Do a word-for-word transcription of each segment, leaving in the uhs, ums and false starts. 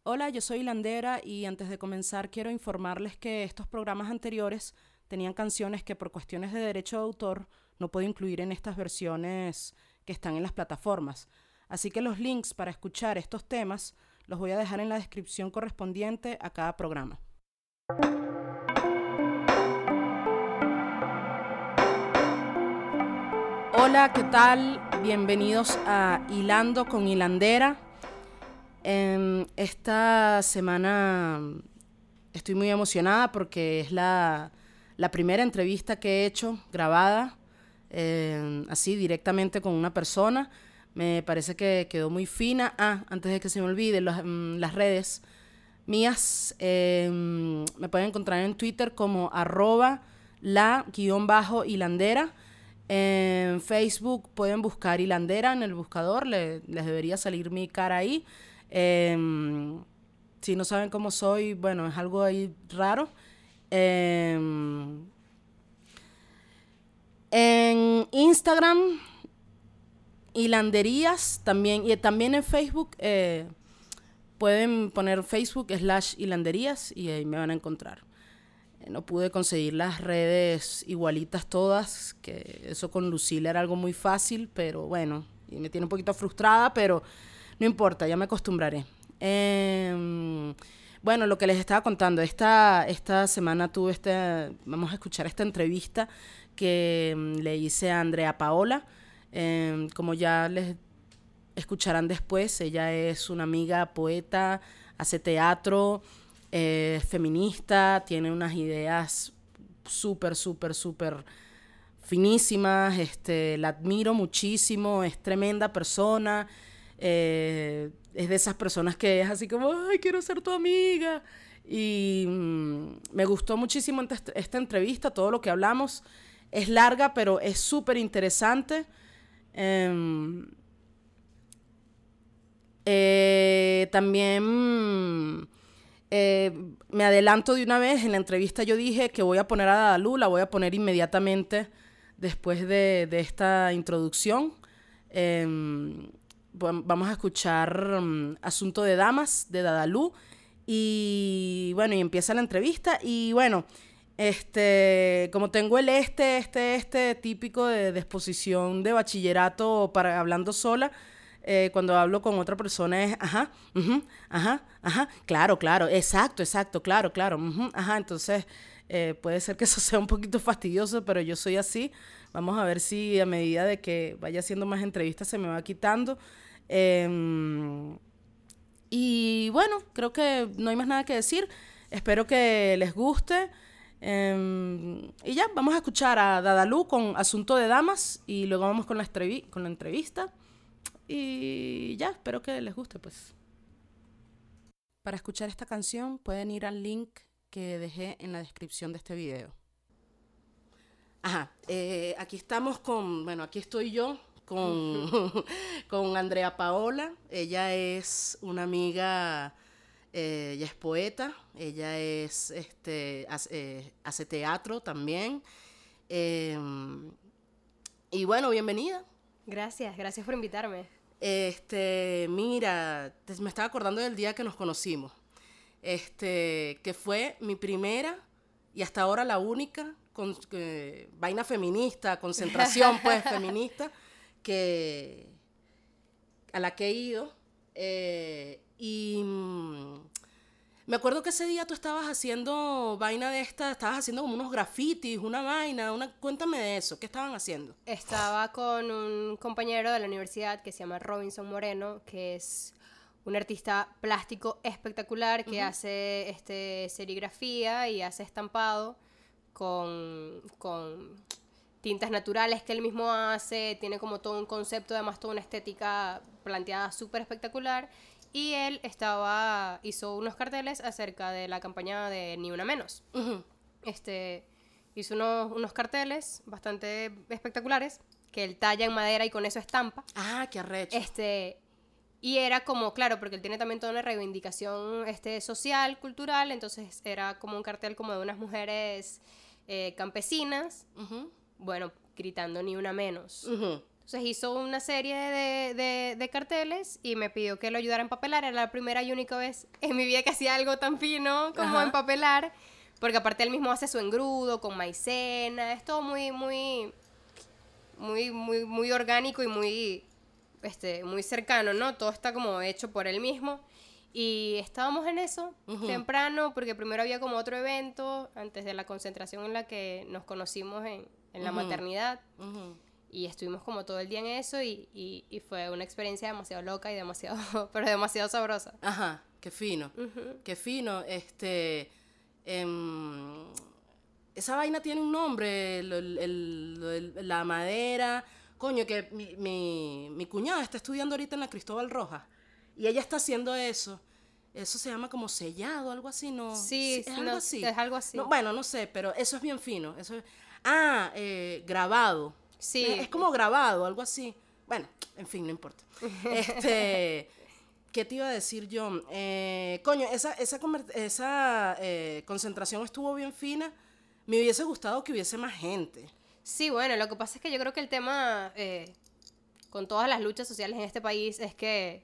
Hola, yo soy Hilandera y antes de comenzar quiero informarles que estos programas anteriores tenían canciones que por cuestiones de derecho de autor no puedo incluir en estas versiones que están en las plataformas. Así que los links para escuchar estos temas los voy a dejar en la descripción correspondiente a cada programa. Hola, ¿qué tal? Bienvenidos a Hilando con Hilandera. En esta semana estoy muy emocionada porque es la, la primera entrevista que he hecho grabada, eh, así directamente con una persona. Me parece que quedó muy fina. Ah, antes de que se me olvide, los, mm, las redes mías eh, me pueden encontrar en Twitter como arroba la guión bajo hilandera. En Facebook pueden buscar Hilandera en el buscador, le, les debería salir mi cara ahí. Eh, si no saben cómo soy, bueno, es algo ahí raro. Eh, en Instagram, Hilanderías, también, y también en Facebook, eh, pueden poner Facebook slash Hilanderías y ahí me van a encontrar. Eh, no pude conseguir las redes igualitas todas, que eso con Lucila era algo muy fácil, pero bueno, y me tiene un poquito frustrada, pero no importa, ya me acostumbraré. Eh, bueno, lo que les estaba contando, esta, esta semana tuve este, vamos a escuchar esta entrevista que um, le hice a Andrea Paola. Eh, como ya les escucharán después, ella es una amiga poeta, hace teatro, eh, feminista, tiene unas ideas súper, súper, súper finísimas, este, la admiro muchísimo, es tremenda persona, eh, es de esas personas que es así como, ay, quiero ser tu amiga. Y mmm, me gustó muchísimo esta, esta entrevista, todo lo que hablamos. Es larga, pero es súper interesante. Eh, eh, también eh, me adelanto de una vez, en la entrevista yo dije que voy a poner a Dadalú, la voy a poner inmediatamente después de, de esta introducción. Eh, vamos a escuchar um, Asunto de Damas de Dadalú y bueno, y empieza la entrevista y bueno, este, como tengo el este, este, este típico de, de exposición de bachillerato para hablando sola, eh, cuando hablo con otra persona es, ajá, uh-huh, ajá, ajá, claro, claro, exacto, exacto, claro, claro, uh-huh, ajá, entonces eh, puede ser que eso sea un poquito fastidioso, pero yo soy así. Vamos a ver si a medida de que vaya haciendo más entrevistas se me va quitando. Eh, y bueno, creo que no hay más nada que decir. Espero que les guste. Eh, y ya, vamos a escuchar a Dadalú con Asunto de Damas y luego vamos con la, estrevi- con la entrevista. Y ya, espero que les guste, pues. Para escuchar esta canción pueden ir al link que dejé en la descripción de este video. Ajá, eh, aquí estamos con, bueno, aquí estoy yo con, con Andrea Paola. Ella es una amiga, eh, ella es poeta, ella es, este, hace, eh, hace teatro también. Eh, y bueno, bienvenida. Gracias, gracias por invitarme. Este, mira, te- me estaba acordando del día que nos conocimos. Este, que fue mi primera y hasta ahora la única con, que, vaina feminista, concentración pues feminista que a la que he ido. Eh, y mm, me acuerdo que ese día tú estabas haciendo vaina de esta, estabas haciendo como unos grafitis, una vaina, una, cuéntame de eso, ¿qué estaban haciendo? Estaba con un compañero de la universidad que se llama Robinson Moreno, que es un artista plástico espectacular que Uh-huh. hace este, serigrafía y hace estampado con, con tintas naturales que él mismo hace, tiene como todo un concepto, además toda una estética planteada súper espectacular. Y él estaba, hizo unos carteles acerca de la campaña de Ni Una Menos. Uh-huh. Este, hizo unos, unos carteles bastante espectaculares que él talla en madera y con eso estampa. Ah, qué arrecho. Este, y era como, claro, porque él tiene también toda una reivindicación este, social, cultural, entonces era como un cartel como de unas mujeres eh, campesinas, Uh-huh. bueno, gritando Ni Una Menos. Uh-huh. Entonces hizo una serie de, de, de carteles y me pidió que lo ayudara a empapelar. Era la primera y única vez en mi vida que hacía algo tan fino como Ajá. empapelar. Porque aparte él mismo hace su engrudo con maicena. Es todo muy, muy, muy, muy, muy orgánico y muy, este, muy cercano, ¿no? Todo está como hecho por él mismo. Y estábamos en eso, uh-huh. temprano, porque primero había como otro evento antes de la concentración en la que nos conocimos en, en la uh-huh. maternidad. Uh-huh. Y estuvimos como todo el día en eso y, y, y fue una experiencia demasiado loca y demasiado, pero demasiado sabrosa. Ajá, qué fino, uh-huh. qué fino. Este, eh, esa vaina tiene un nombre, el, el, el, el, la madera. Coño, que mi, mi, mi cuñada está estudiando ahorita en la Cristóbal Rojas y ella está haciendo eso. Eso se llama como sellado, algo así, ¿no? Sí, ¿Es no, algo así? Es algo así. No, bueno, no sé, pero eso es bien fino. Eso es, ah, eh, grabado. Sí. Es, es como grabado, algo así. Bueno, en fin, no importa. Este, ¿qué te iba a decir yo? Eh, coño, esa, esa, esa eh, concentración estuvo bien fina. Me hubiese gustado que hubiese más gente. Sí, bueno, lo que pasa es que yo creo que el tema eh, con todas las luchas sociales en este país es que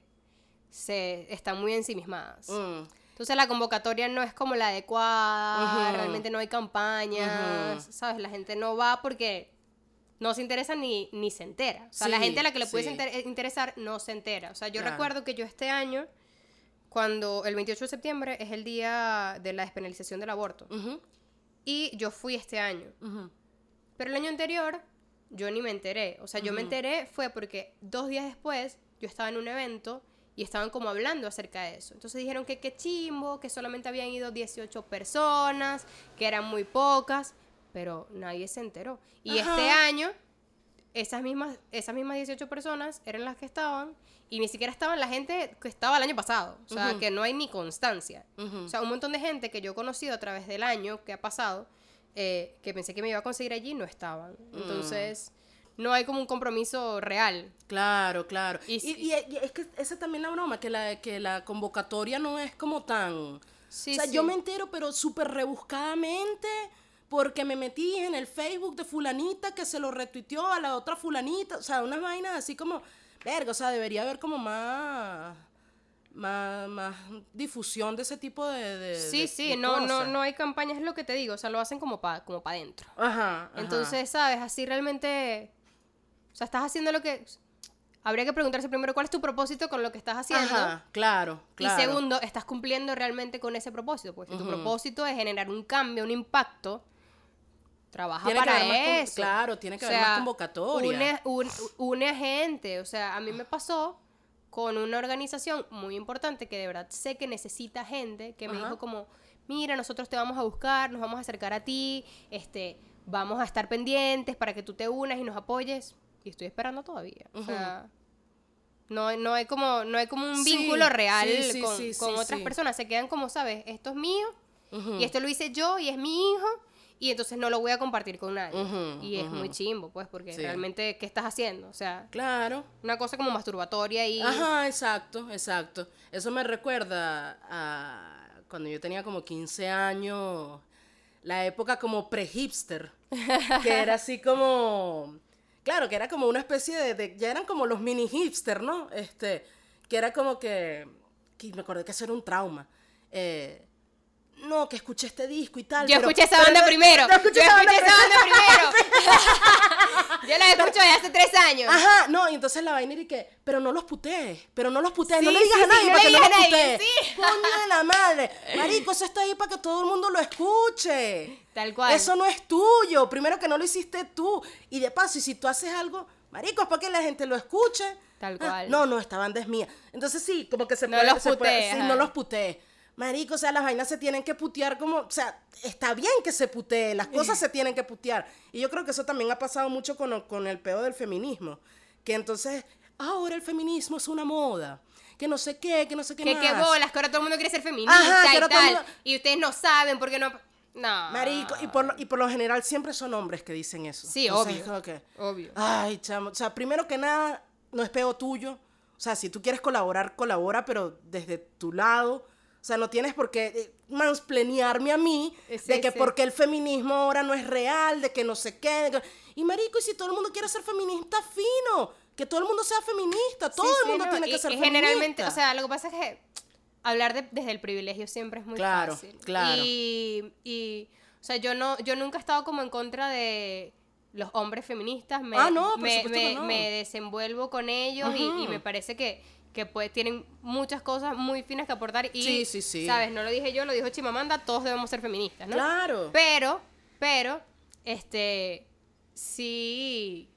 se están muy ensimismadas. Mm. Entonces la convocatoria no es como la adecuada, uh-huh. realmente no hay campañas, uh-huh. ¿sabes? La gente no va porque no se interesa ni, ni se entera. O sea, sí, la gente a la que le puede sí. inter- interesar no se entera. O sea, yo claro. recuerdo que yo este año, cuando el veintiocho de septiembre es el día de la despenalización del aborto, uh-huh. y yo fui este año. Uh-huh. Pero el año anterior yo ni me enteré. O sea, yo uh-huh. me enteré fue porque dos días después yo estaba en un evento y estaban como hablando acerca de eso. Entonces dijeron que qué chimbo, que solamente habían ido dieciocho personas, que eran muy pocas, pero nadie se enteró. Y Ajá. este año, esas mismas, esas mismas dieciocho personas eran las que estaban, y ni siquiera estaban la gente que estaba el año pasado. O sea, uh-huh. que no hay ni constancia. Uh-huh. O sea, un montón de gente que yo he conocido a través del año que ha pasado, eh, que pensé que me iba a conseguir allí, no estaban. Entonces, mm. no hay como un compromiso real. Claro, claro. Y, y, y, y es que esa también es la broma, que la, que la convocatoria no es como tan... Sí, o sea, sí. yo me entero, pero súper rebuscadamente, porque me metí en el Facebook de fulanita que se lo retuiteó a la otra fulanita. O sea, unas vainas así como... Verga, o sea, debería haber como más... Más, más difusión de ese tipo de, de sí, de, sí, de no, cosas. no, no hay campañas, es lo que te digo, o sea, lo hacen como para como pa dentro. Ajá, ajá. Entonces, ¿sabes? Así realmente, o sea, estás haciendo lo que... Habría que preguntarse primero cuál es tu propósito con lo que estás haciendo. Ajá, claro, claro. Y segundo, ¿estás cumpliendo realmente con ese propósito? Porque uh-huh. si tu propósito es generar un cambio, un impacto, trabaja tiene para que haber eso. Más, claro, tiene que o haber sea, más convocatoria. Une, un, une a gente, o sea, a mí me pasó con una organización muy importante que de verdad sé que necesita gente, que me Ajá. dijo como, mira, nosotros te vamos a buscar, nos vamos a acercar a ti, este, vamos a estar pendientes para que tú te unas y nos apoyes. Y estoy esperando todavía. Uh-huh. O sea, no, no hay como, no hay como un sí, vínculo real sí, sí, con, sí, con sí, otras sí. personas. Se quedan como, ¿sabes? Esto es mío, uh-huh. y esto lo hice yo, y es mi hijo, y entonces no lo voy a compartir con nadie. Uh-huh, y es uh-huh. muy chimbo, pues, porque sí. realmente, ¿qué estás haciendo? O sea, claro. Una cosa como masturbatoria y... Ajá, exacto, exacto. Eso me recuerda a cuando yo tenía como quince años, la época como pre-hipster, que era así como... Claro, que era como una especie de, de... Ya eran como los mini hipster, ¿no? Este, que era como que... que me acordé que eso era un trauma. Eh... No, que escuché este disco y tal. Yo pero, escuché esa banda pero, primero. Yo escuché, yo esa, escuché banda esa banda primero. Yo la escucho desde hace tres años. Ajá, no, y entonces la vaina era que, pero no los putees, pero no los putees, sí, no le digas sí, a nadie sí, para no que no los nadie, putees. Sí. Coño de la madre. Marico, eso está ahí para que todo el mundo lo escuche. Tal cual. Eso no es tuyo. Primero que no lo hiciste tú. Y de paso, y si tú haces algo, marico, es para que la gente lo escuche. Tal cual. Ah, no, no, esta banda es mía. Entonces sí, como que se no puede... Los se putees, puede, sí, no los putees. Marico, o sea, las vainas se tienen que putear como... O sea, está bien que se putee, las cosas se tienen que putear. Y yo creo que eso también ha pasado mucho con, con el peo del feminismo. Que entonces, ahora el feminismo es una moda. Que no sé qué, que no sé qué que, más. Que bolas, que ahora todo el mundo quiere ser feminista. Ajá, y tal. Mundo... Y ustedes no saben por qué no... No. Marico, y por, lo, y por lo general siempre son hombres que dicen eso. Sí, entonces, obvio. Okay. Obvio. Ay, chamo. O sea, primero que nada, no es peo tuyo. O sea, si tú quieres colaborar, colabora, pero desde tu lado... O sea, no tienes por qué eh, mansplanearme a mí Sí, de que sí. porque el feminismo ahora no es real, de que no sé qué. de que- Y marico, y si todo el mundo quiere ser feminista, fino. Que todo el mundo sea feminista. Todo Sí, el sí, mundo no, tiene y- que ser y feminista. generalmente, o sea, lo que pasa es que hablar de- desde el privilegio siempre es muy Claro, fácil. claro. Y, y, o sea, yo no, yo nunca he estado como en contra de los hombres feministas. Me, Ah, no, por me, supuesto me, que no. me desenvuelvo con ellos y, y Ujú. me parece que, que pues tienen muchas cosas muy finas que aportar. Y, Sí, sí, sí. ¿sabes? No lo dije yo, lo dijo Chimamanda, todos debemos ser feministas, ¿no? Claro. Pero, pero, este, sí.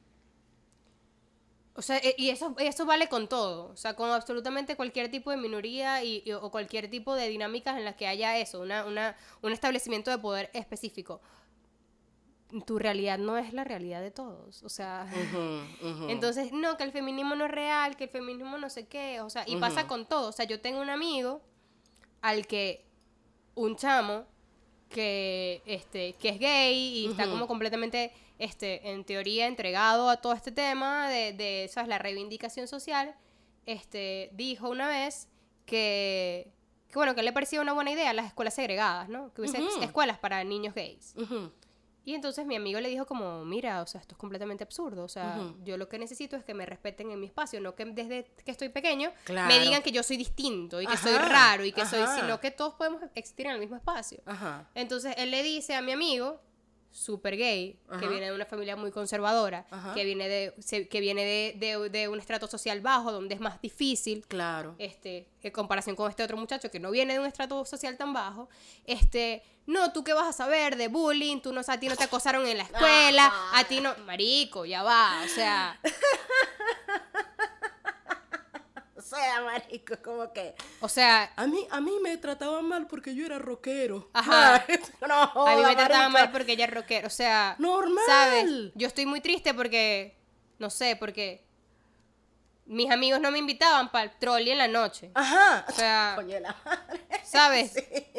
O sea, e- y eso, eso vale con todo, o sea, con absolutamente cualquier tipo de minoría y, y- o cualquier tipo de dinámicas en las que haya eso, una, una, un establecimiento de poder específico. Tu realidad no es la realidad de todos, o sea, Ujú, ujú. entonces, no, que el feminismo no es real, que el feminismo no sé qué, o sea, y pasa Ujú. con todo, o sea, yo tengo un amigo al que un chamo que este que es gay y está Ujú. como completamente este en teoría entregado a todo este tema de, de ¿sabes? La reivindicación social, este dijo una vez que que bueno, que le parecía una buena idea las escuelas segregadas, ¿no? Que hubiese Ujú. escuelas para niños gays. Ujú. Y entonces mi amigo le dijo como, mira, o sea, esto es completamente absurdo, o sea, Ujú. yo lo que necesito es que me respeten en mi espacio, no que desde que estoy pequeño Claro. me digan que yo soy distinto y que Ajá, soy raro y que soy, ajá. sino que todos podemos existir en el mismo espacio. Ajá. Entonces él le dice a mi amigo, súper gay, que Ajá. viene de una familia muy conservadora, Ajá. que viene de se- que viene de, de, de un estrato social bajo, donde es más difícil, Claro. este, en comparación con este otro muchacho que no viene de un estrato social tan bajo, este, no, tú qué vas a saber de bullying, tú no, o sea, a ti no te acosaron en la escuela, a ti no, marico, ya va, o sea, O sea, marico, como que... o sea, A mí, a mí me trataban mal porque yo era rockero. Ajá. No, a mí me joda, trataba marica. mal porque ella es rockera, o sea, Normal. ¿sabes? Yo estoy muy triste porque, no sé, porque mis amigos no me invitaban para el trolley en la noche, Ajá. o sea, Coño de la madre. ¿sabes?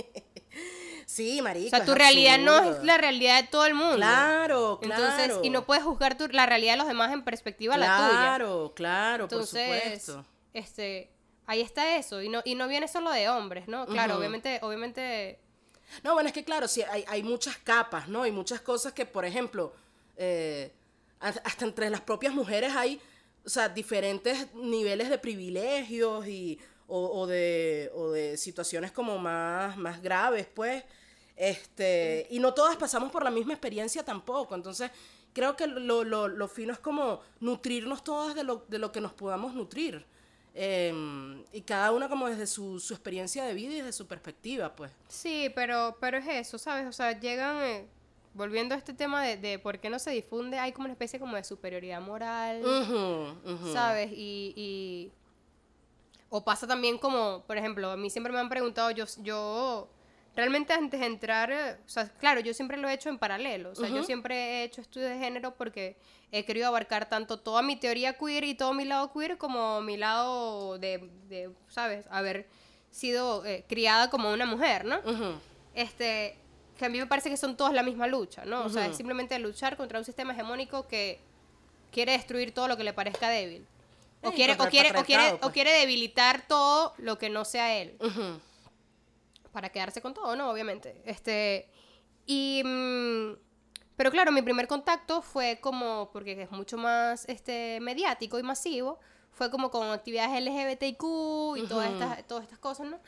Sí, marico. O sea, es tu realidad no absurdo. es la realidad de todo el mundo. Claro, claro. Entonces, y no puedes juzgar tu, la realidad de los demás en perspectiva a la tuya. Claro, claro, por Entonces, supuesto. este, ahí está eso. Y no, y no viene solo de hombres, ¿no? Claro, Ujú. obviamente, obviamente. No, bueno, es que claro, sí, hay, hay muchas capas, ¿no? Hay muchas cosas que, por ejemplo, eh, hasta entre las propias mujeres hay, o sea, diferentes niveles de privilegios y, o, o de, o de situaciones como más, más graves, pues. Este, y no todas pasamos por la misma experiencia tampoco. Entonces, creo que lo, lo, lo fino es como nutrirnos todas de lo, de lo que nos podamos nutrir. Eh, y cada una como desde su, su experiencia de vida y desde su perspectiva, pues. Sí, pero, pero es eso, ¿sabes? O sea, llegan. eh, volviendo a este tema de, de por qué no se difunde, hay como una especie como de superioridad moral. Ujú, ujú. ¿Sabes? Y, y- o pasa también como, por ejemplo, a mí siempre me han preguntado, yo, yo realmente antes de entrar, eh, o sea, claro, yo siempre lo he hecho en paralelo, o sea, yo Ujú. siempre he hecho estudios de género porque he querido abarcar tanto toda mi teoría queer y todo mi lado queer como mi lado de, de ¿sabes? Haber sido eh, criada como una mujer, ¿no? Ujú. Este, que a mí me parece que son todas la misma lucha, ¿no? O sea, Ujú. es simplemente luchar contra un sistema hegemónico que quiere destruir todo lo que le parezca débil. O Eh, quiere, contra o, el quiere, o, quiere, patriarcado, o pues. quiere debilitar todo lo que no sea él. Ujú. Para quedarse con todo, ¿no? Obviamente. Este. Y. mm, pero claro, mi primer contacto fue como. Porque es mucho más este, mediático y masivo. Fue como con actividades L G B T Q y todas, Ujú. estas, todas estas cosas, ¿no?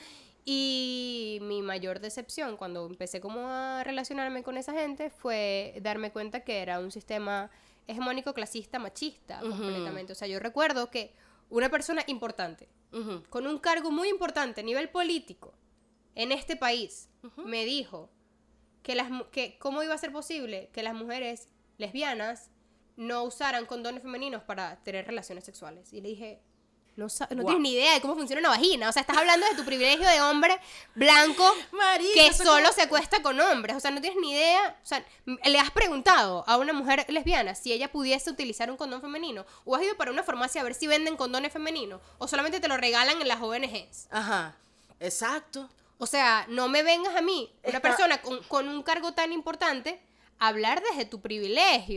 Y mi mayor decepción cuando empecé como a relacionarme con esa gente fue darme cuenta que era un sistema hegemónico, clasista, machista, Ujú. completamente. O sea, yo recuerdo que una persona importante, Ujú. con un cargo muy importante a nivel político en este país, me dijo que, las, mu- que cómo iba a ser posible que las mujeres lesbianas no usaran condones femeninos para tener relaciones sexuales. Y le dije, no, sa- no Guau. tienes ni idea de cómo funciona una vagina. O sea, estás hablando de tu privilegio de hombre blanco Marica, que eso solo como- se acuesta con hombres. O sea, no tienes ni idea. O sea, m- le has preguntado a una mujer lesbiana si ella pudiese utilizar un condón femenino. O has ido para una farmacia a ver si venden condones femeninos. O solamente te lo regalan en las O N Ges. Ajá, exacto. O sea, no me vengas a mí, una Está- persona con, con un cargo tan importante, a hablar desde tu privilegio.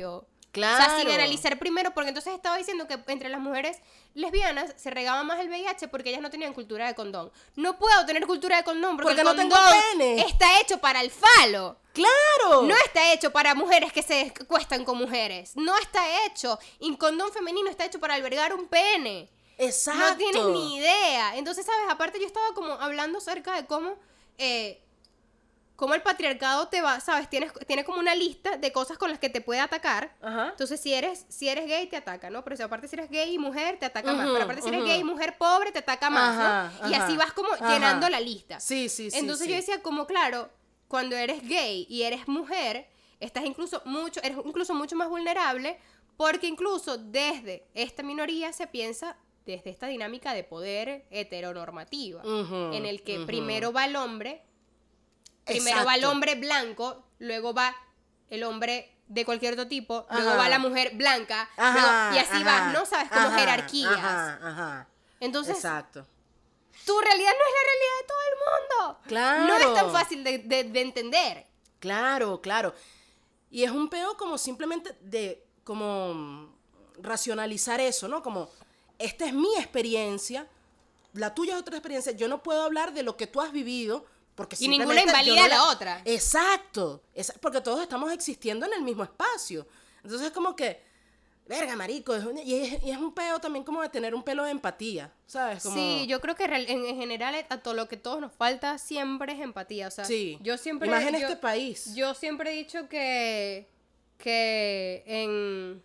Claro. O sea, sin analizar primero, porque entonces estaba diciendo que entre las mujeres lesbianas se regaba más el V I H porque ellas no tenían cultura de condón. No puedo tener cultura de condón porque, Porque el no condón tengo pene. está hecho para el falo. ¡Claro! No está hecho para mujeres que se acuestan con mujeres. No está hecho. Y un condón femenino está hecho para albergar un pene. Exacto. No tienes ni idea. Entonces, ¿sabes? Aparte yo estaba como hablando acerca de cómo... Eh, cómo el patriarcado te va, ¿sabes? Tienes, tiene como una lista de cosas con las que te puede atacar. Ajá. Entonces, si eres, si eres gay, te ataca, ¿no? Pero si aparte si eres gay y mujer, te ataca más. Ujú, Pero aparte si eres ujú. gay y mujer pobre, te ataca más, Ajá, ¿no? Y ajá, así vas como ajá. llenando la lista. Sí, sí, sí. Entonces sí. yo decía como, claro, cuando eres gay y eres mujer, estás incluso mucho, eres incluso mucho más vulnerable porque incluso desde esta minoría se piensa desde esta dinámica de poder heteronormativa, Ujú, en el que ujú. primero va el hombre, primero Exacto. va el hombre blanco, luego va el hombre de cualquier otro tipo, luego Ajá. va la mujer blanca, Ajá, luego- y así ajá, vas, ¿no? ¿Sabes? Como ajá, jerarquías. Ajá, ajá. Entonces, Exacto. tu realidad no es la realidad de todo el mundo. Claro. No es tan fácil de, de- de entender. Claro, claro. Y es un peo como simplemente de, como mm, racionalizar eso, ¿no? Como, esta es mi experiencia, la tuya es otra experiencia, yo no puedo hablar de lo que tú has vivido, porque Y ninguna simplemente yo invalida no a la otra. Exacto, es, porque todos estamos existiendo en el mismo espacio. Entonces es como que, verga, marico, es un- y, es, y es un peo también como de tener un pelo de empatía, ¿sabes? Como, Sí, yo creo que real- en, en general a todo lo que todos nos falta siempre es empatía. O sea, Sí. yo siempre... Y más en yo- este país. Yo siempre he dicho que, que en...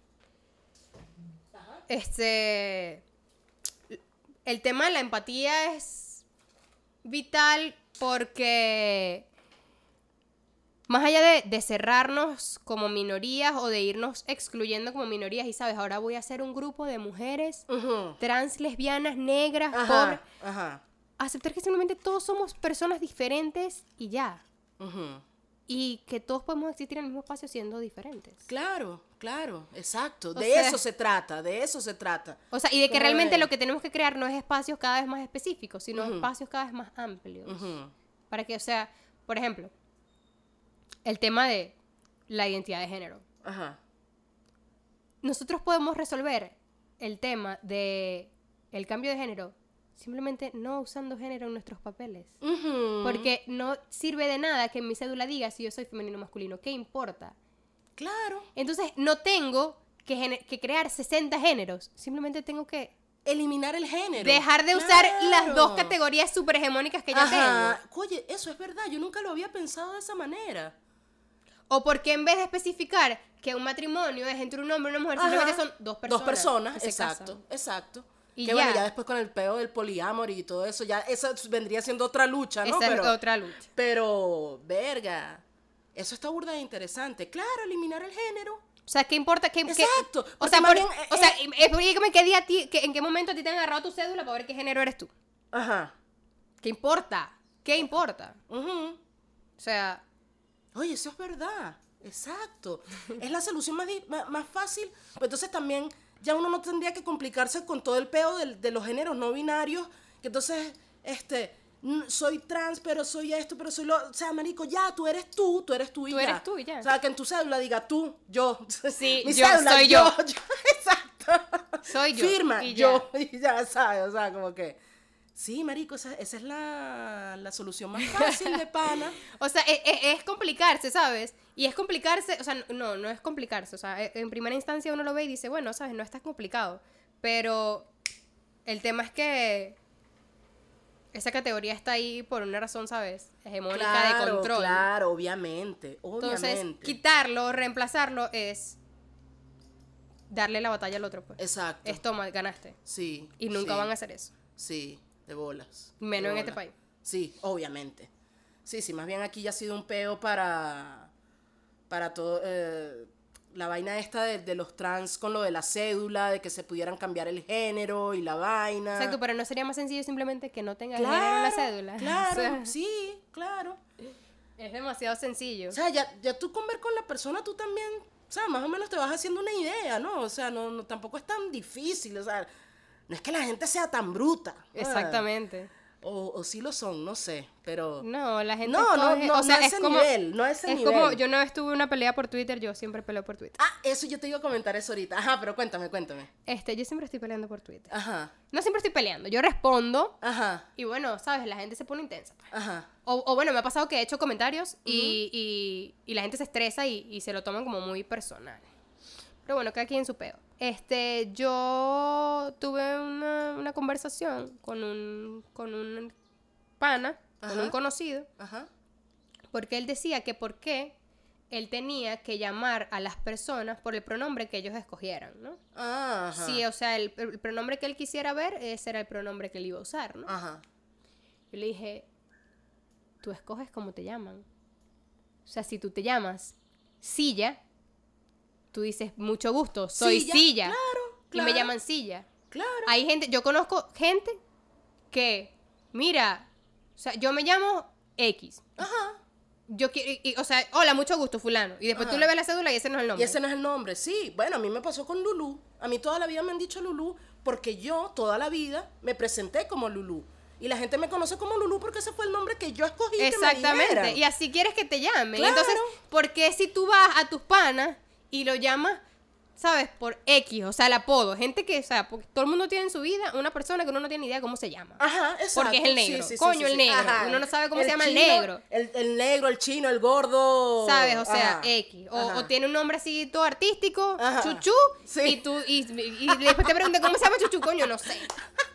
Este... El tema de la empatía es vital porque más allá de, de cerrarnos como minorías o de irnos excluyendo como minorías y sabes, ahora voy a hacer un grupo de mujeres Ujú. trans, lesbianas, negras, pobres, Ajá, ajá. aceptar que simplemente todos somos personas diferentes y ya. Ujú. Y que todos podemos existir en el mismo espacio siendo diferentes. Claro, claro, exacto. O De sea- eso se trata, de eso se trata. O sea, y de que Como realmente de- lo que tenemos que crear no es espacios cada vez más específicos, sino Ujú. espacios cada vez más amplios. Ujú. Para que, o sea, por ejemplo, el tema de la identidad de género. Ajá. Nosotros podemos resolver el tema de el cambio de género simplemente no usando género en nuestros papeles. Ujú. Porque no sirve de nada que en mi cédula diga si yo soy femenino o masculino. ¿Qué importa? Claro. Entonces, no tengo que, gene- que crear sesenta géneros. Simplemente tengo que Eliminar el género. dejar de usar las Claro. dos categorías super hegemónicas que ya Ajá. tengo. Oye, eso es verdad, yo nunca lo había pensado de esa manera. O porque en vez de especificar que un matrimonio es entre un hombre y una mujer, Ajá. simplemente son dos personas. Dos personas, que se exacto, casan. exacto. Y que ya. bueno, ya después con el peo del poliamor y todo eso, ya eso vendría siendo otra lucha, ¿no? Esa pero, es otra lucha. pero, verga, eso está burda de interesante. Claro, eliminar el género. O sea, ¿qué importa? ¿Qué, qué- Exacto, o porque sea, más por- bien, eh, o sea, explícame qué día a ti, que- en qué momento a ti te han agarrado tu cédula para ver qué género eres tú. Ajá. ¿Qué importa? ¿Qué importa? Ujú. O sea, Oye, eso es verdad. Exacto. Es la solución más, di- más, más fácil. Pues entonces también ya uno no tendría que complicarse con todo el peo del- de, los géneros no binarios. Que entonces, este, mm, soy trans, pero soy esto, pero soy lo... O sea, marico, ya, tú eres tú, tú eres tú y Tú ya. eres tú y ya. O sea, que en tu cédula diga tú, yo. Sí, Mi yo, cédula, soy yo. yo. Exacto. Soy yo, Firma, y ya. yo. Y ya, ¿sabes? O sea, como que... Sí, marico, esa, esa es la, la solución más fácil de pana. O sea, es, es- es complicarse, ¿sabes? Y es complicarse, o sea, no, no es complicarse. O sea, e- en primera instancia uno lo ve y dice, bueno, ¿sabes? No es tan complicado. Pero el tema es que esa categoría está ahí por una razón, ¿sabes? Hegemónica de control. Claro, obviamente, obviamente. Entonces, quitarlo, reemplazarlo es darle la batalla al otro, pues. Exacto. Es toma, ganaste. Sí. Y nunca sí, van a hacer eso. Sí, de bolas. Menos de en este bolas. país. Sí, obviamente. Sí, sí, más bien aquí ya ha sido un peo para, para todo, eh, la vaina esta de, de los trans con lo de la cédula, de que se pudieran cambiar el género y la vaina. Exacto, pero no sería más sencillo simplemente que no tenga claro, género en la cédula. Claro, O sea, sí, claro. es demasiado sencillo. O sea, ya, ya tú con ver con la persona, tú también, o sea, más o menos te vas haciendo una idea, ¿no? O sea, no, no tampoco es tan difícil, o sea, no es que la gente sea tan bruta. Exactamente. O, o sí lo son, no sé, pero... No, la gente No, no, escoge- no, o sea, no a es ese como, nivel, no a ese es nivel. como, yo una vez tuve una pelea por Twitter, yo siempre peleo por Twitter. Ah, eso yo te iba a comentar eso ahorita. Ajá, pero cuéntame, cuéntame. Este, yo siempre estoy peleando por Twitter. Ajá, No siempre estoy peleando, yo respondo ajá, y bueno, sabes, la gente se pone intensa. Pues. ajá. O, o bueno, me ha pasado que he hecho comentarios y, y, y la gente se estresa y, y se lo toman como muy personal. Pero bueno, cada quien en su peo. Este, yo tuve una, una conversación con un, con un pana, Ajá. con un conocido, Ajá. porque él decía que por qué él tenía que llamar a las personas por el pronombre que ellos escogieran, ¿no? Ajá. Sí, o sea, el, el pronombre que él quisiera ver, ese era el pronombre que él iba a usar, ¿no? Ajá. Yo le dije, tú escoges cómo te llaman. O sea, si tú te llamas Silla, tú dices, mucho gusto, soy Silla, Silla. claro, Y me claro. llaman Silla. Claro. Hay gente, yo conozco gente que, mira, o sea, yo me llamo X. Ajá. Yo quiero, y- y, o sea, hola, mucho gusto, fulano. Y después Ajá. tú le ves la cédula y ese no es el Y nombre. ese no es el nombre, sí. Bueno, a mí me pasó con Lulú. A mí toda la vida me han dicho Lulú porque yo toda la vida me presenté como Lulú. Y la gente me conoce como Lulú porque ese fue el nombre que yo escogí. Que me Exactamente. dijeran. Y así quieres que te llamen. Claro. Entonces, ¿por qué si tú vas a tus panas y lo llamas, sabes, por X, o sea, el apodo? Gente que, o sea, porque todo el mundo tiene en su vida una persona que uno no tiene ni idea de cómo se llama. Ajá, exacto. Porque es el negro. Coño, el negro. Uno no sabe cómo se llama el chino, negro. El, el negro, el chino, el gordo. ¿Sabes? O sea, Ajá. X. O, Ajá. o tiene un nombre así todo artístico, Ajá. Chuchú, Sí. y tú, y, y- y después te preguntan cómo se llama Chuchú, coño, no sé.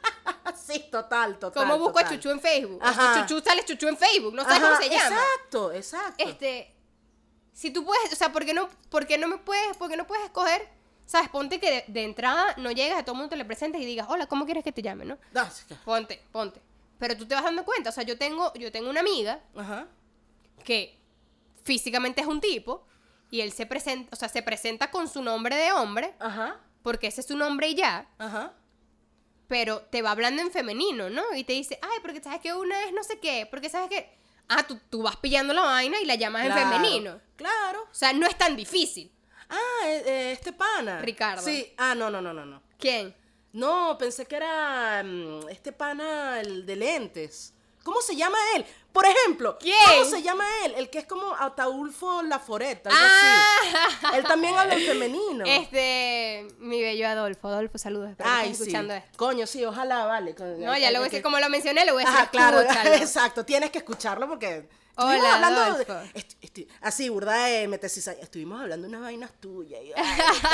Sí, total, total. ¿Cómo busco a total. Chuchú en Facebook? Ajá. O Chuchú sale Chuchú en Facebook, no sabes Ajá, cómo se llama. Exacto, exacto. Este, si tú puedes, o sea, ¿por qué no, por qué no me puedes, por qué no puedes escoger? ¿Sabes? Ponte que de, de entrada no llegas, a todo el mundo te le presentes y digas, hola, ¿cómo quieres que te llame, no? No, es que- Ponte, ponte. Pero tú te vas dando cuenta, o sea, yo tengo, yo tengo una amiga Ajá. que físicamente es un tipo y él se presenta, o sea, se presenta con su nombre de hombre, Ajá. porque ese es su nombre y ya, Ajá. pero te va hablando en femenino, ¿no? Y te dice, ay, porque sabes que una es no sé qué, porque sabes que, ah, tú, tú vas pillando la vaina y la llamas en Claro, femenino. Claro. O sea, no es tan difícil. Ah, eh, eh, este pana. Ricardo. Sí. Ah, no, no, no, no, no. ¿Quién? No, pensé que era mm, este pana, el de lentes. ¿Cómo se llama él? Por ejemplo, ¿Quién? ¿cómo se llama él? El que es como Ataulfo Laforet, algo Ah. así. Él también habla en femenino. Este, mi bello Adolfo. Adolfo, saludos. Espero que Ay, estés sí. escuchando esto. Coño, sí, ojalá, vale. Con- No, ya eh, le voy a eh, decir, que- como lo mencioné, le voy a decir, Ajá, claro, escúchalo. exacto, tienes que escucharlo porque Hola, estuvimos hablando Adolfo. de, esti- esti- así, burda de meteciza- estuvimos hablando de unas vainas tuyas. y- ay,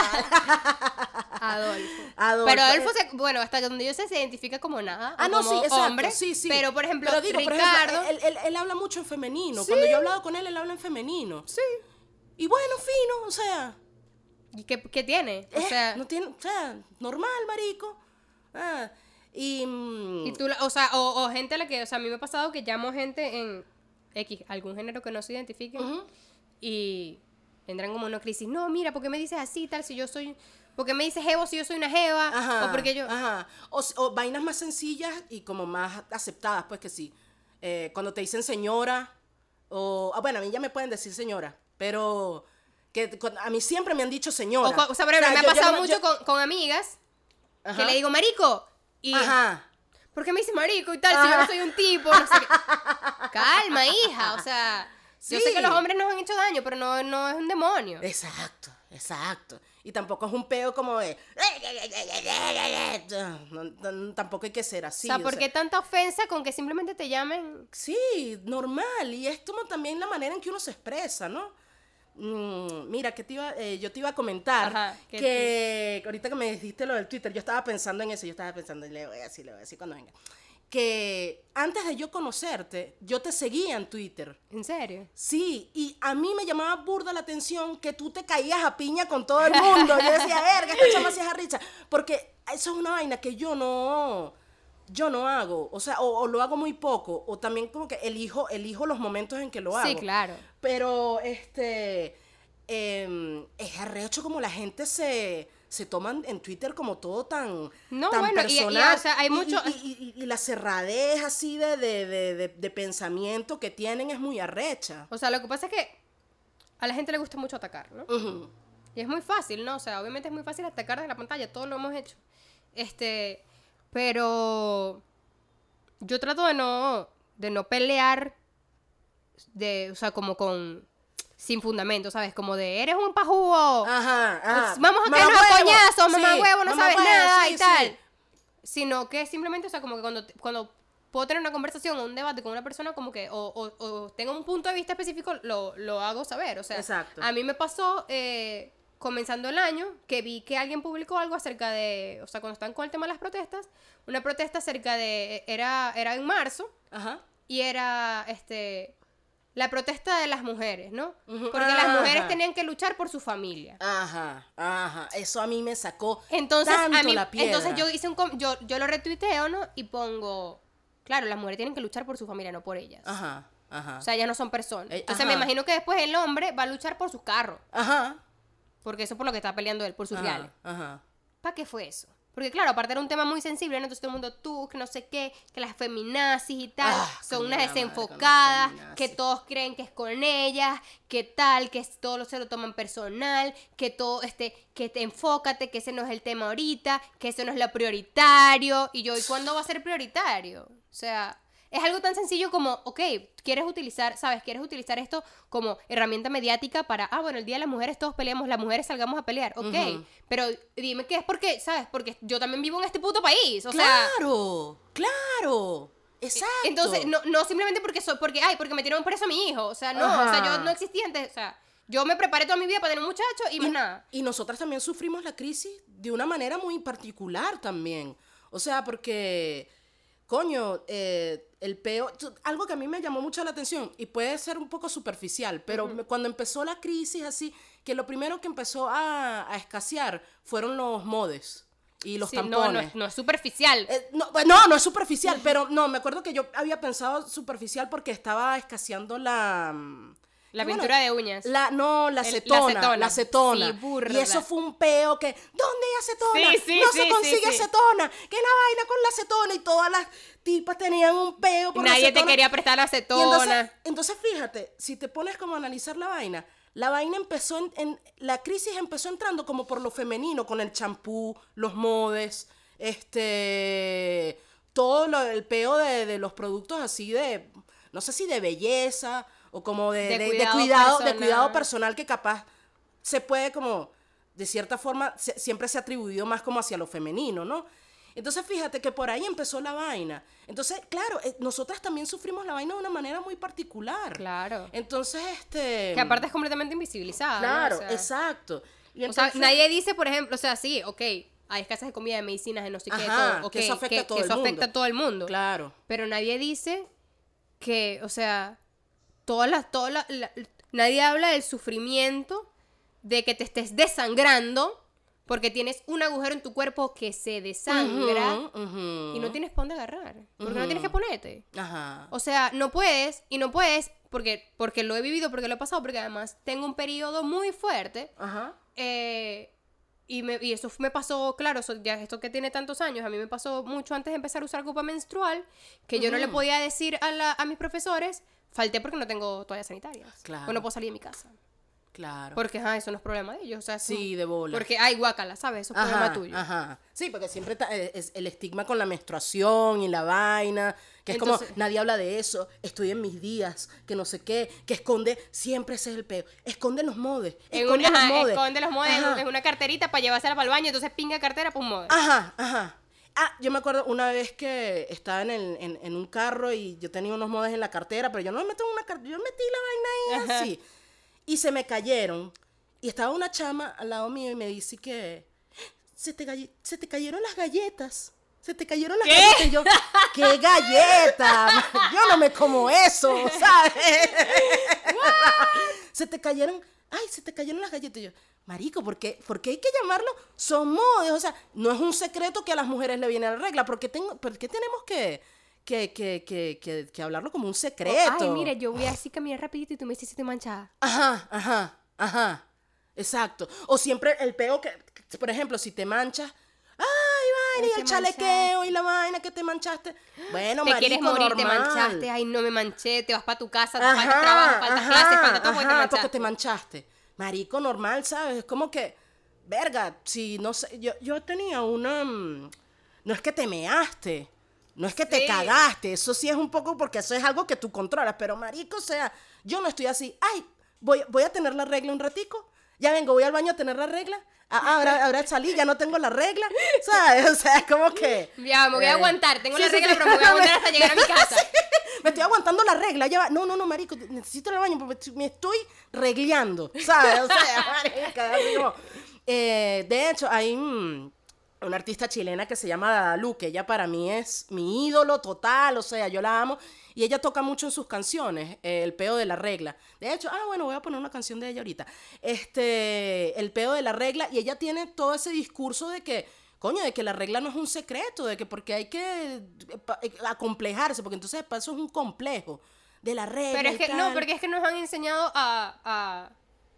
Adolfo. Adolfo, Pero Adolfo, eh. se- bueno, hasta donde yo sé, se identifica como nada. Ah, o no, como sí, exacto, hombre. sí, sí. Pero, por ejemplo, Pero digo, por Ricardo. ejemplo, él, él- él habla mucho en femenino. Sí. Cuando yo he hablado con él, él habla en femenino. Sí. Y bueno, fino, o sea, ¿Y qué, qué tiene? O eh, sea, no tiene, o sea, normal, marico. Ah, y, mm, y tú, la- o sea, o, o gente a la que, o sea, a mí me ha pasado que llamo gente en X, algún género que no se identifique, Ujú. y entran como en una crisis. No, mira, ¿por qué me dices así, tal, si yo soy, ¿por qué me dices jevo si yo soy una jeva? Ajá, O porque yo, ajá. O, s- o vainas más sencillas y como más aceptadas, pues que sí. Eh, cuando te dicen señora, o... ah, bueno, a mí ya me pueden decir señora, pero que con- a mí siempre me han dicho señora. o, co- o sea, por ejemplo, me ha yo- yo pasado no- mucho yo- con, con amigas Ajá. que le digo, marico, y, Ajá. ¿por qué me dices marico y tal si yo no Ajá. soy un tipo? No sé qué. Calma, hija, o sea, yo sé Sí. que los hombres nos han hecho daño, pero no, no es un demonio. Exacto, exacto. Y tampoco es un peo como de... No, no, tampoco hay que ser O así. sea, o ¿por sea, qué tanta ofensa con que simplemente te llamen? Sí, normal. Y es como también la manera en que uno se expresa, ¿no? Mm, mira, que te iba, eh, yo te iba a comentar Ajá, que, que ahorita que me dijiste lo del Twitter, yo estaba pensando en eso, yo estaba pensando, y le voy a decir, le voy a decir cuando venga, que antes de yo conocerte, yo te seguía en Twitter. ¿En serio? Sí, y a mí me llamaba burda la atención que tú te caías a piña con todo el mundo. Yo decía, verga, esta chama sí es arrecha. Porque eso es una vaina que yo no, yo no hago. O sea, o, o lo hago muy poco. O también como que elijo, elijo los momentos en que lo hago. Sí, claro. Pero, este, eh, es arrecho como la gente se, se toman en Twitter como todo tan, No, tan bueno, y- y, personal. o sea, hay Y- mucho- Y, y- y- y la cerradez así de, de, de, de, de pensamiento que tienen es muy arrecha. O sea, lo que pasa es que a la gente le gusta mucho atacar, ¿no? Ujú. Y es muy fácil, ¿no? O sea, obviamente es muy fácil atacar desde la pantalla, todos lo hemos hecho. Este, pero yo trato de no, de no pelear, de, o sea, como con, sin fundamento, ¿sabes? Como de, eres un pajugo. Ajá, ajá. Pues, vamos a Mamá caernos a huevo. coñazos, mamá Sí, huevo, no mamá sabes huevo, nada sí, y tal. sí. Sino que simplemente, o sea, como que cuando, cuando puedo tener una conversación o un debate con una persona, como que, o, o, o tengo un punto de vista específico, lo, lo hago saber. O sea, Exacto. a mí me pasó, eh, comenzando el año, que vi que alguien publicó algo acerca de, o sea, cuando están con el tema de las protestas, una protesta acerca de, era, era en marzo, Ajá. y era, este, la protesta de las mujeres, ¿no? Ujú. Porque las mujeres Ajá. tenían que luchar por su familia. Ajá, ajá. Eso a mí me sacó Entonces, tanto a mí, la piedra. entonces yo hice un com- yo, yo lo retuiteo, ¿no? Y pongo, claro, las mujeres tienen que luchar por su familia, no por ellas. Ajá, ajá. O sea, ellas no son personas. Eh, Entonces ajá. me imagino que después el hombre va a luchar por sus carros. Ajá. Porque eso es por lo que está peleando él, por sus reales. Ajá, ajá. ¿Para qué fue eso? Porque claro, aparte era un tema muy sensible, ¿no? Entonces todo el mundo, tú, que no sé qué, que las feminazis y tal, Ah, son coño unas la madre con las desenfocadas, feminazis. que todos creen que es con ellas, que tal, que es- todo se lo toman personal, que todo, este, que te enfócate, que ese no es el tema ahorita, que eso no es lo prioritario. Y yo, ¿y cuándo va a ser prioritario? O sea, es algo tan sencillo como, ok, quieres utilizar, ¿sabes? Quieres utilizar esto como herramienta mediática para, ah, bueno, el día de las mujeres todos peleamos, las mujeres salgamos a pelear, ok. Ujú. Pero dime qué es porque, ¿sabes? Porque yo también vivo en este puto país, o sea... Claro, claro. Exacto. Entonces, no, no simplemente porque soy, porque, ay, porque metieron preso a mi hijo, o sea, no, o sea, Ajá. yo no existía antes, o sea, yo me preparé toda mi vida para tener un muchacho y más nada. Y nosotras también sufrimos la crisis de una manera muy particular también. O sea, porque, coño, eh, el peo, tú- algo que a mí me llamó mucho la atención y puede ser un poco superficial, pero me- cuando empezó la crisis así, que lo primero que empezó a, a escasear fueron los modes y los Sí, no, tampones. no, es- no es superficial. Eh, no, pues, no, no es superficial, pero no, me acuerdo que yo había pensado superficial porque estaba escaseando la... mm, La bueno, pintura de uñas. La, no, la El- la acetona, acetona. la acetona. Sí, burda. Y eso fue un peo que, ¿dónde hay acetona? Sí, sí, no sí, se consigue sí, sí. acetona. ¿Qué es la vaina con la acetona? Y todas las tipas tenían un peo por la Nadie te acetona. quería prestar la Y acetona. entonces, entonces, fíjate, si te pones como a analizar la vaina, la vaina empezó en, en- la crisis empezó entrando como por lo femenino, con el champú, los modes, este, todo lo, el peo de, de los productos así de, no sé si de belleza o como de, De de- de cuidado cuidado, de personal. cuidado personal que capaz se puede como, de cierta forma, se- siempre se ha atribuido más como hacia lo femenino, ¿no? Entonces fíjate que por ahí empezó la vaina. Entonces, claro, eh, nosotras también sufrimos la vaina de una manera muy particular. Claro. Entonces, este... Que aparte es completamente invisibilizada, Claro, ¿no? O sea, exacto. Y O sea, entonces- nadie dice, por ejemplo, o sea, sí, ok, hay escasez de comida, de medicinas, de no sé qué, Ajá, todo, ok, que eso afecta que, a todo que el eso mundo. afecta a todo el mundo. Claro. Pero nadie dice que, o sea, todas las, todas las, la- nadie habla del sufrimiento de que te estés desangrando porque tienes un agujero en tu cuerpo que se desangra Ujú, ujú. y no tienes pa' dónde agarrar, porque no Ujú. tienes que ponerte. Ajá. O sea, no puedes, y no puedes, porque, porque lo he vivido, porque lo he pasado, porque además tengo un periodo muy fuerte. Ajá. Eh, y, me, y eso me pasó, claro, eso, ya esto que tiene tantos años, a mí me pasó mucho antes de empezar a usar copa menstrual, que yo no le Ujú. podía decir a, la, a mis profesores, falté porque no tengo toallas sanitarias. Claro. O no puedo salir de mi casa. Claro. Porque, ajá, eso no es problema de ellos. O sea, Sí, eso- de bola. Porque, ay, guácala, ¿sabes? Eso es Ajá, problema tuyo. Ajá. Sí, porque siempre está, eh, es el estigma con la menstruación y la vaina, que es Entonces- como, nadie habla de eso, estoy en mis días, que no sé qué, que esconde, siempre ese es el peo, esconde los modes, En esconde una, los ajá, modes. esconde los modes en- Ajá. en una carterita para llevársela para el baño, entonces pinga cartera, pues mode. Ajá, ajá. Ah, yo me acuerdo una vez que estaba en, el, en, en un carro y yo tenía unos modes en la cartera, pero yo no me meto en una cartera, yo metí la vaina ahí Ajá. así. Y se me cayeron. Y estaba una chama al lado mío y me dice que se te, galle- se te cayeron las galletas. Se te cayeron las ¿Qué? galletas. Y yo, ¿qué galleta? Yo no me como eso, ¿sabes? Se te cayeron, ay, se te cayeron las galletas. Y yo, marico, ¿por qué, ¿por qué hay que llamarlo? Son modes, o sea, no es un secreto que a las mujeres le viene a la regla. ¿Por qué, tengo, por qué tenemos que, que, que, que, que, que hablarlo como un secreto? Ay, mira, yo voy así a caminar rapidito y tú me dices si estoy manchada. Ajá, ajá, ajá. Exacto. O siempre el peo que, que, por ejemplo, si te manchas, ay, vaina, Ay, y te el chalequeo y la vaina que te manchaste. Bueno, Te marico, quieres morir, te normal. manchaste, ay, no me manché, te vas para tu casa, te Ajá, falta trabajo, falta ajá, clase, falta todo porque te ajá, manchaste. porque te manchaste. Marico, normal, ¿sabes? Es como que, verga, si no sé, yo, yo tenía una, mm, no es que te measte, No es que te Sí. cagaste, eso sí es un poco porque eso es algo que tú controlas, pero marico, o sea, yo no estoy así, ay, voy, voy a tener la regla un ratico, ya vengo, voy al baño a tener la regla, ah, ah, ahora, ahora salí, ya no tengo la regla, ¿sabes? O sea, es como que... Ya, me voy a eh, aguantar, tengo sí, la sí, regla, sí. pero me voy a aguantar hasta llegar a mi casa. Me estoy aguantando la regla, ya va. No, no, no, marico, necesito ir al baño porque me estoy regleando, ¿sabes? O sea, marica, así como... Eh, de hecho, hay... mm, una artista chilena que se llama Dadalu, que ella para mí es mi ídolo total, o sea, yo la amo, y ella toca mucho en sus canciones, eh, el peo de la regla. De hecho, ah, bueno, voy a poner una canción de ella ahorita. Este, el peo de la regla, y ella tiene todo ese discurso de que, coño, de que la regla no es un secreto, de que porque hay que eh, pa- eh, acomplejarse, porque entonces para eso es un complejo de la regla. Pero es y que, tal. no, porque es que nos han enseñado a... a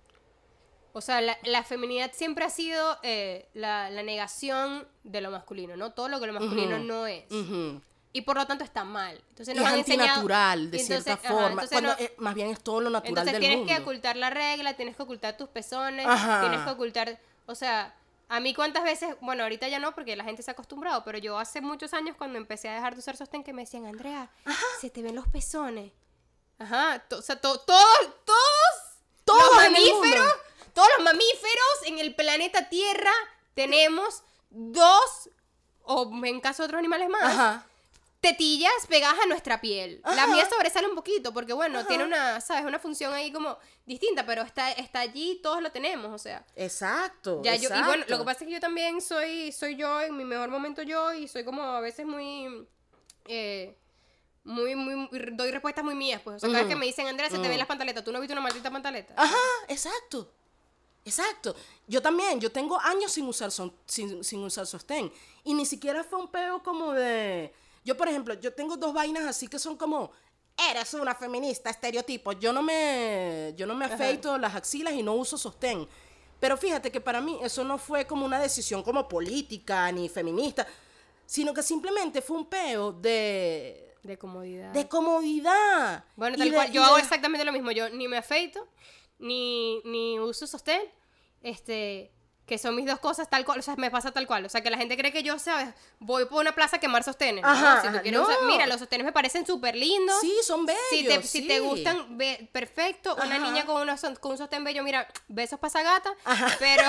o sea, la, la feminidad siempre ha sido eh, la, la negación de lo masculino, ¿no? Todo lo que lo masculino Ujú, no es. ujú. Y por lo tanto está mal. Entonces Es nos han enseñado... antinatural, de y entonces, cierta ajá, forma, entonces cuando no- es- más bien es todo lo natural Entonces del tienes mundo. que ocultar la regla, tienes que ocultar tus pezones, Ajá. tienes que ocultar, o sea, a mí cuántas veces, bueno, ahorita ya no porque la gente se ha acostumbrado, pero yo hace muchos años cuando empecé a dejar de usar sostén que me decían, Andrea, se te ven los pezones. Ajá, to- o sea, to- todos, todos, Todos los en el mundo. mamíferos, todos los mamíferos en el planeta Tierra tenemos dos, o en caso de otros animales más, Ajá. tetillas pegadas a nuestra piel. La Ajá. mía sobresale un poquito porque, bueno, Ajá. tiene una, ¿sabes? Una función ahí como distinta, pero está, está allí, todos lo tenemos, o sea. Exacto. Ya yo, y bueno, exacto. lo que pasa es que yo también soy, soy yo, en mi mejor momento yo, y soy como a veces muy, eh, muy, muy, muy- doy respuestas muy mías, pues. O sea, cada vez Ujú. que me dicen, Andrea, se te Ujú. ven las pantaletas, tú no viste una maldita pantaleta. Ajá, exacto. Exacto. Yo también, yo tengo años sin usar, son, sin, sin usar sostén. Y ni siquiera fue un peo como de... Yo, por ejemplo, yo tengo dos vainas así que son como... Eres una feminista, estereotipo. Yo no me, yo no me afeito las axilas y no uso sostén. Pero fíjate que para mí eso no fue como una decisión como política ni feminista, sino que simplemente fue un peo de... De comodidad. de comodidad. Bueno, Y tal de- cual, y yo de- hago exactamente lo mismo, yo ni me afeito, ni, ni uso sostén, este, que son mis dos cosas tal cual, o sea, me pasa tal cual, o sea, que la gente cree que yo, ¿sabes? Voy por una plaza a quemar sostenes, ¿no? Ajá, Si tú ajá, quieres no. usar- mira, los sostenes me parecen súper lindos. Sí, son bellos. Si te, sí. si te gustan, ve- perfecto. Una Ajá. niña con, unos, con un sostén bello, mira, besos pasagata, pero...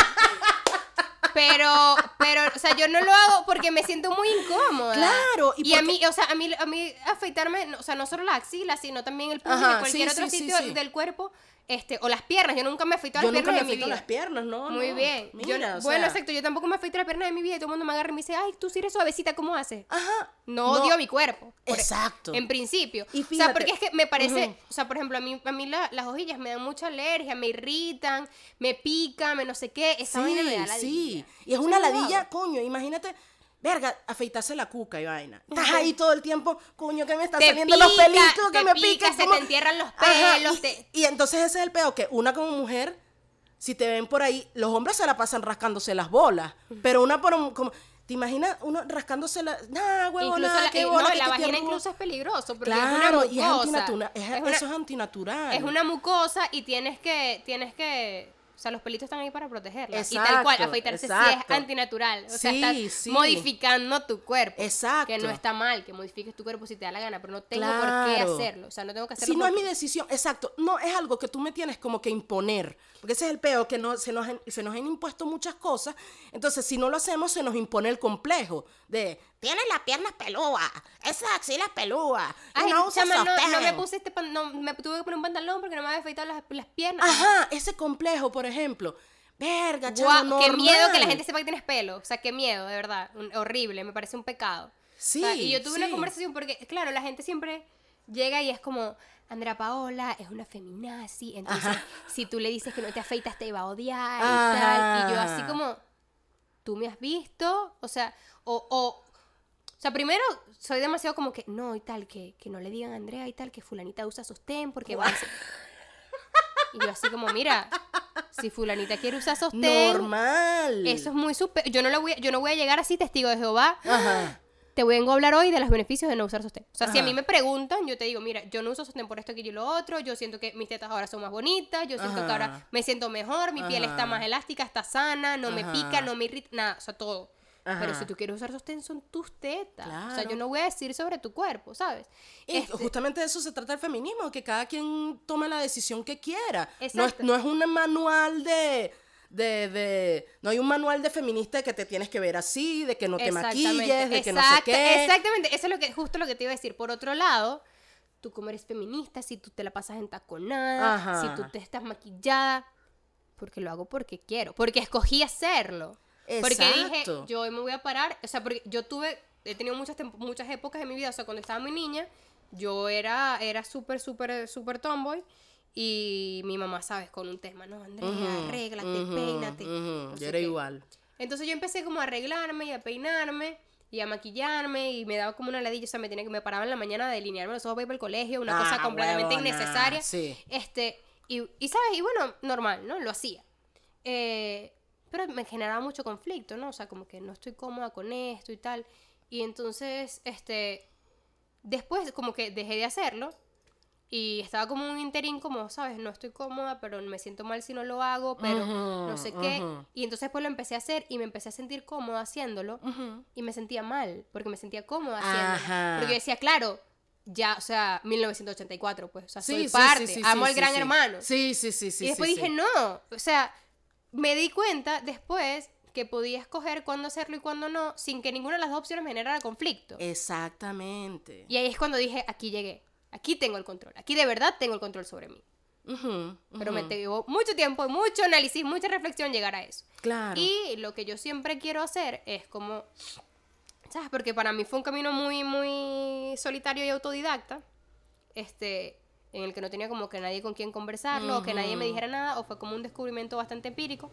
Pero, pero, o sea, yo no lo hago porque me siento muy incómoda. Claro, y y, a porque- mí, o sea, a mí, a mí afeitarme, no, o sea, no solo la axila, sino también el puño Ajá, y cualquier sí, otro sí, sí, sitio sí. del cuerpo, este, o las piernas. Yo nunca me afeito Yo las nunca piernas me en mi afeito vida. las piernas, no, Muy no. bien. Yo- Mira, o bueno, sea, exacto, yo tampoco me afeito las piernas de mi vida y todo el mundo me agarra y me dice, ay, tú sí eres suavecita, ¿cómo haces? Ajá. No, odio mi cuerpo. por- Exacto. En principio. Y o sea, fíjate- porque es que me parece, Ujú. o sea, por ejemplo, a mí, a mí la- las hojillas me dan mucha alergia, me irritan, me pican, me no sé qué. Esa vaina me da ladilla. sí. Y es Eso una no lo ladilla, hago. coño, imagínate, verga, afeitarse la cuca y vaina. Estás ahí todo el tiempo, coño, que me están Te saliendo los pica, pelitos, que te me pica, pican. se como- te entierran los Ajá, pelos, y, te- y entonces ese es el peo, que una como mujer, si te ven por ahí, los hombres se la pasan rascándose las bolas, pero una por un, como... ¿Te imaginas uno rascándose la... Nah, huevo, Incluso nada, la, qué eh, bola, no, que la te vagina arrugas. incluso es peligroso porque Claro, es una mucosa. y es antinatural, es- Es una- eso es antinatural. Es una mucosa y tienes que, tienes que, o sea, los pelitos están ahí para protegerla. y tal Exacto, cual, afeitarse sí exacto. es antinatural. O sea, Sí, estás sí. modificando tu cuerpo. Exacto. Que no está mal que modifiques tu cuerpo si te da la gana, pero no tengo por Claro. qué hacerlo. O sea, no tengo que hacerlo Si no es porque- mi decisión, exacto, no es algo que tú me tienes como que imponer, porque ese es el peo, que no, se, nos, han- se nos han impuesto muchas cosas, entonces si no lo hacemos se nos impone el complejo de, tienes las piernas pelúas, esas axilas pelúas, y Ay, no usas chama, no, no sostén". me puse este pan- no, me tuve que poner un pantalón porque no me había afeitado las, las piernas. Ajá, ese complejo, por ejemplo, verga, chamo, Guau, qué normal. miedo que la gente sepa que tienes pelo. O sea, qué miedo, de verdad. Un- horrible, me parece un pecado. Sí, O sea, y yo tuve una sí. conversación porque, claro, la gente siempre llega y es como, Andrea Paola es una feminazi, entonces Ajá. si tú le dices que no te afeitas te va a odiar y Ajá. tal. Y yo así como, ¿tú me has visto? O sea, o... o o sea, primero soy demasiado como que, no, y tal, que, que no le digan a Andrea y tal, que fulanita usa sostén porque va a ser-". Y yo así como, mira, si fulanita quiere usar sostén, Normal. eso es muy super... Yo no, lo voy, a- yo no voy a llegar así, testigo de Jehová, Ajá. te vengo a hablar hoy de los beneficios de no usar sostén. O sea, si a Ajá. mí me preguntan, yo te digo, mira, yo no uso sostén por esto, aquello y lo otro, yo siento que mis tetas ahora son más bonitas, yo siento Ajá. que ahora me siento mejor, mi piel Ajá. está más elástica, está sana, no me Ajá. pica, no me irrita, nada, o sea, todo. Ajá. Pero si tú quieres usar sostén, son tus tetas. Claro. O sea, yo no voy a decir sobre tu cuerpo, ¿sabes? Y Este- justamente de eso se trata el feminismo, que cada quien tome la decisión que quiera. No es, Exacto. no es un manual de, de, de... No hay un manual de feminista de que te tienes que ver así, de que no te maquilles, de que no sé Exacta- qué. Exactamente, eso es lo que, justo lo que te iba a decir. Por otro lado, tú como eres feminista, si tú te la pasas en taconada, Ajá. si tú te estás maquillada, porque lo hago porque quiero, porque escogí hacerlo. Porque dije, Exacto. yo hoy me voy a parar, o sea, porque yo tuve, he tenido muchas, temp- muchas épocas en mi vida, o sea, cuando estaba muy niña, yo era, era súper, súper, súper tomboy, y mi mamá, ¿sabes? Con un tema, no, Andrea, Ujú, arréglate, ujú, peínate. ujú. no Yo sé era qué. igual. Entonces yo empecé como a arreglarme y a peinarme y a maquillarme y me daba como una ladilla, o sea, me tenía que me paraba en la mañana a delinearme los ojos para ir para el colegio, una Ah, cosa completamente huevona, innecesaria. sí. Este, y, y sabes, y bueno, normal, ¿no? Lo hacía. Eh, pero me generaba mucho conflicto, ¿no? O sea, como que no estoy cómoda con esto y tal. Y entonces, este, después como que dejé de hacerlo. Y estaba como un interín como, ¿sabes? No estoy cómoda, pero me siento mal si no lo hago, pero Ujú, no sé qué. ujú. Y entonces pues lo empecé a hacer y me empecé a sentir cómoda haciéndolo. Ujú. Y me sentía mal, porque me sentía cómoda haciéndolo. Ajá. Porque yo decía, claro, ya, o sea, mil novecientos ochenta y cuatro, pues, o sea, Sí, soy sí, parte, sí, sí, amo sí, al sí, gran sí. hermano. Sí, sí, sí, sí. y después sí, dije, sí. no, o sea, me di cuenta después que podía escoger cuándo hacerlo y cuándo no, sin que ninguna de las dos opciones me generara conflicto. Exactamente. Y ahí es cuando dije, aquí llegué, aquí tengo el control, aquí de verdad tengo el control sobre mí. Ujú, Pero me ujú. llevó mucho tiempo, mucho análisis, mucha reflexión llegar a eso. Claro. Y lo que yo siempre quiero hacer es como, ¿sabes? Porque para mí fue un camino muy, muy solitario y autodidacta, este, en el que no tenía como que nadie con quien conversarlo, o que nadie me Ujú. dijera nada, o fue como un descubrimiento bastante empírico.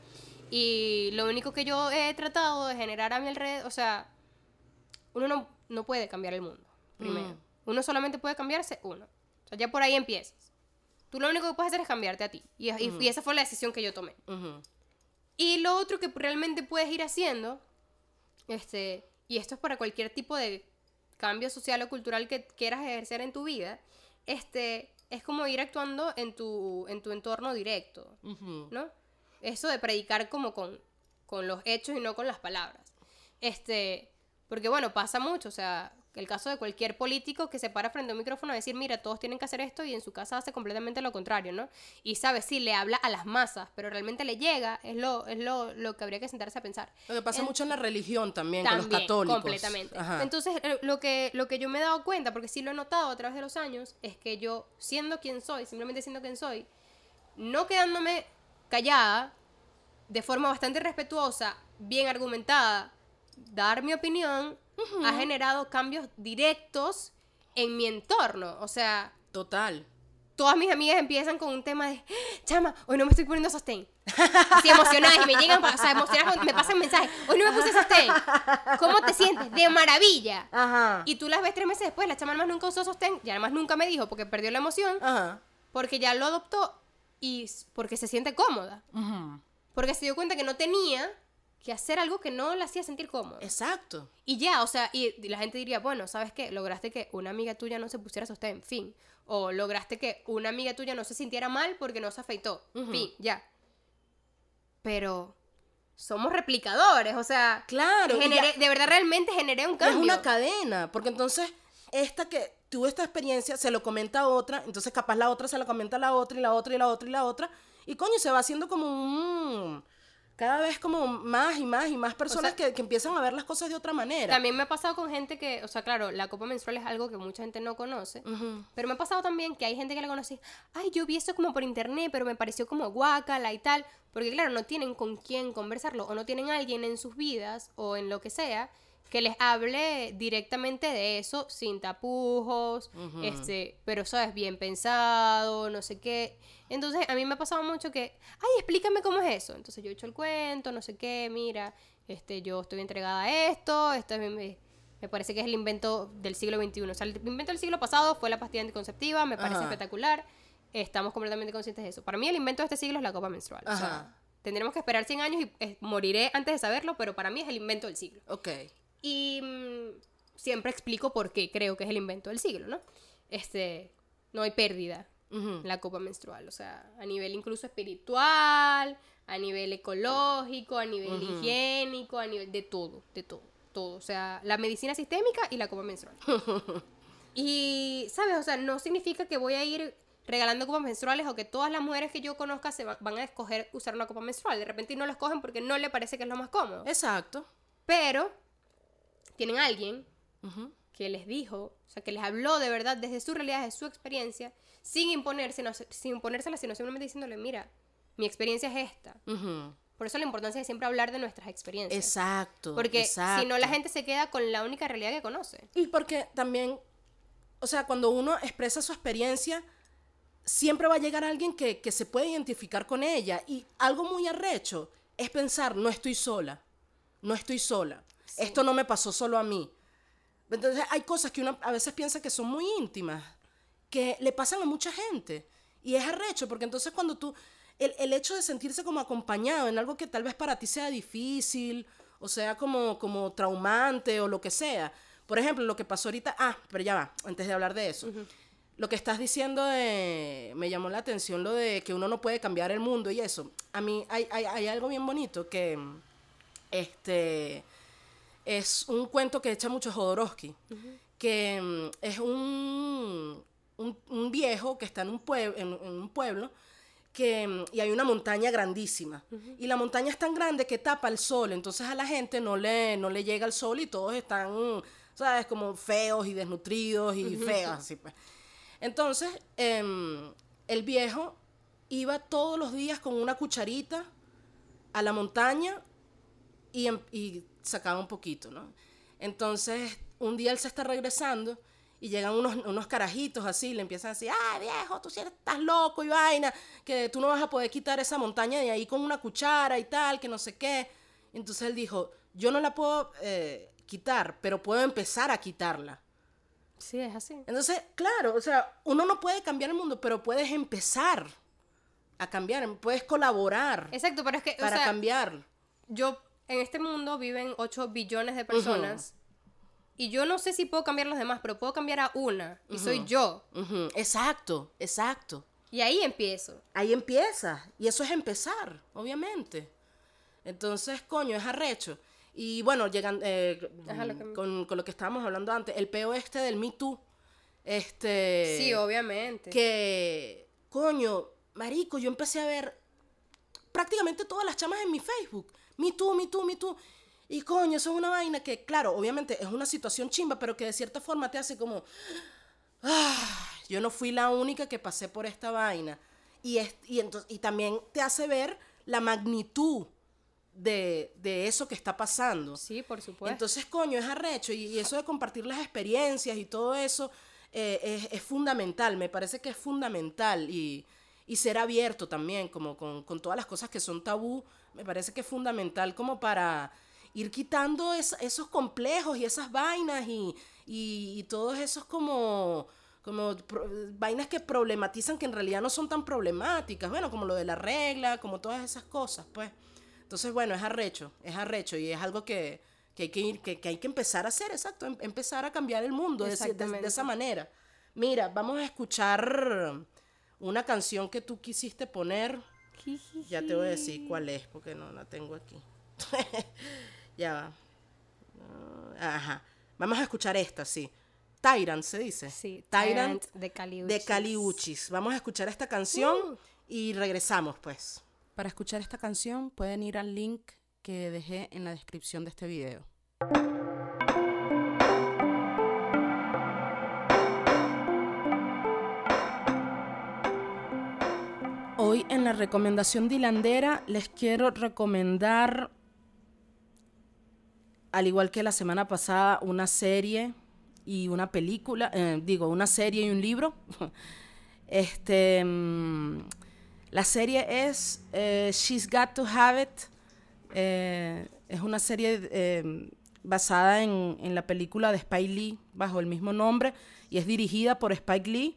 Y lo único que yo he tratado de generar a mi alrededor, o sea, uno no, no puede cambiar el mundo, primero. Mm. Uno solamente puede cambiarse uno. O sea, ya por ahí empiezas. Tú lo único que puedes hacer es cambiarte a ti. Y, y- y esa fue la decisión que yo tomé. Ujú. Y lo otro que realmente puedes ir haciendo, este, y esto es para cualquier tipo de cambio social o cultural que quieras ejercer en tu vida, este, es como ir actuando en tu, en tu entorno directo, Ujú. ¿no? Eso de predicar como con, con los hechos y no con las palabras. Este, porque bueno, pasa mucho, o sea, el caso de cualquier político que se para frente a un micrófono a decir, mira, todos tienen que hacer esto, y en su casa hace completamente lo contrario, ¿no? Y sabes, sí, le habla a las masas, pero realmente le llega, es lo, es lo, lo que habría que sentarse a pensar. Lo que pasa En- mucho en la religión también, con los También, católicos. completamente. Ajá. Entonces, eh, lo que, lo que yo me he dado cuenta, porque sí lo he notado a través de los años, es que yo, siendo quien soy, simplemente siendo quien soy, no quedándome callada, de forma bastante respetuosa, bien argumentada, dar mi opinión, ha generado cambios directos en mi entorno. O sea, Total. todas mis amigas empiezan con un tema de, chama, hoy no me estoy poniendo sostén. Así emocionadas, y me llegan, o sea, emocionadas, me pasan mensajes, hoy no me puse sostén. ¿Cómo te sientes? De maravilla. Ajá. Y tú las ves tres meses después, la chama además nunca usó sostén, y además nunca me dijo porque perdió la emoción, Ajá. porque ya lo adoptó y s- porque se siente cómoda. Ujú. Porque se dio cuenta que no tenía que hacer algo que no la hacía sentir cómoda. Exacto. Y ya, o sea, y y la gente diría, bueno, ¿sabes qué? Lograste que una amiga tuya no se pusiera sostén, fin. O lograste que una amiga tuya no se sintiera mal porque no se afeitó, Ujú. fin, ya. Pero somos replicadores, o sea, Claro, y generé- ya- de verdad realmente generé un Es cambio. una cadena, porque entonces esta que tuvo esta experiencia se lo comenta a otra, entonces capaz la otra se lo comenta a la otra y la otra y la otra y la otra, y coño, se va haciendo como un... cada vez como más y más y más personas sea, que, que empiezan a ver las cosas de otra manera. También me ha pasado con gente que, o sea, claro, la copa menstrual es algo que mucha gente no conoce, Ujú. pero me ha pasado también que hay gente que la conoce, ay, yo vi eso como por internet, pero me pareció como guácala y tal, porque claro, no tienen con quién conversarlo, o no tienen a alguien en sus vidas, o en lo que sea, que les hable directamente de eso, sin tapujos, Ujú. este, pero sabes, bien pensado, no sé qué. Entonces, a mí me ha pasado mucho que, ay, explícame cómo es eso. Entonces yo he hecho el cuento, no sé qué, mira, este, yo estoy entregada a esto, esto es mi- me, me parece que es el invento del siglo veintiuno. O sea, el invento del siglo pasado fue la pastilla anticonceptiva, me parece Ajá. espectacular, estamos completamente conscientes de eso. Para mí el invento de este siglo es la copa menstrual. O sea, Ajá. tendremos que esperar cien años y eh, moriré antes de saberlo, pero para mí es el invento del siglo. Ok. Y mm, siempre explico por qué creo que es el invento del siglo, ¿no? Este, no hay pérdida. uh-huh. la copa menstrual, o sea, a nivel incluso espiritual, a nivel ecológico, a nivel uh-huh. higiénico, a nivel de todo, de todo, todo, o sea, la medicina sistémica y la copa menstrual. Y, ¿sabes? O sea, no significa que voy a ir regalando copas menstruales o que todas las mujeres que yo conozca se va, van a escoger usar una copa menstrual. De repente no la escogen porque no le parece que es lo más cómodo. Exacto. Pero tienen a alguien uh-huh. que les dijo, o sea, que les habló de verdad desde su realidad, desde su experiencia, sin imponerse, no, sin imponérsela, sino simplemente diciéndole, mira, mi experiencia es esta. Uh-huh. Por eso la importancia de siempre hablar de nuestras experiencias. Exacto. Porque exacto. si no, la gente se queda con la única realidad que conoce. Y porque también, o sea, cuando uno expresa su experiencia, siempre va a llegar alguien que, que se puede identificar con ella. Y algo muy arrecho es pensar, no estoy sola, no estoy sola. Sí. Esto no me pasó solo a mí. Entonces hay cosas que uno a veces piensa que son muy íntimas, que le pasan a mucha gente. Y es arrecho, porque entonces cuando tú, el, el hecho de sentirse como acompañado en algo que tal vez para ti sea difícil, o sea como, como traumante o lo que sea. Por ejemplo, lo que pasó ahorita, ah, pero ya va, antes de hablar de eso. Uh-huh. Lo que estás diciendo de, me llamó la atención lo de que uno no puede cambiar el mundo y eso. A mí hay, hay, hay algo bien bonito que, este, es un cuento que echa mucho Jodorowsky, uh-huh. que um, es un, un, un viejo que está en un, pueb- en, en un pueblo que, y hay una montaña grandísima. Uh-huh. Y la montaña es tan grande que tapa el sol, entonces a la gente no le, no le llega el sol y todos están, ¿sabes? Como feos y desnutridos y uh-huh. feos, así pues. Entonces, eh, el viejo iba todos los días con una cucharita a la montaña y, y sacaba un poquito, ¿no? Entonces, un día él se está regresando y llegan unos, unos carajitos así, le empiezan a decir, ah, viejo, tú sí estás loco y vaina, que tú no vas a poder quitar esa montaña de ahí con una cuchara y tal, que no sé qué. Entonces él dijo, yo no la puedo eh, quitar, pero puedo empezar a quitarla. Sí, es así. Entonces, claro, o sea, uno no puede cambiar el mundo, pero puedes empezar a cambiar, puedes colaborar. Exacto, pero es que, para o sea, cambiar. Yo, en este mundo viven ocho billones de personas uh-huh. y yo no sé si puedo cambiar a los demás, pero puedo cambiar a una y uh-huh. soy yo. Uh-huh. Exacto, exacto. Y ahí empiezo. Ahí empieza, y eso es empezar, obviamente. Entonces, coño, es arrecho. Y bueno, llegan eh, Ajá, lo que... Con, con lo que estábamos hablando antes, el peo este del Me Too, este... Sí, obviamente. Que, coño, marico, yo empecé a ver prácticamente todas las chamas en mi Facebook. Me Too, Me Too, Me Too. Y coño, eso es una vaina que, claro, obviamente es una situación chimba, pero que de cierta forma te hace como... Ah, yo no fui la única que pasé por esta vaina. Y, es, y, entonces, y también te hace ver la magnitud De, de eso que está pasando. Sí, por supuesto. Entonces, coño, es arrecho. Y, y eso de compartir las experiencias y todo eso eh, es, es fundamental. Me parece que es fundamental. Y, y ser abierto también, como con, con todas las cosas que son tabú, me parece que es fundamental como para ir quitando es, esos complejos y esas vainas y, y, y todos esos como... como pro, vainas que problematizan que en realidad no son tan problemáticas. Bueno, como lo de la regla, como todas esas cosas, pues. Entonces, bueno, es arrecho, es arrecho y es algo que, que, hay, que, ir, que, que hay que empezar a hacer, exacto, em, empezar a cambiar el mundo de, de, de esa manera. Mira, vamos a escuchar una canción que tú quisiste poner. Ya te voy a decir cuál es, porque no la tengo aquí. Ya va. Ajá. Vamos a escuchar esta, sí. Tyrant, ¿se dice? Sí, Tyrant, Tyrant de Kali Uchis. De Kali Uchis. Vamos a escuchar esta canción uh. y regresamos, pues. Para escuchar esta canción pueden ir al link que dejé en la descripción de este video. Hoy en la recomendación de hilandera les quiero recomendar, al igual que la semana pasada, una serie y una película, eh, digo, una serie y un libro. este... Mmm, La serie es eh, She's Got to Have It. Eh, es una serie eh, basada en, en la película de Spike Lee, bajo el mismo nombre, y es dirigida por Spike Lee.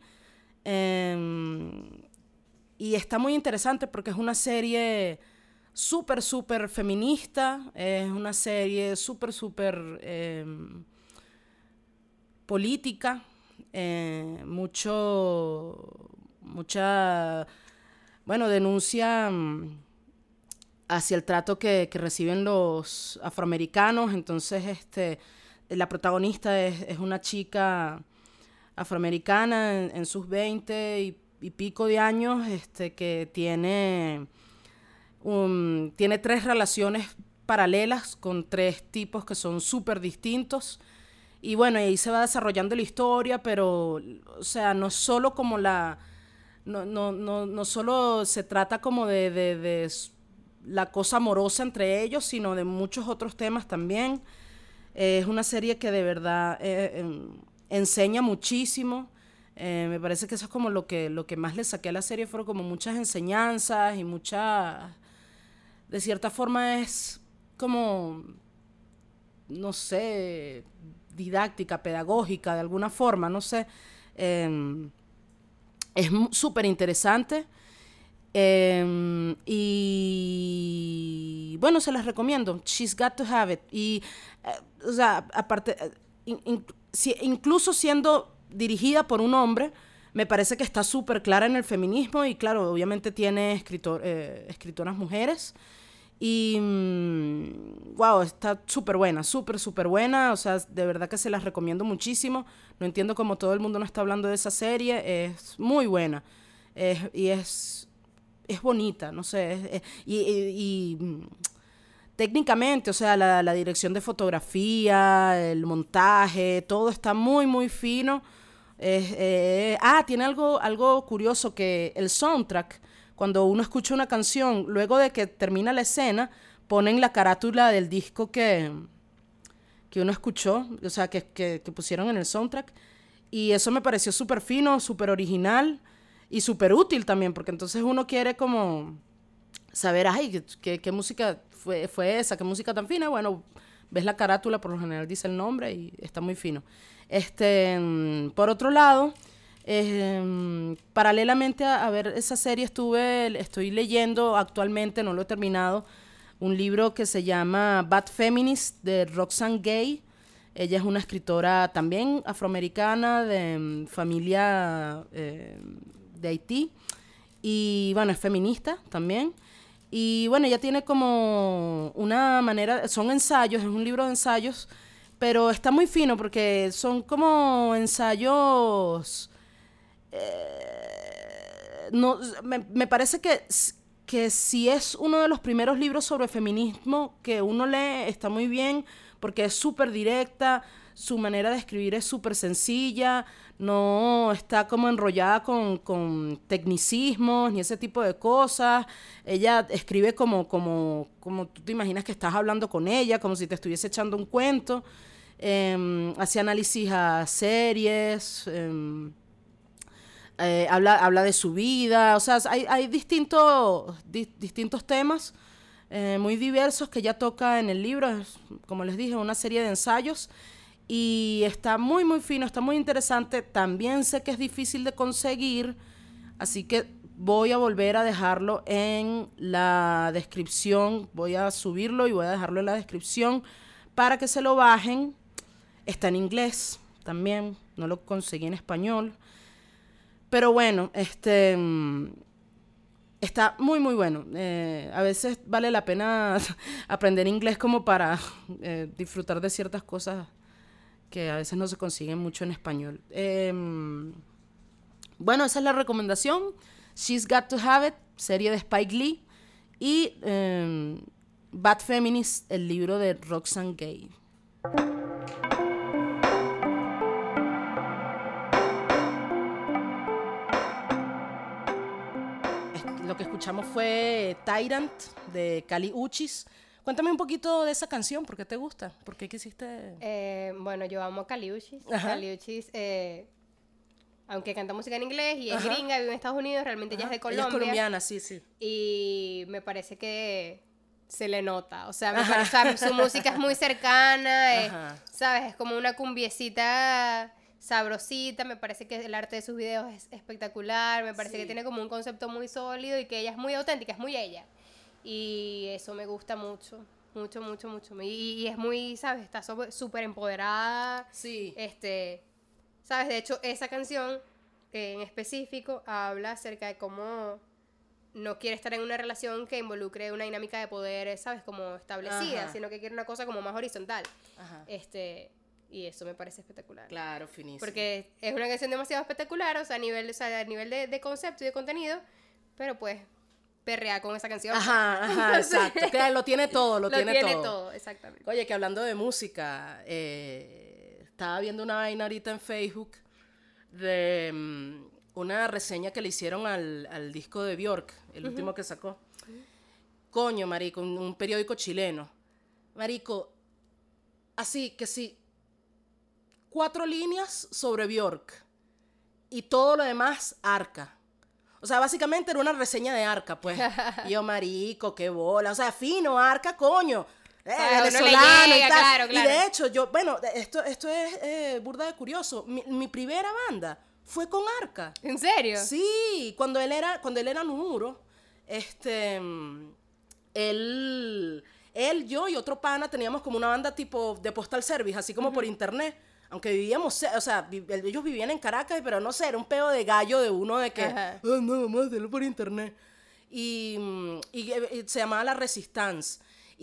Eh, y está muy interesante porque es una serie súper, súper feminista, es una serie súper, súper eh, política, eh, mucho... mucha, bueno, denuncia mm, hacia el trato que, que reciben los afroamericanos. Entonces, este, la protagonista es, es una chica afroamericana en, en sus veinte y, y pico de años, este, que tiene, um, tiene tres relaciones paralelas con tres tipos que son súper distintos. Y bueno, ahí se va desarrollando la historia, pero, o sea, no solo como la... No, no, no, no solo se trata como de, de, de la cosa amorosa entre ellos, sino de muchos otros temas también. Eh, es una serie que de verdad eh, eh, enseña muchísimo. Eh, me parece que eso es como lo que, lo que más le saqué a la serie, fueron como muchas enseñanzas y muchas... De cierta forma es como, no sé, didáctica, pedagógica, de alguna forma, no sé. Eh, es súper interesante. Eh, y bueno, se las recomiendo. She's Got to Have It. Y, eh, o sea, aparte, eh, in, in, si, incluso siendo dirigida por un hombre, me parece que está súper clara en el feminismo. Y claro, obviamente tiene escritor, eh, escritoras mujeres. Y, mmm, wow, está súper buena, súper, súper buena. O sea, de verdad que se las recomiendo muchísimo. No entiendo cómo todo el mundo no está hablando de esa serie. Es muy buena. Es, y es, es bonita, no sé. Es, es, y, y, y técnicamente, o sea, la, la dirección de fotografía, el montaje, todo está muy, muy fino. Eh, eh, ah, tiene algo, algo curioso, que el soundtrack, cuando uno escucha una canción, luego de que termina la escena, ponen la carátula del disco que, que uno escuchó, o sea, que, que, que pusieron en el soundtrack. Y eso me pareció súper fino, súper original y súper útil también, porque entonces uno quiere como saber, ay, ¿qué, qué música fue, fue esa? ¿Qué música tan fina? Bueno, ves la carátula, por lo general dice el nombre y está muy fino. Este, por otro lado, eh, paralelamente a, a ver esa serie, estuve, estoy leyendo actualmente, no lo he terminado, un libro que se llama Bad Feminist de Roxane Gay. Ella es una escritora también afroamericana de um, familia eh, de Haití y bueno, es feminista también. Y bueno, ella tiene como una manera, son ensayos, es un libro de ensayos, pero está muy fino porque son como ensayos... Eh, no, me, me parece que, que si es uno de los primeros libros sobre feminismo que uno lee, está muy bien porque es súper directa, su manera de escribir es súper sencilla, no está como enrollada con, con tecnicismos ni ese tipo de cosas. Ella escribe como, como, como tú te imaginas que estás hablando con ella, como si te estuviese echando un cuento. Eh, hace análisis a series, eh, eh, habla, habla de su vida, o sea, hay, hay distintos, di, distintos temas eh, muy diversos que ella toca en el libro. Es, como les dije, una serie de ensayos y está muy muy fino, está muy interesante. También sé que es difícil de conseguir, así que voy a volver a dejarlo en la descripción, voy a subirlo y voy a dejarlo en la descripción para que se lo bajen. Está en inglés también, no lo conseguí en español, pero bueno, este está muy muy bueno. Eh, a veces vale la pena aprender inglés como para eh, disfrutar de ciertas cosas que a veces no se consiguen mucho en español. Eh, bueno, esa es la recomendación. She's Got to Have It, serie de Spike Lee. Y eh, Bad Feminist, el libro de Roxane Gay. Lo que escuchamos fue Tyrant de Kali Uchis. Cuéntame un poquito de esa canción, ¿por qué te gusta? ¿Por qué quisiste...? Eh, bueno, yo amo a Kali Uchis. Kali Uchis, eh, aunque canta música en inglés y es Ajá. gringa, vive en Estados Unidos, realmente Ajá. ella es de Colombia. Ella es colombiana, sí, sí. Y me parece que se le nota, o sea, me parece, o sea su música es muy cercana, eh, ¿sabes? Es como una cumbiecita sabrosita, me parece que el arte de sus videos es espectacular, me parece sí. que tiene como un concepto muy sólido y que ella es muy auténtica, es muy ella. Y eso me gusta mucho, mucho, mucho, mucho. Y, y es muy, ¿sabes? Está súper empoderada. Sí. Este, ¿sabes? De hecho, esa canción en específico habla acerca de cómo no quiere estar en una relación que involucre una dinámica de poder, ¿sabes? Como establecida, Ajá. sino que quiere una cosa como más horizontal. Ajá. Este, y eso me parece espectacular. Claro, finísimo. Porque es una canción demasiado espectacular, o sea, a nivel, o sea, a nivel de, de concepto y de contenido, pero pues perrea con esa canción. Ajá, ajá, exacto. Claro, lo tiene todo, lo, Lo tiene, tiene todo. todo, exactamente. Oye, que hablando de música, eh, estaba viendo una vaina ahorita en Facebook de um, una reseña que le hicieron al, al disco de Björk, el uh-huh. último que sacó. Uh-huh. Coño, marico, un, un periódico chileno. Marico, así que sí, cuatro líneas sobre Björk y todo lo demás, Arca. O sea, básicamente era una reseña de Arca, pues. Y yo, marico, qué bola. O sea, fino, Arca, coño. Eh, o sea, venezolano llega, y tal. Claro, claro. Y de hecho, yo, bueno, esto, esto es eh, burda de curioso. Mi, mi primera banda fue con Arca. ¿En serio? Sí, cuando él era, cuando él era Numuro, este, él, él, yo y otro pana teníamos como una banda tipo de postal service, así como uh-huh. por internet. Aunque vivíamos, o sea, vi, ellos vivían en Caracas, pero no sé, era un peo de gallo de uno de que, ah, oh, no, vamos a hacerlo por internet. Y, y, y se llamaba La Resistance.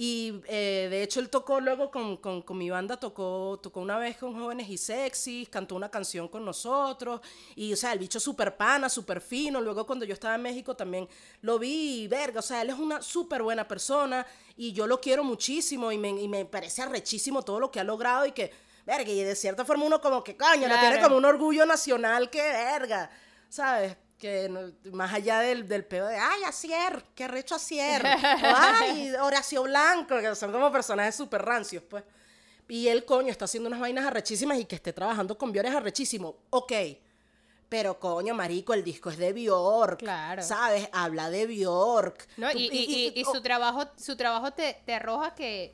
Y eh, de hecho él tocó luego con, con, con mi banda, tocó, tocó una vez con Jóvenes y Sexys, cantó una canción con nosotros. Y, o sea, el bicho súper pana, súper fino. Luego cuando yo estaba en México también lo vi, verga, o sea, él es una súper buena persona. Y yo lo quiero muchísimo y me, y me parece arrechísimo todo lo que ha logrado y que... Verga, y de cierta forma uno como que, coño, claro. le tiene como un orgullo nacional que verga, ¿sabes? Que no, más allá del, del pedo de, ay, Asier, qué arrecho Asier, o, ay, Horacio Blanco, que son como personajes súper rancios, pues. Y él, coño, está haciendo unas vainas arrechísimas y que esté trabajando con Björk es arrechísimo, ok. Pero, coño, marico, el disco es de Björk, claro. ¿sabes? Habla de Björk. No, y, y, y, y, y su trabajo, su trabajo te, te arroja que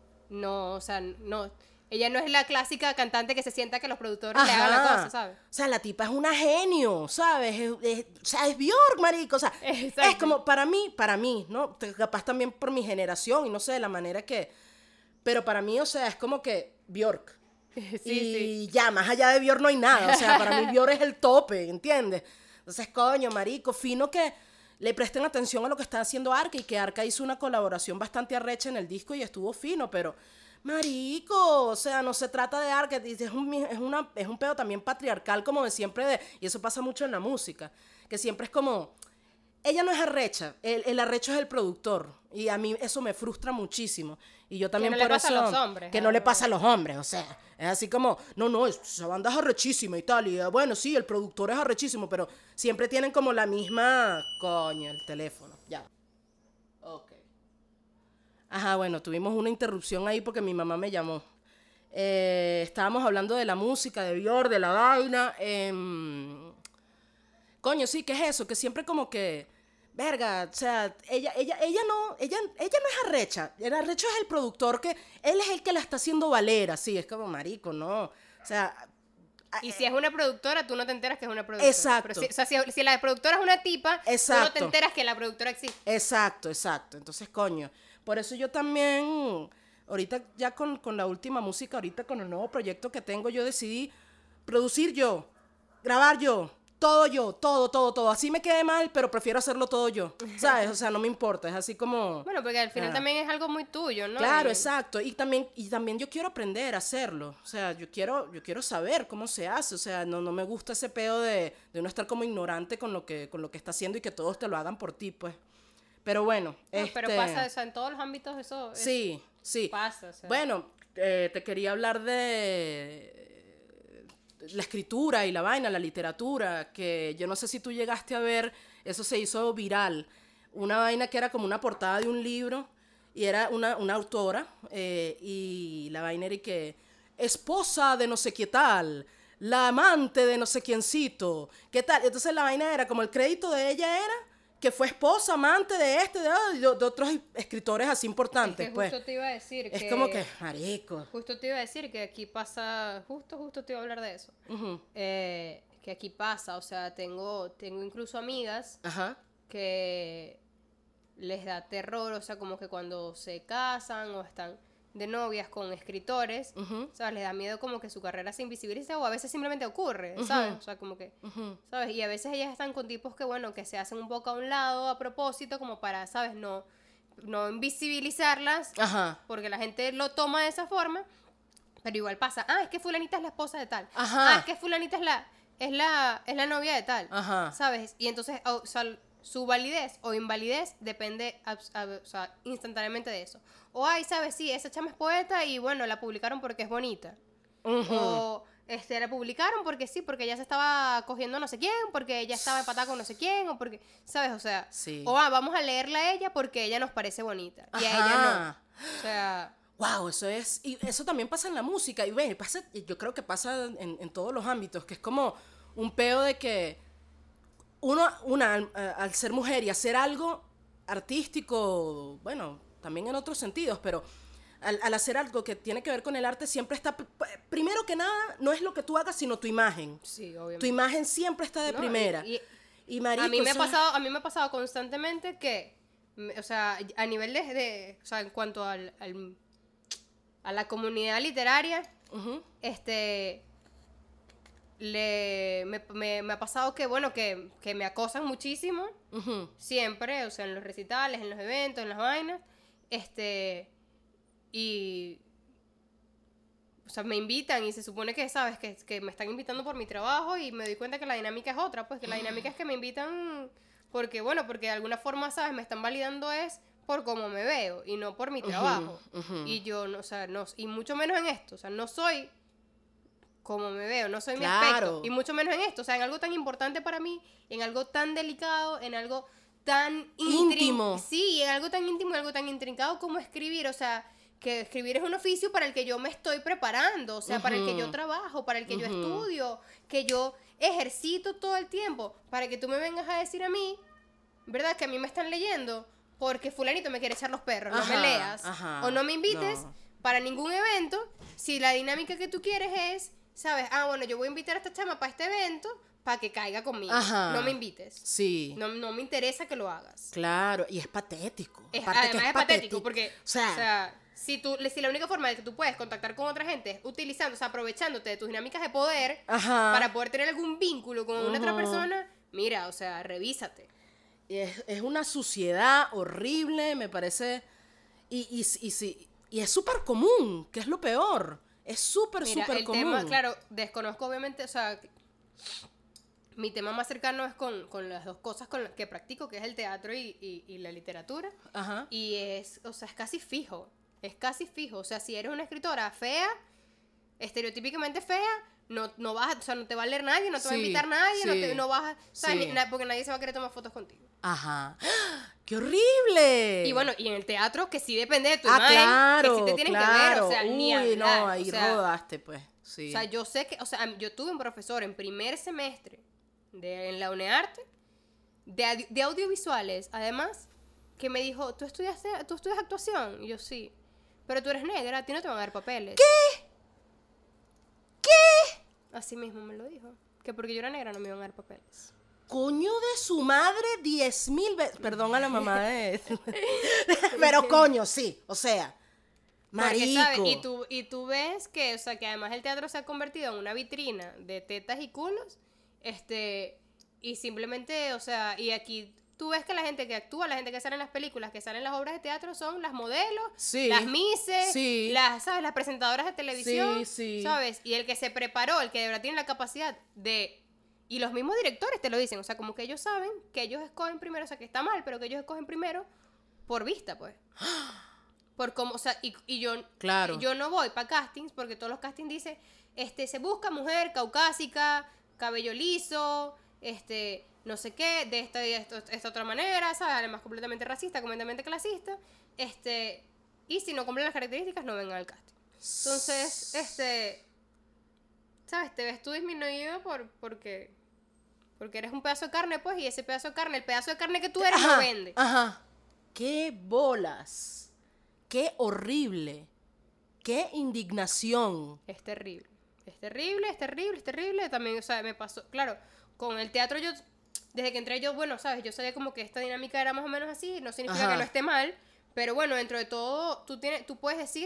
no, o sea, no... Ella no es la clásica cantante que se sienta que los productores Ajá. le hagan la cosa, ¿sabes? O sea, la tipa es una genio, ¿sabes? Es, es, o sea, es Björk, marico. O sea, Exacto. es como, para mí, para mí, ¿no? Capaz también por mi generación y no sé, de la manera que... Pero para mí, o sea, es como que Björk. Sí, y sí. ya, más allá de Björk no hay nada. O sea, para mí Björk es el tope, ¿entiendes? Entonces, coño, marico, fino que le presten atención a lo que está haciendo Arca y que Arca hizo una colaboración bastante arrecha en el disco y estuvo fino, pero... Marico, o sea, no se trata de Arca, es un, es, una, es un pedo también patriarcal como de siempre, de, y eso pasa mucho en la música, que siempre es como, ella no es arrecha, el, el arrecho es el productor, y a mí eso me frustra muchísimo, y yo también que no por le pasa eso, a los hombres, que no le pasa a los hombres, o sea, es así como, no, no, esa banda es arrechísima y tal, y bueno, sí, el productor es arrechísimo, pero siempre tienen como la misma, coño, el teléfono, ya, ok. Ajá, bueno, tuvimos una interrupción ahí porque mi mamá me llamó. Eh, estábamos hablando de la música, de Björk, de la vaina. Eh, coño, sí, ¿qué es eso? Que siempre como que, verga, o sea, ella, ella, ella no, ella, ella no es arrecha. El arrecho es el productor que, él es el que la está haciendo valer, así, es como marico, ¿no? O sea... Y si es una productora, tú no te enteras que es una productora. Exacto. Pero si, o sea, si, si la productora es una tipa, exacto. tú no te enteras que la productora existe. Exacto, exacto. Entonces, coño, por eso yo también, ahorita ya con, con la última música, ahorita con el nuevo proyecto que tengo, yo decidí producir yo, grabar yo, todo yo, todo, todo, todo. Así me quede mal, pero prefiero hacerlo todo yo, ¿sabes? O sea, no me importa, es así como... Bueno, porque al final ah. también es algo muy tuyo, ¿no? Claro, y... exacto. Y también, y también yo quiero aprender a hacerlo. O sea, yo quiero, yo quiero saber cómo se hace. O sea, no, no me gusta ese pedo de, de uno estar como ignorante con lo que, con lo que está haciendo y que todos te lo hagan por ti, pues. Pero bueno, no, este... Pero pasa, o sea, en todos los ámbitos eso... Sí, sí. Pasa, o sea. Bueno, eh, te quería hablar de... la escritura y la vaina, la literatura, que yo no sé si tú llegaste a ver, eso se hizo viral, una vaina que era como una portada de un libro, y era una, una autora, eh, y la vaina era que, esposa de no sé qué tal, la amante de no sé quiéncito, ¿qué tal? Entonces la vaina era como el crédito de ella era que fue esposa, amante de este, de, de, de otros escritores así importantes, es que pues. Justo te iba a decir es que... como que, marico. Justo te iba a decir que aquí pasa, justo, justo te iba a hablar de eso. Uh-huh. Eh, que aquí pasa, o sea, tengo, tengo incluso amigas Ajá. que les da terror, o sea, como que cuando se casan o están... de novias con escritores, Uh-huh. ¿sabes? Les da miedo como que su carrera se invisibilice o a veces simplemente ocurre, ¿sabes? Uh-huh. O sea, como que, Uh-huh. ¿sabes? Y a veces ellas están con tipos que, bueno, que se hacen un poco a un lado a propósito como para, ¿sabes? No, no invisibilizarlas Ajá. porque la gente lo toma de esa forma, pero igual pasa, ah, es que fulanita es la esposa de tal, Ajá. ah, es que fulanita es la, es la, es la novia de tal, Ajá. ¿sabes? Y entonces, o, o sea, su validez o invalidez depende abs- ab- o sea, instantáneamente de eso. O, ay, ¿sabes? Sí, esa chama es poeta y bueno, la publicaron porque es bonita. Uh-huh. O este, la publicaron porque sí, porque ella se estaba cogiendo no sé quién, porque ella estaba empatada con no sé quién, o porque, ¿sabes? O sea, Sí. o ah, vamos a leerla a ella porque ella nos parece bonita. Y a ella Ajá. no. O sea, Wow, eso es, y eso también pasa en la música, y ve, pasa, y yo creo que pasa en, en todos los ámbitos, que es como un peo de que uno, una, al, al ser mujer y hacer algo artístico, bueno, también en otros sentidos, pero al, al hacer algo que tiene que ver con el arte, siempre está, p- p- primero que nada, no es lo que tú hagas, sino tu imagen. sí, Tu obviamente. imagen siempre está de No, primera. y- Y, marico, A mí me ha eso- pasado, a mí me ha pasado constantemente que, me- o sea, a nivel de, de- o sea, en cuanto al, al- a la comunidad literaria, Ujú. este, le, me, me- me ha pasado que, bueno, que, que me acosan muchísimo, Ujú. siempre, o sea, en los recitales, en los eventos, en las vainas, este, y, o sea, me invitan y se supone que, ¿sabes? Que, que me están invitando por mi trabajo y me doy cuenta que la dinámica es otra, pues que la dinámica es que me invitan porque, bueno, porque de alguna forma, ¿sabes? Me están validando es por cómo me veo y no por mi trabajo. ujú. Y yo, no, o sea, no, y mucho menos en esto, o sea, no soy como me veo, no soy mi Claro. aspecto. Y mucho menos en esto, o sea, en algo tan importante para mí, en algo tan delicado, en algo tan intrin- Íntimo. Sí, en algo tan íntimo, en algo tan intrincado como escribir, o sea, que escribir es un oficio para el que yo me estoy preparando, o sea, para el que yo Ujú. trabajo, para el que yo Ujú. estudio, que yo ejercito todo el tiempo, para que tú me vengas a decir a mí, ¿verdad? Que a mí me están leyendo porque fulanito me quiere echar los perros, no me Ajá, leas, ajá, o no me invites no. para ningún evento, si la dinámica que tú quieres es, ¿sabes? Ah, bueno, yo voy a invitar a esta chama para este evento para que caiga conmigo. Ajá. No me invites. Sí. No, no me interesa que lo hagas. Claro, y es patético. Es- Aparte que además es patético porque, O sea, si, tú, si la única forma de que tú puedes contactar con otra gente es utilizando, o sea, aprovechándote de tus dinámicas de poder ajá. para poder tener algún vínculo con una otra Ujú. persona, mira, o sea, revísate. Es, es una suciedad horrible, me parece. Y, y, y, sí, y es súper común, que es lo peor. Es súper, Mira, súper el común. tema, claro, desconozco obviamente, o sea, mi tema más cercano es con, con las dos cosas con las que practico, que es el teatro y, y, y la literatura. Ajá. Y es, o sea, es casi fijo, es casi fijo. O sea, si eres una escritora fea, estereotípicamente fea, no, no vas a, o sea, no te va a leer nadie, no te va a Sí, invitar nadie, no, sí, te, no vas a, ¿sabes? sí. Ni- na- porque nadie se va a querer tomar fotos contigo. Ajá. ¡Qué horrible! Y bueno, y en el teatro que sí depende de tu ah, imagen, claro, que sí te tienen claro. que ver, o sea, ni Uy, hablar, no, ahí o sea, rodaste, pues. Sí. O sea, yo sé que, o sea, yo tuve un profesor en primer semestre de, en la UNEARTE de, adi- de audiovisuales, además, que me dijo, ¿tú estudias, ¿tú estudias actuación? Y yo, sí. Pero tú eres negra, a ti no te van a dar papeles. ¿Qué? ¿Qué? Así mismo me lo dijo. Que porque yo era negra no me iban a dar papeles. Coño de su madre, diez mil veces. Perdón a la mamá de. Pero coño, sí. O sea, marico. Porque, ¿sabes? Y tú, y tú ves que, o sea, que además el teatro se ha convertido en una vitrina de tetas y culos. Este. Y simplemente, o sea, y aquí tú ves que la gente que actúa, la gente que sale en las películas, que sale en las obras de teatro son las modelos, Sí, las misses, sí. las, ¿sabes? Las presentadoras de televisión, Sí, sí. ¿sabes? Y el que se preparó, el que de verdad tiene la capacidad de... Y los mismos directores te lo dicen, o sea, como que ellos saben que ellos escogen primero, o sea, que está mal, pero que ellos escogen primero por vista, pues. Por cómo, o sea, y, y yo, Claro. yo no voy para castings porque todos los castings dicen, este, se busca mujer caucásica, cabello liso, este, no sé qué, de esta, de esta, esta otra manera, ¿sabes? Además completamente racista, completamente clasista, este, y si no cumplen las características no vengan al casting. Entonces, este, ¿sabes? Te ves tú disminuido por, porque, porque eres un pedazo de carne, pues, y ese pedazo de carne, el pedazo de carne que tú eres, Ajá, no vende. Ajá. Qué bolas. Qué horrible. Qué indignación. Es terrible. Es terrible, es terrible, es terrible. También, o sea, me pasó, claro, con el teatro yo, desde que entré yo, bueno, sabes, yo sabía como que esta dinámica era más o menos así, no significa Ajá. que no esté mal, pero bueno, dentro de todo, tú, tienes, tú puedes decir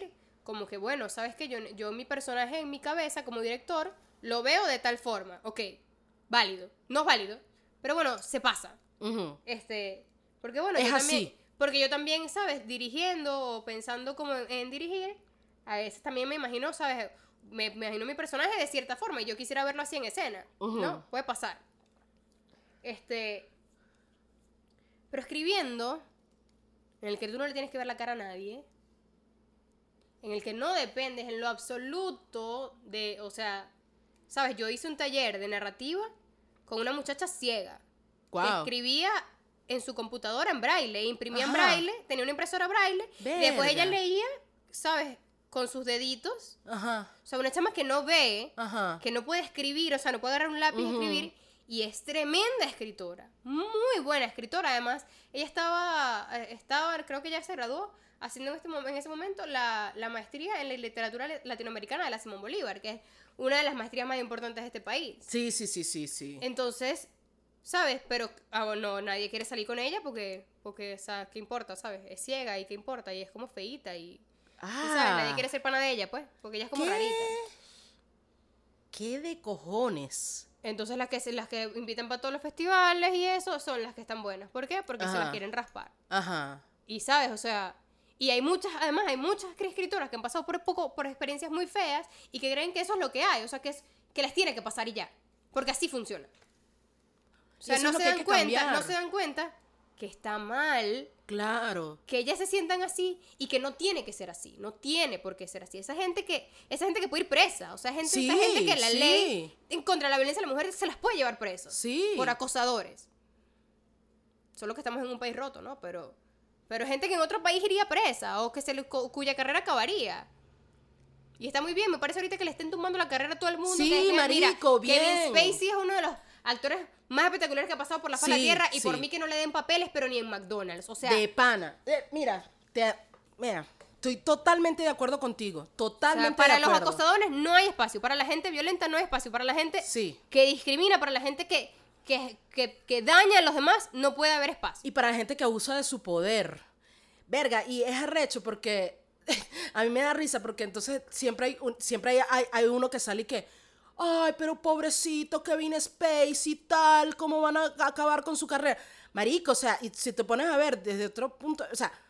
como que, bueno, sabes que yo, yo mi personaje en mi cabeza como director lo veo de tal forma, ok, válido, no es válido, pero bueno, se pasa. Uh-huh. Este, porque bueno, es yo también, así. porque yo también, ¿sabes? Dirigiendo o pensando como en, en dirigir, a veces también me imagino, ¿sabes? Me, me imagino mi personaje de cierta forma y yo quisiera verlo así en escena, Uh-huh. ¿no? Puede pasar. Este, pero escribiendo, en el que tú no le tienes que ver la cara a nadie, en el que no dependes en lo absoluto de, o sea, ¿sabes? Yo hice un taller de narrativa con una muchacha ciega. Wow. Que escribía en su computadora en braille, imprimía Ajá. en braille, tenía una impresora braille, Verga. y después ella leía, ¿sabes? Con sus deditos. Ajá. O sea, una chama que no ve, Ajá. que no puede escribir, o sea, no puede agarrar un lápiz Uh-huh. y escribir, y es tremenda escritora, muy buena escritora además. Ella estaba, estaba creo que ya se graduó, haciendo en, este, en ese momento la, la maestría en la literatura latinoamericana de la Simón Bolívar, que es una de las maestrías más importantes de este país. Sí, sí, sí, sí, sí. Entonces, ¿sabes? Pero ah, no, nadie quiere salir con ella porque, porque, o sea, ¿qué importa? ¿Sabes? Es ciega y ¿qué importa? Y es como feíta y... Ah. y, ¿sabes? Nadie quiere ser pana de ella, pues, porque ella es como ¿Qué? rarita. ¿Qué de cojones? Entonces las que, las que invitan para todos los festivales y eso son las que están buenas. ¿Por qué? Porque Ajá. se las quieren raspar. Ajá. Y, ¿sabes? O sea... Y hay muchas, además, hay muchas escritoras que han pasado por poco, por experiencias muy feas y que creen que eso es lo que hay, o sea, que es que les tiene que pasar y ya, porque así funciona. O sea, no se dan cuenta, cambiar. no se dan cuenta que está mal. Claro. Que ellas se sientan así y que no tiene que ser así, no tiene por qué ser así. Esa gente que, esa gente que puede ir presa, o sea, gente, Sí, esa gente que la sí. ley en contra de la violencia de la mujer se las puede llevar presos. Sí. Por acosadores. Solo que estamos en un país roto, ¿no? Pero... Pero gente que en otro país iría presa o que se le, cuya carrera acabaría. Y está muy bien, me parece ahorita que le estén tumbando la carrera a todo el mundo. Sí, que es, marico, mira, bien. Kevin Spacey es uno de los actores más espectaculares que ha pasado por la faz de Sí, la tierra y sí. por mí que no le den papeles, pero ni en McDonald's. O sea, de pana. Eh, mira, te, mira, estoy totalmente de acuerdo contigo. o sea, Totalmente para de los acuerdo. acosadores no hay espacio, para la gente violenta no hay espacio, para la gente Sí. que discrimina, para la gente que, que, que, que daña a los demás, no puede haber espacio. Y para la gente que abusa de su poder. Verga, y es arrecho porque a mí me da risa porque entonces siempre hay, un, siempre hay, hay, hay uno que sale y que, ay, pero pobrecito Kevin Spacey y tal, ¿cómo van a acabar con su carrera? Marico, o sea, y si te pones a ver desde otro punto, o sea,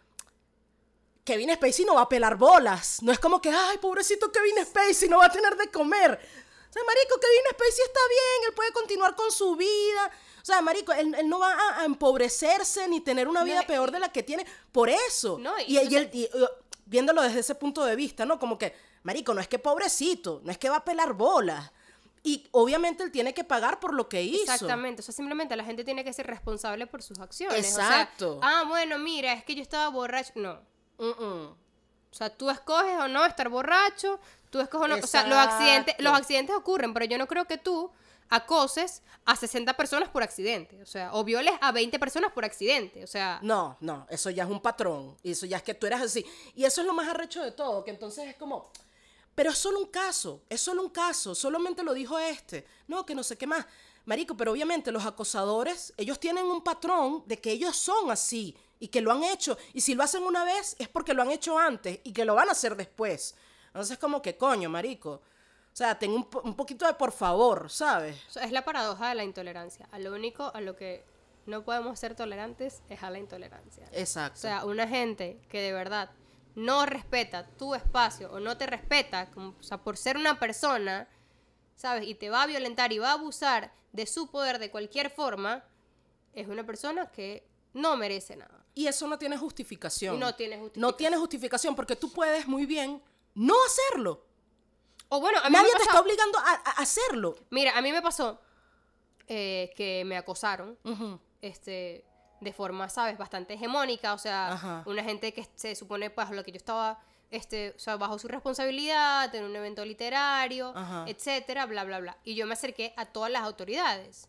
Kevin Spacey no va a pelar bolas. No es como que, ay, pobrecito Kevin Spacey, no va a tener de comer. O sea, marico, Kevin Spacey está bien, él puede continuar con su vida. O sea, marico, él, él no va a, a empobrecerse ni tener una vida No, peor y- de la que tiene por eso. No, y y, y entonces- él- y, uh, viéndolo desde ese punto de vista, ¿no? Como que, marico, no es que pobrecito, no es que va a pelar bolas. Y obviamente él tiene que pagar por lo que hizo. Exactamente, o sea, simplemente la gente tiene que ser responsable por sus acciones. Exacto. O sea, ah, bueno, mira, es que yo estaba borracho. No. Mm-mm. O sea, tú escoges o no estar borracho, tú escoges o no. O sea, los accidentes, Exacto. los accidentes ocurren, pero yo no creo que tú acoses a sesenta personas por accidente. O sea, o violes a veinte personas por accidente. O sea, No, no, eso ya es un patrón. Y eso ya es que tú eres así. Y eso es lo más arrecho de todo, que entonces es como, pero es solo un caso, es solo un caso, solamente lo dijo este. No, que no sé qué más. Marico, pero obviamente los acosadores, ellos tienen un patrón de que ellos son así y que lo han hecho. Y si lo hacen una vez es porque lo han hecho antes y que lo van a hacer después. Entonces como que coño, marico. O sea, ten un, po- un poquito de por favor, ¿sabes? o sea, es la paradoja de la intolerancia. A lo único a lo que no podemos ser tolerantes es a la intolerancia. Exacto. O sea, una gente que de verdad no respeta tu espacio o no te respeta, como, o sea, por ser una persona, ¿sabes? Y te va a violentar y va a abusar de su poder de cualquier forma, es una persona que no merece nada. Y eso no tiene justificación. Y no tiene justificación. No tiene justificación porque tú puedes muy bien no hacerlo. O bueno, a mí Nadie me te pasó, está obligando a, a hacerlo. mira, a mí me pasó eh, que me acosaron, Ujú. este, de forma, ¿sabes? Bastante hegemónica, o sea, Ajá. una gente que se supone, pues, lo que yo estaba, este, o sea, bajo su responsabilidad, en un evento literario, Ajá. etcétera, bla, bla, bla. Y yo me acerqué a todas las autoridades.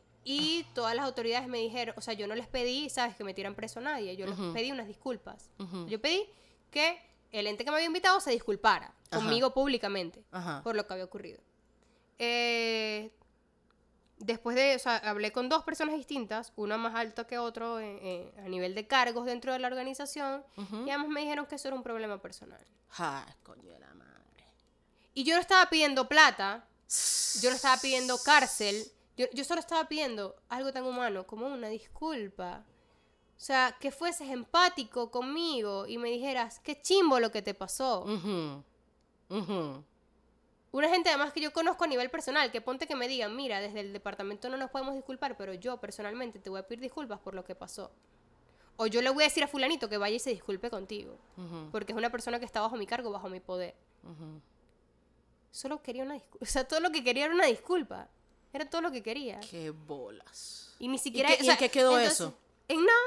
Y todas las autoridades me dijeron, o sea, yo no les pedí, ¿sabes? Que metieran preso a nadie, yo les Ujú. pedí unas disculpas. Ujú. Yo pedí que el ente que me había invitado se disculpara Ajá. conmigo públicamente Ajá. por lo que había ocurrido. Eh, después de, o sea, hablé con dos personas distintas, una más alta que otro eh, eh, a nivel de cargos dentro de la organización, Ujú. y ambos me dijeron que eso era un problema personal. Ja, coño de la madre. Y yo no estaba pidiendo plata, yo no estaba pidiendo cárcel, yo, yo solo estaba pidiendo algo tan humano como una disculpa. O sea, que fueses empático conmigo y me dijeras, qué chimbo lo que te pasó. Ujú. Ujú. Una gente además que yo conozco a nivel personal, que ponte que me digan, mira, desde el departamento no nos podemos disculpar, pero yo personalmente te voy a pedir disculpas por lo que pasó. O yo le voy a decir a fulanito que vaya y se disculpe contigo. Ujú. Porque es una persona que está bajo mi cargo, bajo mi poder. Ujú. Solo quería una disculpa. O sea, todo lo que quería era una disculpa. Era todo lo que quería. Qué bolas. Y ni siquiera... ¿Y qué- o y sea, en qué quedó entonces- eso? En nada.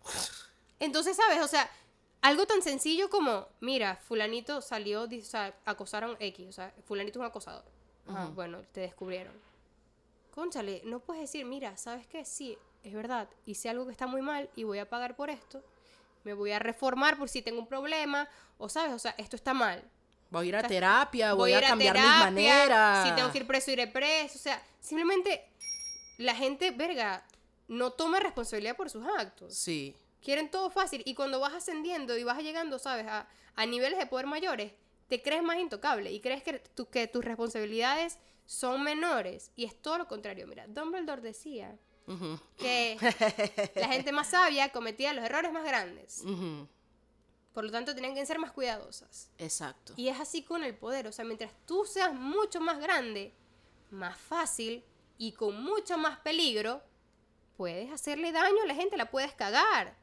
Entonces, ¿sabes? O sea, algo tan sencillo como, mira, fulanito salió, di- o sea, acosaron X, o sea, fulanito es un acosador. Ajá, Ujú. bueno, te descubrieron. Cónchale, no puedes decir, mira, ¿sabes qué? Sí, es verdad, hice algo que está muy mal y voy a pagar por esto. Me voy a reformar por si tengo un problema, o sabes, o sea, esto está mal. Voy a ir a sea, terapia, voy, a, ir cambiar terapia, mis maneras. Si tengo que ir preso, iré preso. O sea, simplemente la gente, verga, no toma responsabilidad por sus actos. Sí. Quieren todo fácil. Y cuando vas ascendiendo y vas llegando, ¿sabes? A, a niveles de poder mayores, te crees más intocable y crees que, tu, que tus responsabilidades son menores. Y es todo lo contrario. Mira, Dumbledore decía Ujú. que la gente más sabia cometía los errores más grandes. Ujú. Por lo tanto, tenían que ser más cuidadosas. Exacto. Y es así con el poder. O sea, mientras tú seas mucho más grande, más fácil y con mucho más peligro, puedes hacerle daño a la gente, la puedes cagar.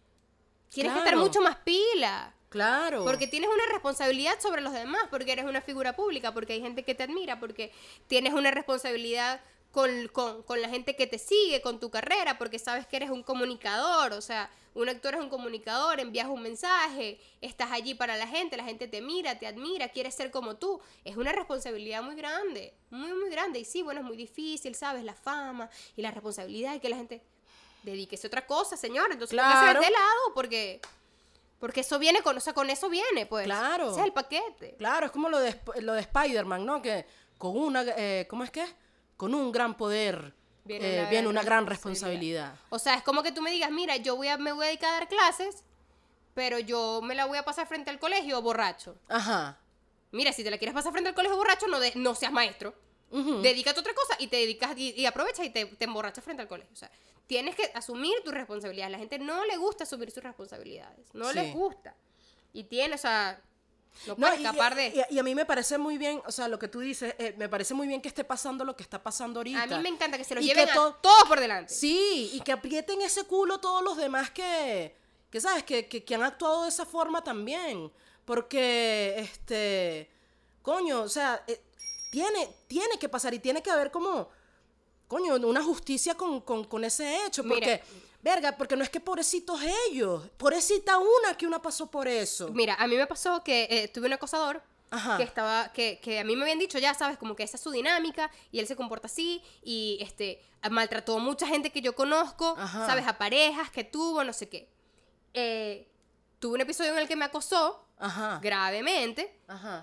Tienes que estar Claro. mucho más pila. Claro. Porque tienes una responsabilidad sobre los demás, porque eres una figura pública, porque hay gente que te admira, porque tienes una responsabilidad con, con, con la gente que te sigue, con tu carrera, porque sabes que eres un comunicador, o sea, un actor es un comunicador, envías un mensaje, estás allí para la gente, la gente te mira, te admira, quiere ser como tú. Es una responsabilidad muy grande, muy, muy grande. Y sí, bueno, es muy difícil, ¿sabes? La fama y la responsabilidad y que la gente... Dedíquese a otra cosa, señor. Entonces, Claro. póngase de lado, porque... Porque eso viene con, o sea, con eso viene, pues. Claro. Ese es el paquete. Claro, es como lo de, Sp- lo de Spider-Man, ¿no? Que con una, eh, ¿cómo es que es? Con un gran poder Viene eh, una viene gran una gran responsabilidad. responsabilidad. O sea, es como que tú me digas, mira, yo voy a, me voy a dedicar a dar clases, pero yo me la voy a pasar frente al colegio borracho. Ajá. Mira, si te la quieres pasar frente al colegio borracho, no, de, no seas maestro. Ujú. Dedícate a otra cosa y te dedicas y, y aprovechas y te, te emborrachas frente al colegio. O sea, tienes que asumir tus responsabilidades. La gente no le gusta asumir sus responsabilidades. No Sí. les gusta. Y tiene, o sea, no No, puede y, escapar de... y- y a mí me parece muy bien, o sea, lo que tú dices, eh, me parece muy bien que esté pasando lo que está pasando ahorita. A mí me encanta que se los Y lleven que a to- todos por delante. Sí, y que aprieten ese culo todos los demás que, que ¿sabes? Que, que, que han actuado de esa forma también. Porque, este, coño, o sea, eh, tiene, tiene que pasar y tiene que haber como, coño, una justicia con, con, con ese hecho. Porque, Mira. verga, porque no es que pobrecitos ellos, pobrecita una que una pasó por eso. Mira, a mí me pasó que eh, tuve un acosador Ajá. que estaba, que, que a mí me habían dicho, ya sabes, como que esa es su dinámica y él se comporta así y este maltrató a mucha gente que yo conozco, Ajá. sabes, a parejas que tuvo, no sé qué. Eh, tuve un episodio en el que me acosó Ajá. gravemente Ajá.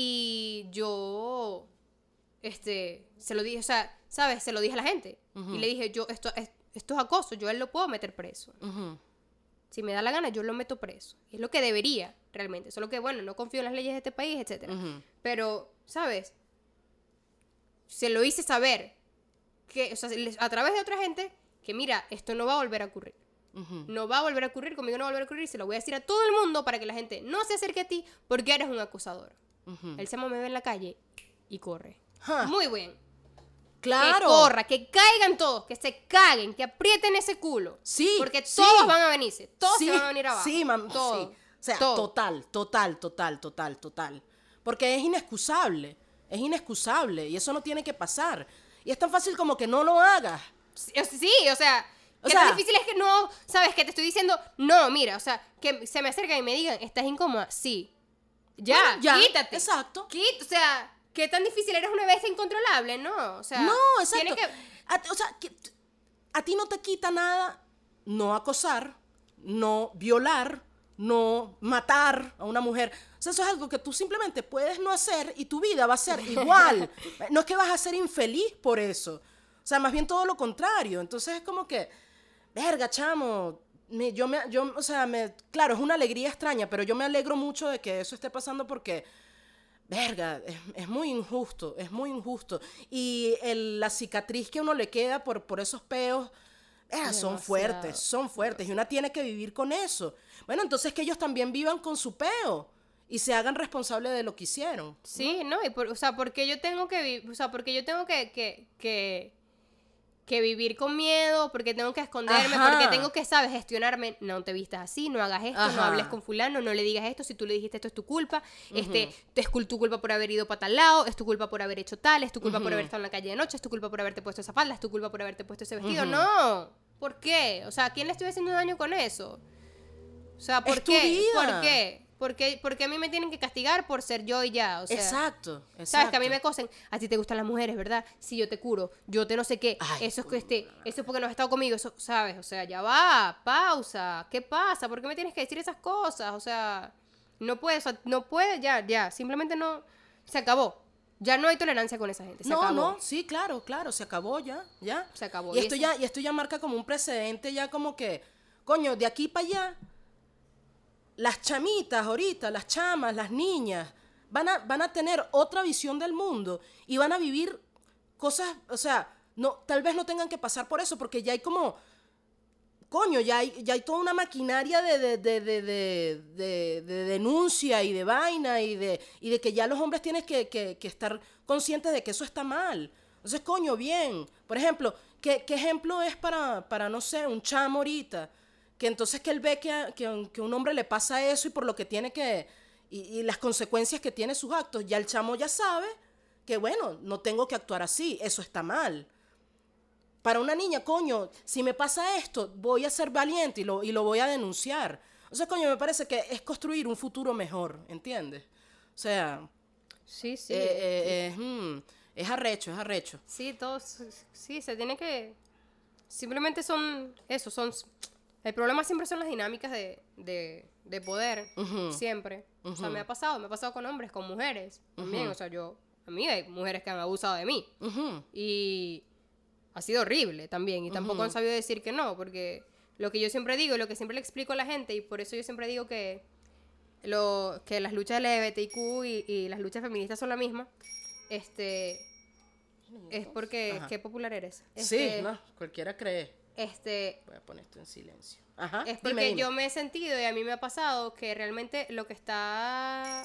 y yo, este, se lo dije, o sea, sabes, se lo dije a la gente Ujú. y le dije, yo, esto, es- esto es acoso, yo a él lo puedo meter preso. Ujú. Si me da la gana, yo lo meto preso. Es lo que debería, realmente. Solo que, bueno, no confío en las leyes de este país, etcétera. Ujú. Pero, ¿sabes? Se lo hice saber. Que, o sea, les- a través de otra gente, que mira, esto no va a volver a ocurrir. Ujú. No va a volver a ocurrir, conmigo no va a volver a ocurrir. Se lo voy a decir a todo el mundo para que la gente no se acerque a ti porque eres un acusador. Ujú. El Samo me ve en la calle y corre. Ja. Muy bien. Claro. Que corra, que caigan todos, que se caguen, que aprieten ese culo. Sí, Porque sí. todos van a venirse, todos Sí, se van a venir abajo. Sí, mam, todos, sí. O sea, todos. total, total, total, total, total. Porque es inexcusable, es inexcusable y eso no tiene que pasar. Y es tan fácil como que no lo hagas. Sí, o- sí, o sea, O qué sea- tan difícil es que no, sabes, que te estoy diciendo, no, mira, o sea, que se me acercan y me digan, ¿estás incómoda? Sí. Ya, Bueno, ya, quítate. exacto. Quit- o sea, ¿qué tan difícil eres una bestia incontrolable? No, o sea, No, exacto. tiene que... A, o sea, que, a ti no te quita nada no acosar, no violar, no matar a una mujer. O sea, eso es algo que tú simplemente puedes no hacer y tu vida va a ser igual. No es que vas a ser infeliz por eso. O sea, más bien todo lo contrario. Entonces es como que, verga, chamo, me, yo me, yo, o sea, me, claro, es una alegría extraña, pero yo me alegro mucho de que eso esté pasando porque, verga, es, es muy injusto, es muy injusto. Y el, la cicatriz que a uno le queda por, por esos peos, eh, son fuertes, son fuertes. Y una tiene que vivir con eso. Bueno, entonces que ellos también vivan con su peo y se hagan responsables de lo que hicieron. Sí, ¿no? Y por, o sea, porque yo tengo que vivir, o sea, porque yo tengo que, que, que, que vivir con miedo, porque tengo que esconderme, Ajá. porque tengo que, ¿sabes? Gestionarme. No te vistas así, no hagas esto, Ajá. no hables con fulano, no le digas esto, si tú le dijiste esto es tu culpa, uh-huh. este, es tu culpa por haber ido para tal lado, es tu culpa por haber hecho tal, es tu culpa uh-huh. por haber estado en la calle de noche, es tu culpa por haberte puesto esa falda, es tu culpa por haberte puesto ese vestido. Uh-huh. No, ¿por qué? O sea, ¿a quién le estoy haciendo daño con eso? O sea, ¿por es qué? Tu vida. ¿Por qué? Porque, porque a mí me tienen que castigar por ser yo y ya, o sea, exacto, exacto. Sabes que a mí me cosen, a ti te gustan las mujeres, ¿verdad? Si yo te curo, yo te no sé qué, Ay, eso es que este, eso es porque no has estado conmigo, eso, ¿sabes? O sea, ya va, pausa, ¿qué pasa? ¿Por qué me tienes que decir esas cosas? O sea, no puedes, o sea, no puedes, ya, ya, simplemente no, se acabó. Ya no hay tolerancia con esa gente, se no, acabó. No, sí, claro, claro, se acabó ya, ya. Se acabó. Y, y esto eso... ya, y esto ya marca como un precedente ya como que, coño, de aquí para allá, las chamitas ahorita, las chamas, las niñas, van a, van a tener otra visión del mundo y van a vivir cosas, o sea, no, tal vez no tengan que pasar por eso, porque ya hay como, coño, ya hay, ya hay toda una maquinaria de, de, de, de, de, de, de denuncia y de vaina y de, y de que ya los hombres tienen que, que, que estar conscientes de que eso está mal. Entonces, coño, bien. Por ejemplo, ¿qué, qué ejemplo es para, para, no sé, un chamo ahorita? Que entonces que él ve que a, que, a, que a un hombre le pasa eso y por lo que tiene que, y, y las consecuencias que tiene sus actos, ya el chamo ya sabe que bueno, no tengo que actuar así, eso está mal. Para una niña, coño, si me pasa esto, voy a ser valiente y lo, y lo voy a denunciar. O sea, coño, me parece que es construir un futuro mejor, ¿entiendes? O sea, sí, sí. Eh, eh, eh, hmm, es arrecho, es arrecho. Sí, todos, sí, se tiene que, simplemente son, eso, son... El problema siempre son las dinámicas de, de, de poder, uh-huh. siempre. Uh-huh. O sea, me ha pasado, me ha pasado con hombres, con mujeres también. Uh-huh. O sea, yo, a mí hay mujeres que han abusado de mí. Uh-huh. Y ha sido horrible también. Y tampoco uh-huh. han sabido decir que no, porque lo que yo siempre digo, lo que siempre le explico a la gente, y por eso yo siempre digo que, lo, que las luchas L G B T I Q y, y las luchas feministas son la misma, este, es porque, Ajá. ¿qué popular eres? Este, sí, no, cualquiera cree. Este, voy a poner esto en silencio. Ajá, es porque dime, dime. yo me he sentido y a mí me ha pasado que realmente lo que está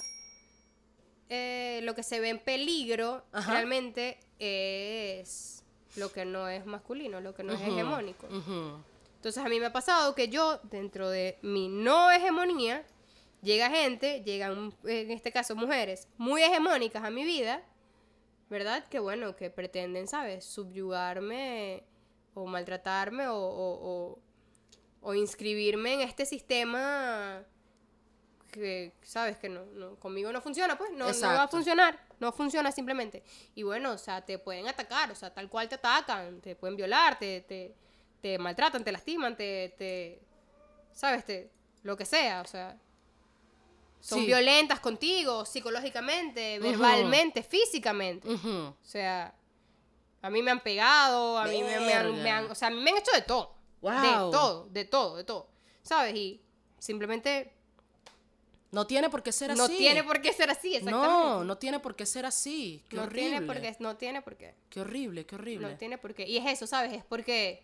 eh, lo que se ve en peligro Ajá. realmente es lo que no es masculino, lo que no uh-huh. es hegemónico. Uh-huh. Entonces a mí me ha pasado que yo, dentro de mi no hegemonía, llega gente, llegan en este caso mujeres muy hegemónicas a mi vida, ¿verdad? Que bueno, que pretenden, ¿sabes? Subyugarme o maltratarme o, o, o, o inscribirme en este sistema que, ¿sabes? Que no, no, conmigo no funciona, pues, no, no va a funcionar, no funciona simplemente. Y bueno, o sea, te pueden atacar, o sea, tal cual te atacan, te pueden violar, te, te, te maltratan, te lastiman, te, te ¿sabes? Te, lo que sea, o sea, son sí. violentas contigo, psicológicamente, verbalmente, uh-huh. físicamente, uh-huh. o sea... A mí me han pegado, a mí me, me, han, me han... O sea, a mí me han hecho de todo. Wow. De todo, de todo, de todo. ¿Sabes? Y simplemente... No tiene por qué ser así. No tiene por qué ser así, exactamente. No, no tiene por qué ser así. Qué no horrible. Tiene por qué, no tiene por qué. Qué horrible, qué horrible. No tiene por qué. Y es eso, ¿sabes? Es porque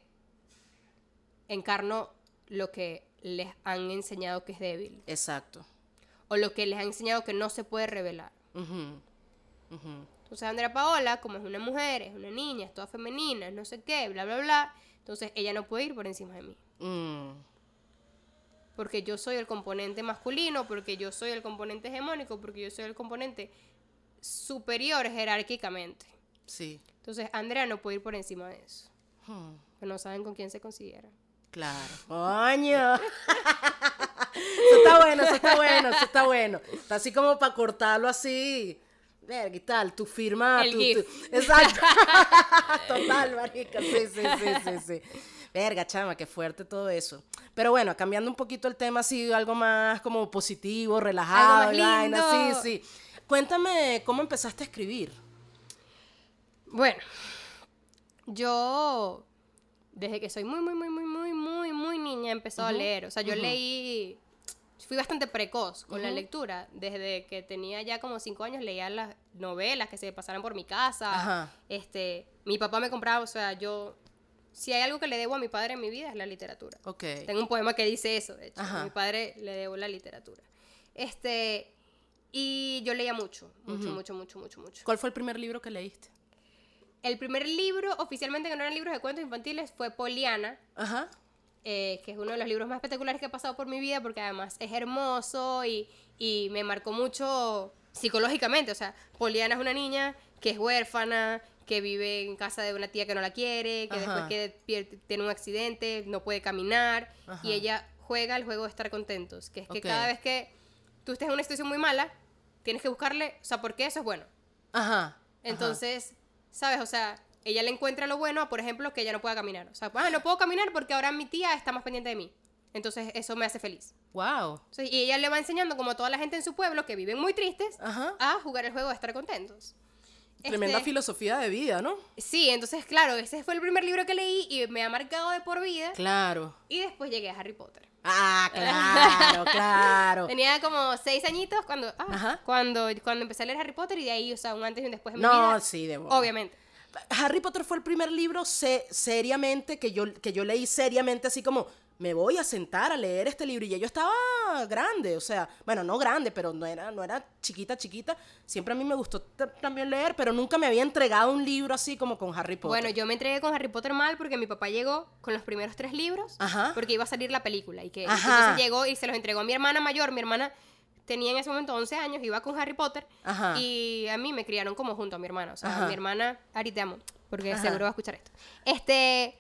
encarno lo que les han enseñado que es débil. Exacto. O lo que les han enseñado que no se puede revelar. Uh-huh. Uh-huh. Entonces Andrea Paola, como es una mujer, es una niña, es toda femenina, no sé qué, bla, bla, bla, entonces ella no puede ir por encima de mí. Mm. Porque yo soy el componente masculino, porque yo soy el componente hegemónico, porque yo soy el componente superior jerárquicamente. Sí. Entonces Andrea no puede ir por encima de eso. Hmm. Que no saben con quién se considera. Claro. ¡Coño! Eso está bueno, eso está bueno, eso está bueno. Está así como para cortarlo así... Verga, ¿qué tal? Tu firma, el tu, GIF. Tu... Exacto. Total, marica, sí, sí, sí, sí, sí. Verga, chama, qué fuerte todo eso. Pero bueno, cambiando un poquito el tema, así, algo más como positivo, relajado, algo más lindo. Vaina, sí, sí. Cuéntame cómo empezaste a escribir. Bueno, yo, desde que soy muy, muy, muy, muy, muy, muy, muy niña, he empezado uh-huh. a leer. O sea, yo uh-huh. leí, fui bastante precoz con uh-huh. la lectura. Desde que tenía ya como cinco años leía las novelas que se pasaran por mi casa. Uh-huh. Este, mi papá me compraba, o sea, yo, si hay algo que le debo a mi padre en mi vida es la literatura. Okay. Tengo un poema que dice eso, de hecho. Uh-huh. A mi padre le debo la literatura. Este, y yo leía mucho, mucho, uh-huh. mucho, mucho, mucho, mucho. ¿Cuál fue el primer libro que leíste? El primer libro, oficialmente, que no eran libros de cuentos infantiles, fue Poliana, Ajá. eh, que es uno de los libros más espectaculares que ha pasado por mi vida, porque además es hermoso y, y me marcó mucho psicológicamente. O sea, Poliana es una niña que es huérfana, que vive en casa de una tía que no la quiere, que Ajá. después que pierde, tiene un accidente, no puede caminar, Ajá. y ella juega el juego de estar contentos, que es que okay. cada vez que tú estés en una situación muy mala, tienes que buscarle, o sea, ¿por qué eso es bueno? Ajá. Entonces... Ajá. ¿Sabes? O sea, ella le encuentra lo bueno, por ejemplo, que ella no pueda caminar. O sea, ah, no puedo caminar porque ahora mi tía está más pendiente de mí. Entonces, eso me hace feliz. Wow. O sea, y ella le va enseñando, como a toda la gente en su pueblo, que viven muy tristes, Ajá. a jugar el juego de estar contentos. Tremenda este, filosofía de vida, ¿no? Sí, entonces, claro, ese fue el primer libro que leí y me ha marcado de por vida. Claro. Y después llegué a Harry Potter. Ah, claro, claro. Tenía como seis añitos cuando, ah, Ajá. cuando, cuando empecé a leer Harry Potter y de ahí, o sea, un antes y un después en no, mi vida. No, sí, de verdad. Obviamente. Harry Potter fue el primer libro se- seriamente que yo, que yo leí seriamente, así como, me voy a sentar a leer este libro. Y ya yo estaba grande, o sea, bueno, no grande, pero no era, no era chiquita, chiquita. Siempre a mí me gustó t- también leer, pero nunca me había entregado un libro así como con Harry Potter. Bueno, yo me entregué con Harry Potter mal porque mi papá llegó con los primeros tres libros, Ajá. porque iba a salir la película. Y que Ajá. entonces llegó y se los entregó a mi hermana mayor. Mi hermana tenía en ese momento once años, iba con Harry Potter. Ajá. Y a mí me criaron como junto a mi hermana. O sea, Ajá. mi hermana, Ari, te amo, porque Ajá. seguro va a escuchar esto. Este...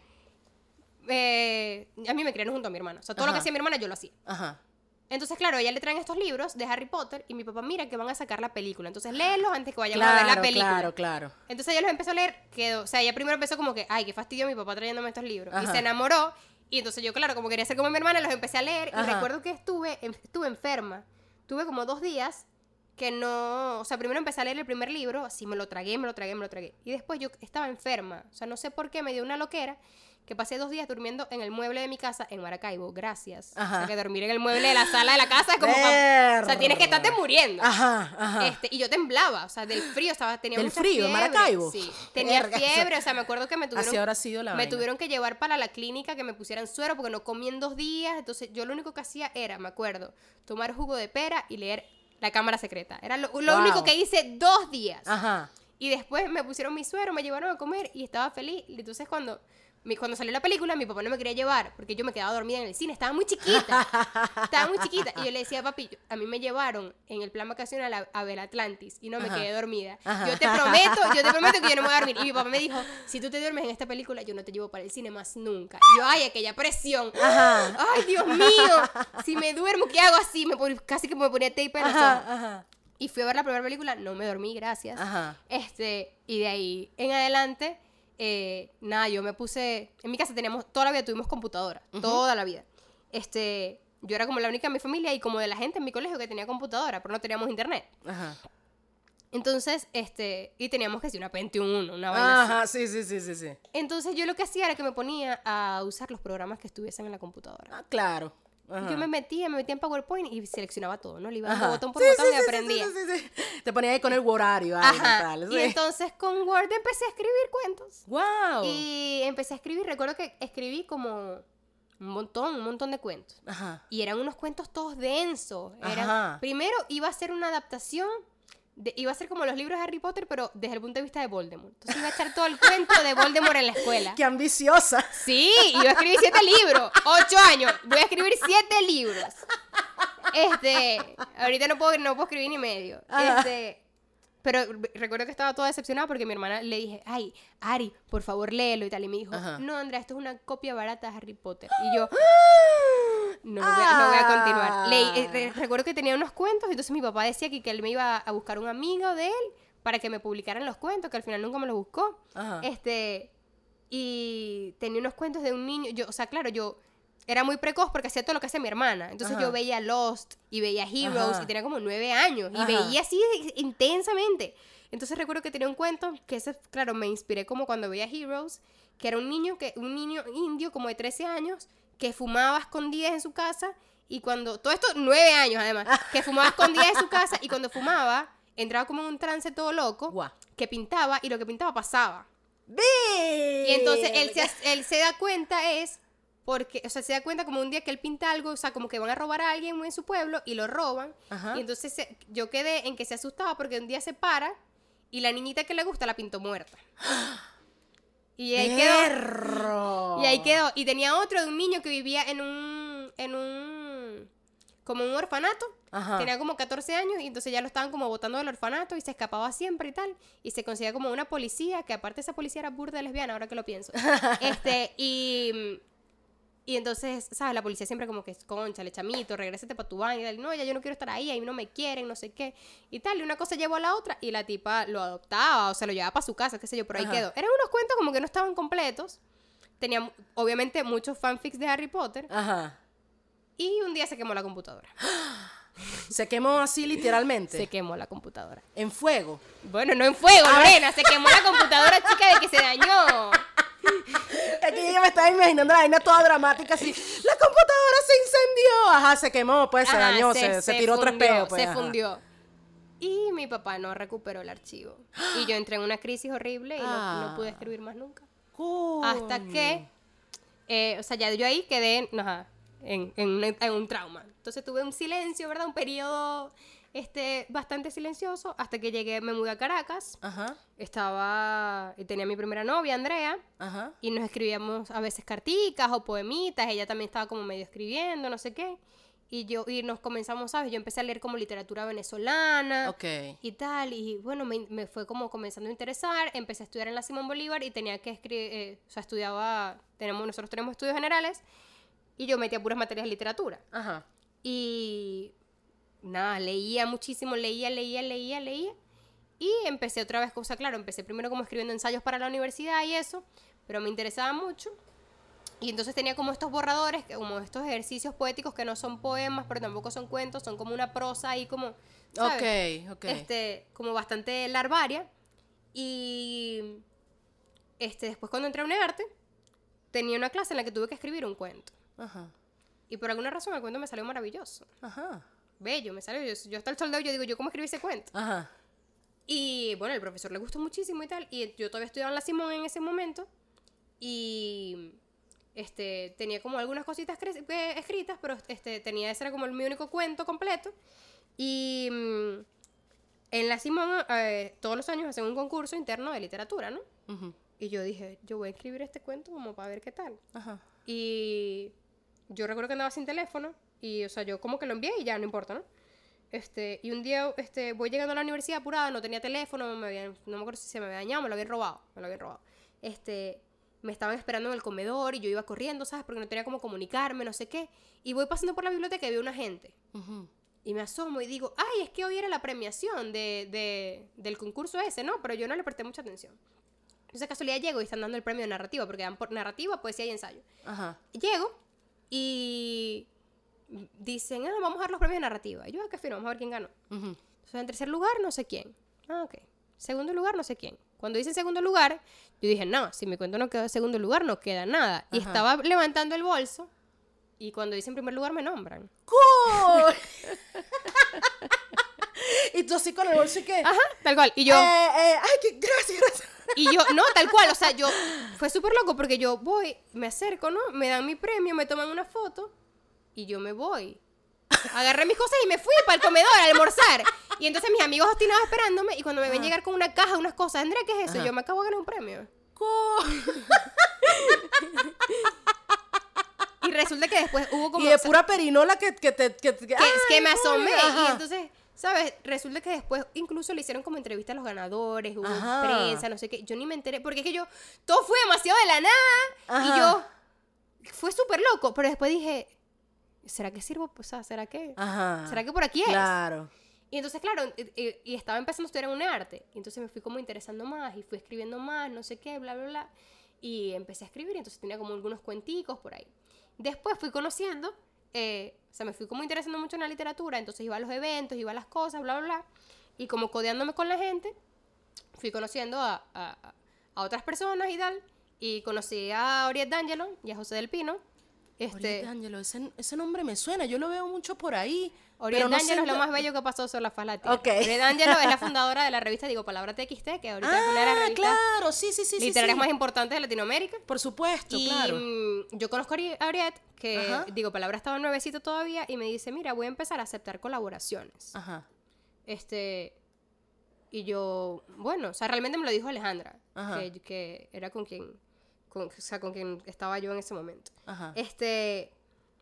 Eh, a mí me criaron junto a mi hermana. O sea, todo Ajá. lo que hacía mi hermana yo lo hacía. Ajá. Entonces, claro, ella le traen estos libros de Harry Potter y mi papá, mira que van a sacar la película. Entonces, léelos antes que vayan claro, a ver la película. Claro, claro. Entonces, ella los empezó a leer, quedó, o sea, ella primero empezó como que, ay, qué fastidio mi papá trayéndome estos libros. Ajá. Y se enamoró. Y entonces yo, claro, como quería ser como mi hermana, los empecé a leer. Ajá. Y recuerdo que estuve, estuve enferma. Tuve como dos días que no... O sea, primero empecé a leer el primer libro, así me lo tragué, me lo tragué, me lo tragué. Y después yo estaba enferma. O sea, no sé por qué, me dio una loquera. Que pasé dos días durmiendo en el mueble de mi casa en Maracaibo, gracias. Ajá. O sea, que dormir en el mueble de la sala de la casa es como... Pa, o sea, tienes que estarte muriendo. Ajá, ajá. Este, y yo temblaba, o sea, del frío, estaba, tenía ¿Del mucha frío, fiebre. Maracaibo? Sí, tenía Verga, fiebre, o sea, me acuerdo que me tuvieron... Así habrá sido la Me vaina. tuvieron que llevar para la clínica que me pusieran suero porque no comí en dos días. Entonces, yo lo único que hacía era, me acuerdo, tomar jugo de pera y leer La Cámara Secreta. Era lo, lo wow. único que hice dos días. Ajá. Y después me pusieron mi suero, me llevaron a comer y estaba feliz. Y entonces, cuando... Mi, cuando salió la película, mi papá no me quería llevar porque yo me quedaba dormida en el cine. Estaba muy chiquita. Estaba muy chiquita. Y yo le decía, papi, yo, a mí me llevaron en el plan vacacional a, a ver Atlantis y no me Ajá. quedé dormida. Ajá. Yo te prometo, yo te prometo que yo no me voy a dormir. Y mi papá me dijo, si tú te duermes en esta película, yo no te llevo para el cine más nunca. Y yo, ay, aquella presión. Ajá. Ay, Dios mío. Si me duermo, ¿qué hago así? Me pon, casi que me ponía tape en los ojos. Ajá. Y fui a ver la primera película, no me dormí, gracias. Ajá. Este, y de ahí en adelante... Eh, nada, yo me puse... En mi casa teníamos... Toda la vida tuvimos computadora. Uh-huh. Toda la vida. Este... Yo era como la única de mi familia y como de la gente en mi colegio que tenía computadora, pero no teníamos internet. Ajá. Entonces, este... Y teníamos que decir una Pentium uno, una vaina Ajá, así. sí, sí, sí, sí, sí. Entonces, yo lo que hacía era que me ponía a usar los programas que estuviesen en la computadora. Ah, claro. Ajá. Yo me metía, me metía en PowerPoint y seleccionaba todo, ¿no? Le iba dando Ajá. botón por sí, botón sí, y sí, aprendía. Sí, sí, sí, sí. Te ponía ahí con el horario. Ajá. Y, tal, sí. Y entonces con Word empecé a escribir cuentos. ¡Wow! Y empecé a escribir, recuerdo que escribí como un montón, un montón de cuentos. Ajá. Y eran unos cuentos todos densos. Eran, Ajá. primero iba a ser una adaptación, de, iba a ser como los libros de Harry Potter, pero desde el punto de vista de Voldemort. Entonces iba a echar todo el cuento de Voldemort en la escuela. ¡Qué ambiciosa! Sí, iba a escribir siete libros. Ocho años. Voy a escribir siete libros. Este, ahorita no puedo, no puedo escribir ni medio. Ajá. Este, pero recuerdo que estaba toda decepcionada porque mi hermana le dije, ay, Ari, por favor léelo y tal. Y me dijo, Ajá. no, Andrea, esto es una copia barata de Harry Potter. Y yo, no, no, voy, a, no voy a continuar. Leí, eh, re, recuerdo que tenía unos cuentos, entonces mi papá decía que, que él me iba a buscar un amigo de él para que me publicaran los cuentos, que al final nunca me los buscó. Ajá. Este, y tenía unos cuentos de un niño, yo, o sea, claro, yo era muy precoz porque hacía todo lo que hacía mi hermana. Entonces Ajá. yo veía Lost y veía Heroes Ajá. y tenía como nueve años y Ajá. veía así intensamente. Entonces recuerdo que tenía un cuento, que ese, claro, me inspiré como cuando veía Heroes, que era un niño, que, un niño indio como de trece años, que fumaba a escondidas en su casa, y cuando, todo esto, nueve años además, que fumaba a escondidas en su casa, y cuando fumaba, entraba como en un trance todo loco, Guau. que pintaba, y lo que pintaba pasaba. ¡Ve! Y entonces él se, él se da cuenta es, porque, o sea, se da cuenta como un día que él pinta algo, o sea, como que van a robar a alguien en su pueblo, y lo roban, Ajá. y entonces se, yo quedé en que se asustaba, porque un día se para, y la niñita que le gusta la pintó muerta. Y ahí quedó. ¡Perro! Y ahí quedó. Y tenía otro de un niño que vivía en un, en un, como un orfanato. Ajá. Tenía como catorce años y entonces ya lo estaban como botando del orfanato y se escapaba siempre y tal. Y se conseguía como una policía, que aparte esa policía era burda de lesbiana, ahora que lo pienso. este, y... Y entonces, ¿sabes? La policía siempre como que, concha, le chamito, regrésate para tu baño y tal. No, ya yo no quiero estar ahí, ahí no me quieren, no sé qué. Y tal, y una cosa llevó a la otra y la tipa lo adoptaba o se lo llevaba para su casa, qué sé yo, pero ahí Ajá. quedó. Eran unos cuentos como que no estaban completos. Tenía, obviamente, muchos fanfics de Harry Potter. Ajá. Y un día se quemó la computadora. Se quemó así literalmente. Se quemó la computadora. En fuego. Bueno, no en fuego, Lorena, se quemó la computadora, chica, de que se dañó. Es que yo me estaba imaginando la vaina toda dramática así. ¡La computadora se incendió! Ajá, se quemó, pues se Ajá, dañó, se, se tiró fundió, tres peos. Pues, se ajá. fundió. Y mi papá no recuperó el archivo. Y yo entré en una crisis horrible y no, Ah. no pude escribir más nunca. Coño. Hasta que, eh, o sea, ya yo ahí quedé, ajá, en, en, un, en un trauma. Entonces tuve un silencio, ¿verdad? Un periodo este, bastante silencioso hasta que llegué, me mudé a Caracas. Ajá, Estaba, y tenía mi primera novia, Andrea. ajá. Y nos escribíamos a veces carticas o poemitas. Ella también estaba como medio escribiendo, no sé qué. Y yo y nos comenzamos, ¿sabes? Yo empecé a leer como literatura venezolana. Ok. Y tal. Y bueno, me, me fue como comenzando a interesar. Empecé a estudiar en la Simón Bolívar y tenía que escribir, eh, o sea, estudiaba, tenemos, nosotros tenemos estudios generales. Y yo metía puras materias de literatura. Ajá. Y nada, leía muchísimo, leía, leía, leía, leía. Y empecé otra vez, o sea, claro, empecé primero como escribiendo ensayos para la universidad y eso, pero me interesaba mucho. Y entonces tenía como estos borradores, como estos ejercicios poéticos que no son poemas, pero tampoco son cuentos, son como una prosa ahí como, ¿sabes? Ok, ok. Este, como bastante larvaria. Y este, después cuando entré a UNEARTE, tenía una clase en la que tuve que escribir un cuento. Ajá, Y por alguna razón el cuento me salió maravilloso. ajá, Bello, me salió. Yo, yo hasta el sol de hoy, yo digo, ¿yo cómo escribí ese cuento? ajá. Y bueno, el profesor le gustó muchísimo y tal. Y yo todavía estudiaba en la Simón en ese momento. Y este, tenía como algunas cositas cre- eh, escritas, pero este, tenía, ese era como el, mi único cuento completo. Y mm, en la Simón eh, todos los años hacen un concurso interno de literatura, ¿no? Ujú, Y yo dije, yo voy a escribir este cuento como para ver qué tal. ajá. Y yo recuerdo que andaba sin teléfono. Y, o sea, yo como que lo envié y ya, no importa, ¿no? Este, y un día este, voy llegando a la universidad apurada, no tenía teléfono, me habían, no me acuerdo si se me había dañado, me lo habían robado, me lo habían robado. Este, me estaban esperando en el comedor y yo iba corriendo, ¿sabes? Porque no tenía cómo comunicarme, no sé qué. Y voy pasando por la biblioteca y veo una gente. Ujú. Y me asomo y digo, ay, es que hoy era la premiación de, de, del concurso ese, ¿no? Pero yo no le presté mucha atención. Entonces, casualidad llego y están dando el premio de narrativa, porque dan por narrativa, poesía y ensayo. Ajá. Llego y dicen, ah, vamos a dar los premios de narrativa. Y yo, ah, qué fino, vamos a ver quién ganó. Ujú. Entonces, en tercer lugar, no sé quién. Ah, ok. Segundo lugar, no sé quién. Cuando dicen segundo lugar, yo dije, no, si mi cuento no quedó en segundo lugar, no queda nada. Y Ajá. estaba levantando el bolso, y cuando dicen primer lugar, me nombran. ¡Cool! Y tú así con el bolso y que... Ajá, tal cual. Y yo, Eh, eh, ay, que gracias, gracias. y yo, no, tal cual. O sea, yo, fue súper loco porque yo voy, me acerco, ¿no? Me dan mi premio, me toman una foto, y yo me voy. Agarré mis cosas y me fui para el comedor a almorzar. Y entonces mis amigos obstinados esperándome. Y cuando me ven Ajá. llegar con una caja, unas cosas, Andrea, ¿qué es eso? Ajá. Yo me acabo de ganar un premio. Cool. Y resulta que después hubo como... Y de o sea, pura perinola que, que te... Que, que, que, ay, que me asomé. coño, ajá. Y entonces, ¿sabes? Resulta que después incluso le hicieron como entrevista a los ganadores, hubo Ajá. prensa, no sé qué. Yo ni me enteré. Porque es que yo... Todo fue demasiado de la nada. Ajá. Y yo... Fue súper loco. Pero después dije... ¿Será que sirvo? O sea, ¿será que...? Ajá. ¿Será que por aquí es? Claro. Y entonces, claro, y, y- y estaba empezando a estudiar en UNEARTE. Y entonces me fui como interesando más y fui escribiendo más, no sé qué, bla, bla, bla. Y empecé a escribir y entonces tenía como algunos cuenticos por ahí. Después fui conociendo, eh, o sea, me fui como interesando mucho en la literatura, entonces iba a los eventos, iba a las cosas, bla, bla, bla. Y como codeándome con la gente, fui conociendo a, a, a otras personas y tal, y conocí a Oriet D'Angelo y a José del Pino. Este, Oriet D'Angelo, ese, ese nombre me suena, yo lo veo mucho por ahí. Oriet pero no D'Angelo sé- es lo más bello que pasó sobre la faz de la tierra. Ok. Oriet D'Angelo es la fundadora de la revista Digo Palabra T X T, que ahorita es una de las Ah, revistas claro, sí, sí, sí. sí, literarias sí. más importantes de Latinoamérica. Por supuesto, Y claro. mm, yo conozco a Ori- a Oriet, que Ajá. Digo Palabra estaba nuevecito todavía, y me dice, mira, voy a empezar a aceptar colaboraciones. Ajá. Este, y yo, bueno, o sea, realmente me lo dijo Alejandra, Ajá. que, que era con quien, con, o sea, con quien estaba yo en ese momento. Ajá. Este,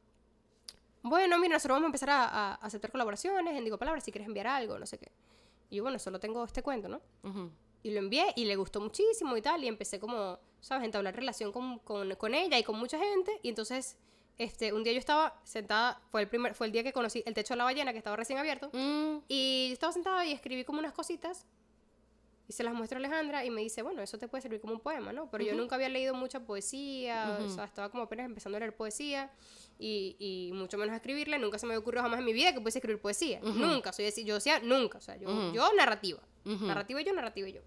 bueno, mira, nosotros vamos a empezar a, a aceptar colaboraciones en Digo Palabras, si quieres enviar algo, no sé qué. Y yo, bueno, solo tengo este cuento, ¿no? Ujú. Y lo envié y le gustó muchísimo y tal, y empecé como, ¿sabes?, a entablar relación con, con, con ella y con mucha gente, y entonces, este, un día yo estaba sentada, fue el primer, fue el día que conocí el Techo de la Ballena, que estaba recién abierto, Mm, y yo estaba sentada y escribí como unas cositas, y se las muestro a Alejandra, y me dice, bueno, eso te puede servir como un poema, ¿no? Pero yo nunca había leído mucha poesía, Ujú. o sea, estaba como apenas empezando a leer poesía, y, y mucho menos a escribirla, nunca se me había ocurrido jamás en mi vida que pudiese escribir poesía, nunca, soy decir, yo decía, nunca, o sea, yo, Ujú. yo narrativa, Ujú. narrativa y yo, narrativa y yo.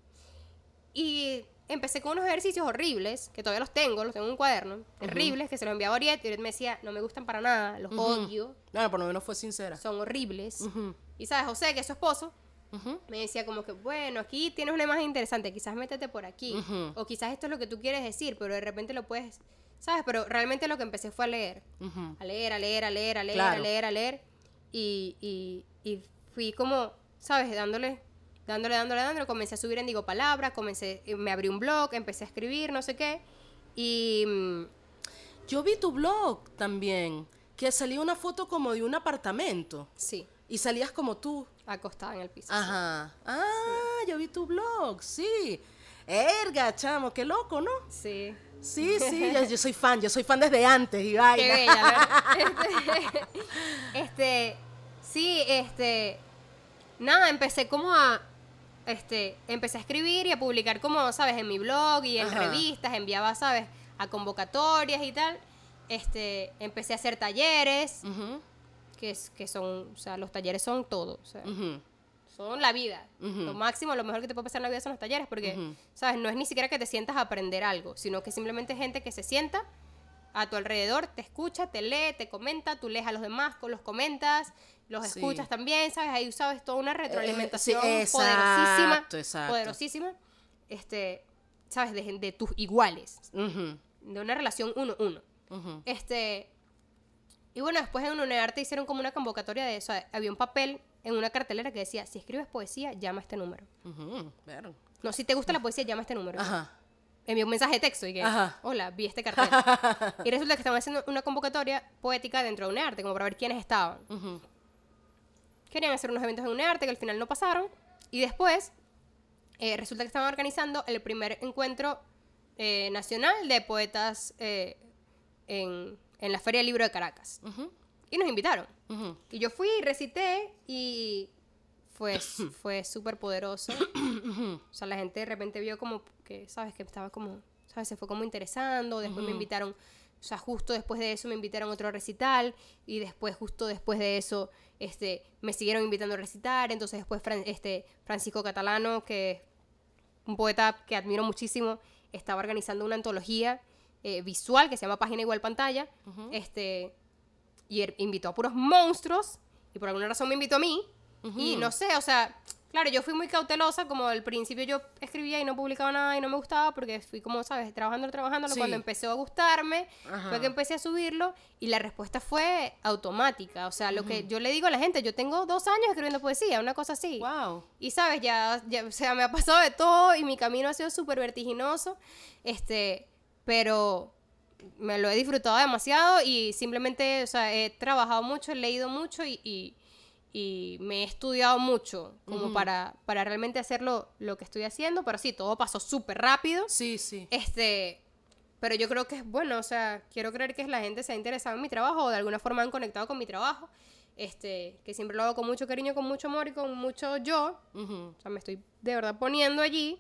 Y empecé con unos ejercicios horribles, que todavía los tengo, los tengo en un cuaderno, terribles, que se los enviaba a Oriet, y Oriet me decía, no me gustan para nada, los odio, Bueno, por lo menos fue sincera. son horribles. Ujú. Y sabes, José, que es su esposo, Ujú. me decía como que, bueno, aquí tienes una imagen interesante, quizás métete por aquí, Ujú. o quizás esto es lo que tú quieres decir, pero de repente lo puedes, ¿sabes? Pero realmente lo que empecé fue a leer, Ujú. a leer, a leer, a leer, a leer, Claro. a leer, a leer, y, y, y fui como, ¿sabes? Dándole, dándole, dándole, dándole, comencé a subir en Digo Palabras, comencé, me abrí un blog, empecé a escribir, no sé qué, y mm, Yo vi tu blog también, que salía una foto como de un apartamento sí, y salías como tú. acostada en el piso. Ajá. Ah, yo vi tu blog, sí. Erga, chamo, qué loco, ¿no? Sí. Sí, sí, yo, yo soy fan, yo soy fan desde antes y vaina. Qué bella, ¿verdad? Este, este, sí, este, nada, empecé como a, este, empecé a escribir y a publicar como, ¿sabes? En mi blog y en Ajá. revistas, enviaba, ¿sabes? A convocatorias y tal. Este, empecé a hacer talleres, Ujú, que, es, que son, o sea, los talleres son todo, o sea, ujú, son la vida. Ujú. Lo máximo, lo mejor que te puede pasar en la vida son los talleres, porque, Ujú. ¿sabes? No es ni siquiera que te sientas a aprender algo, sino que simplemente es gente que se sienta a tu alrededor, te escucha, te lee, te comenta, tú lees a los demás, los comentas, los Sí. escuchas también, ¿sabes? Ahí, ¿sabes? Toda una retroalimentación sí, exacto, poderosísima, exacto. poderosísima, este, ¿sabes? De, de tus iguales, ujú, de una relación uno-uno. ujú. Este, y bueno, después en UNEARTE hicieron como una convocatoria de eso. Había un papel en una cartelera que decía, si escribes poesía, llama a este número. Ujú, claro. No, si te gusta la poesía, llama a este número. Ajá. Envió un mensaje de texto y que, Ajá. hola, vi este cartel. Y resulta que estaban haciendo una convocatoria poética dentro de UNEARTE, como para ver quiénes estaban. Ujú. Querían hacer unos eventos en UNEARTE que al final no pasaron. Y después, eh, resulta que estaban organizando el primer encuentro eh, nacional de poetas eh, en, en la Feria del Libro de Caracas. Ujú, Y nos invitaron. ujú. Y yo fui, recité y fue, fue súper poderoso. O sea, la gente de repente vio como que, ¿sabes? Que estaba como, ¿sabes? Se fue como interesando. Después me invitaron, o sea, justo después de eso me invitaron a otro recital. Y después, justo después de eso, este, me siguieron invitando a recitar. Entonces después Fran- este, Francisco Catalano, que es un poeta que admiro muchísimo, estaba organizando una antología eh, visual que se llama Página Igual Pantalla. Este... Y él invitó a puros monstruos. Y por alguna razón me invitó a mí. Ujú. Y no sé, o sea, claro, yo fui muy cautelosa. Como al principio yo escribía y no publicaba nada y no me gustaba. Porque fui como, ¿sabes? Trabajando, trabajando. Sí. Cuando empezó a gustarme, Ajá. fue que empecé a subirlo. Y la respuesta fue automática. O sea, lo que yo le digo a la gente, yo tengo dos años escribiendo poesía, una cosa así. Wow. Y sabes, ya, ya, o sea, me ha pasado de todo y mi camino ha sido súper vertiginoso. Este, pero me lo he disfrutado demasiado y simplemente, o sea, he trabajado mucho, he leído mucho y, y, y me he estudiado mucho como Ujú. para, para realmente hacer lo, lo que estoy haciendo. Pero sí, todo pasó súper rápido. Sí, sí. Este, pero yo creo que es bueno, o sea, quiero creer que la gente se ha interesado en mi trabajo o de alguna forma han conectado con mi trabajo. Este, que siempre lo hago con mucho cariño, con mucho amor y con mucho yo. Ujú. O sea, me estoy de verdad poniendo allí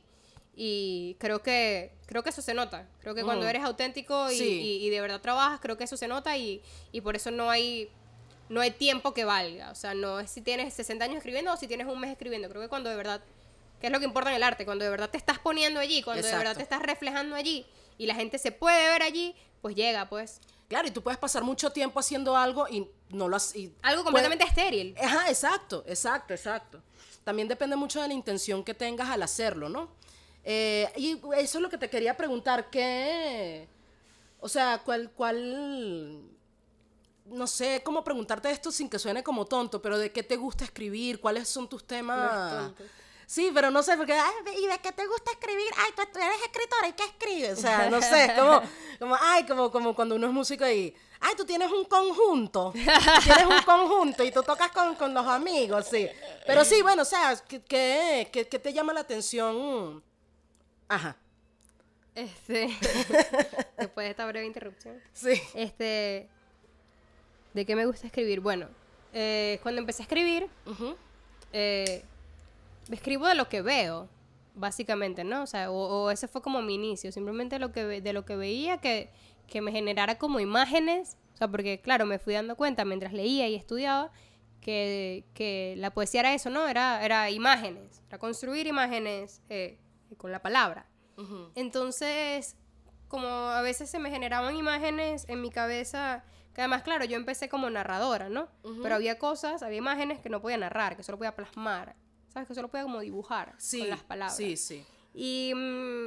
y creo que creo que eso se nota. Creo que Mm. cuando eres auténtico y, Sí. y- y de verdad trabajas, creo que eso se nota y, y por eso no hay no hay tiempo que valga. O sea, no es si tienes sesenta años escribiendo o si tienes un mes escribiendo. Creo que cuando de verdad que es lo que importa en el arte, cuando de verdad te estás poniendo allí, cuando Exacto. de verdad te estás reflejando allí y la gente se puede ver allí, pues llega, pues. Claro, y tú puedes pasar mucho tiempo haciendo algo y no lo has... y Algo completamente puede- estéril. Ajá, exacto, exacto, exacto. También depende mucho de la intención que tengas al hacerlo, ¿no? Eh, y eso es lo que te quería preguntar, ¿qué? O sea, ¿cuál, cuál, no sé cómo preguntarte esto sin que suene como tonto, pero de qué te gusta escribir, cuáles son tus No temas? es tonto. Sí, pero no sé, porque, ay, ¿y de qué te gusta escribir? Ay, tú, tú eres escritora, ¿y qué escribes? O sea, no sé, como, como ay, como, como cuando uno es músico y, ay, tú tienes un conjunto, tú tienes un conjunto y tú tocas con, con los amigos, sí. Pero sí, bueno, o sea, ¿qué, qué, qué, qué te llama la atención? Ajá, Este, después de esta breve interrupción. sí. Este, ¿de qué me gusta escribir? Bueno, eh, cuando empecé a escribir, Ujú. eh, escribo de lo que veo, básicamente, ¿no? O sea, o, o ese fue como mi inicio, simplemente lo que ve- de lo que veía que, que me generara como imágenes, o sea, porque claro, me fui dando cuenta mientras leía y estudiaba que, que la poesía era eso, ¿no? Era, era imágenes, era construir imágenes eh, con la palabra. Ujú. Entonces, como a veces se me generaban imágenes en mi cabeza, que además, claro, yo empecé como narradora, ¿no? Ujú. Pero había cosas, había imágenes que no podía narrar, que solo podía plasmar, ¿sabes? Que solo podía como dibujar Sí, con las palabras. sí, sí. Y, mm,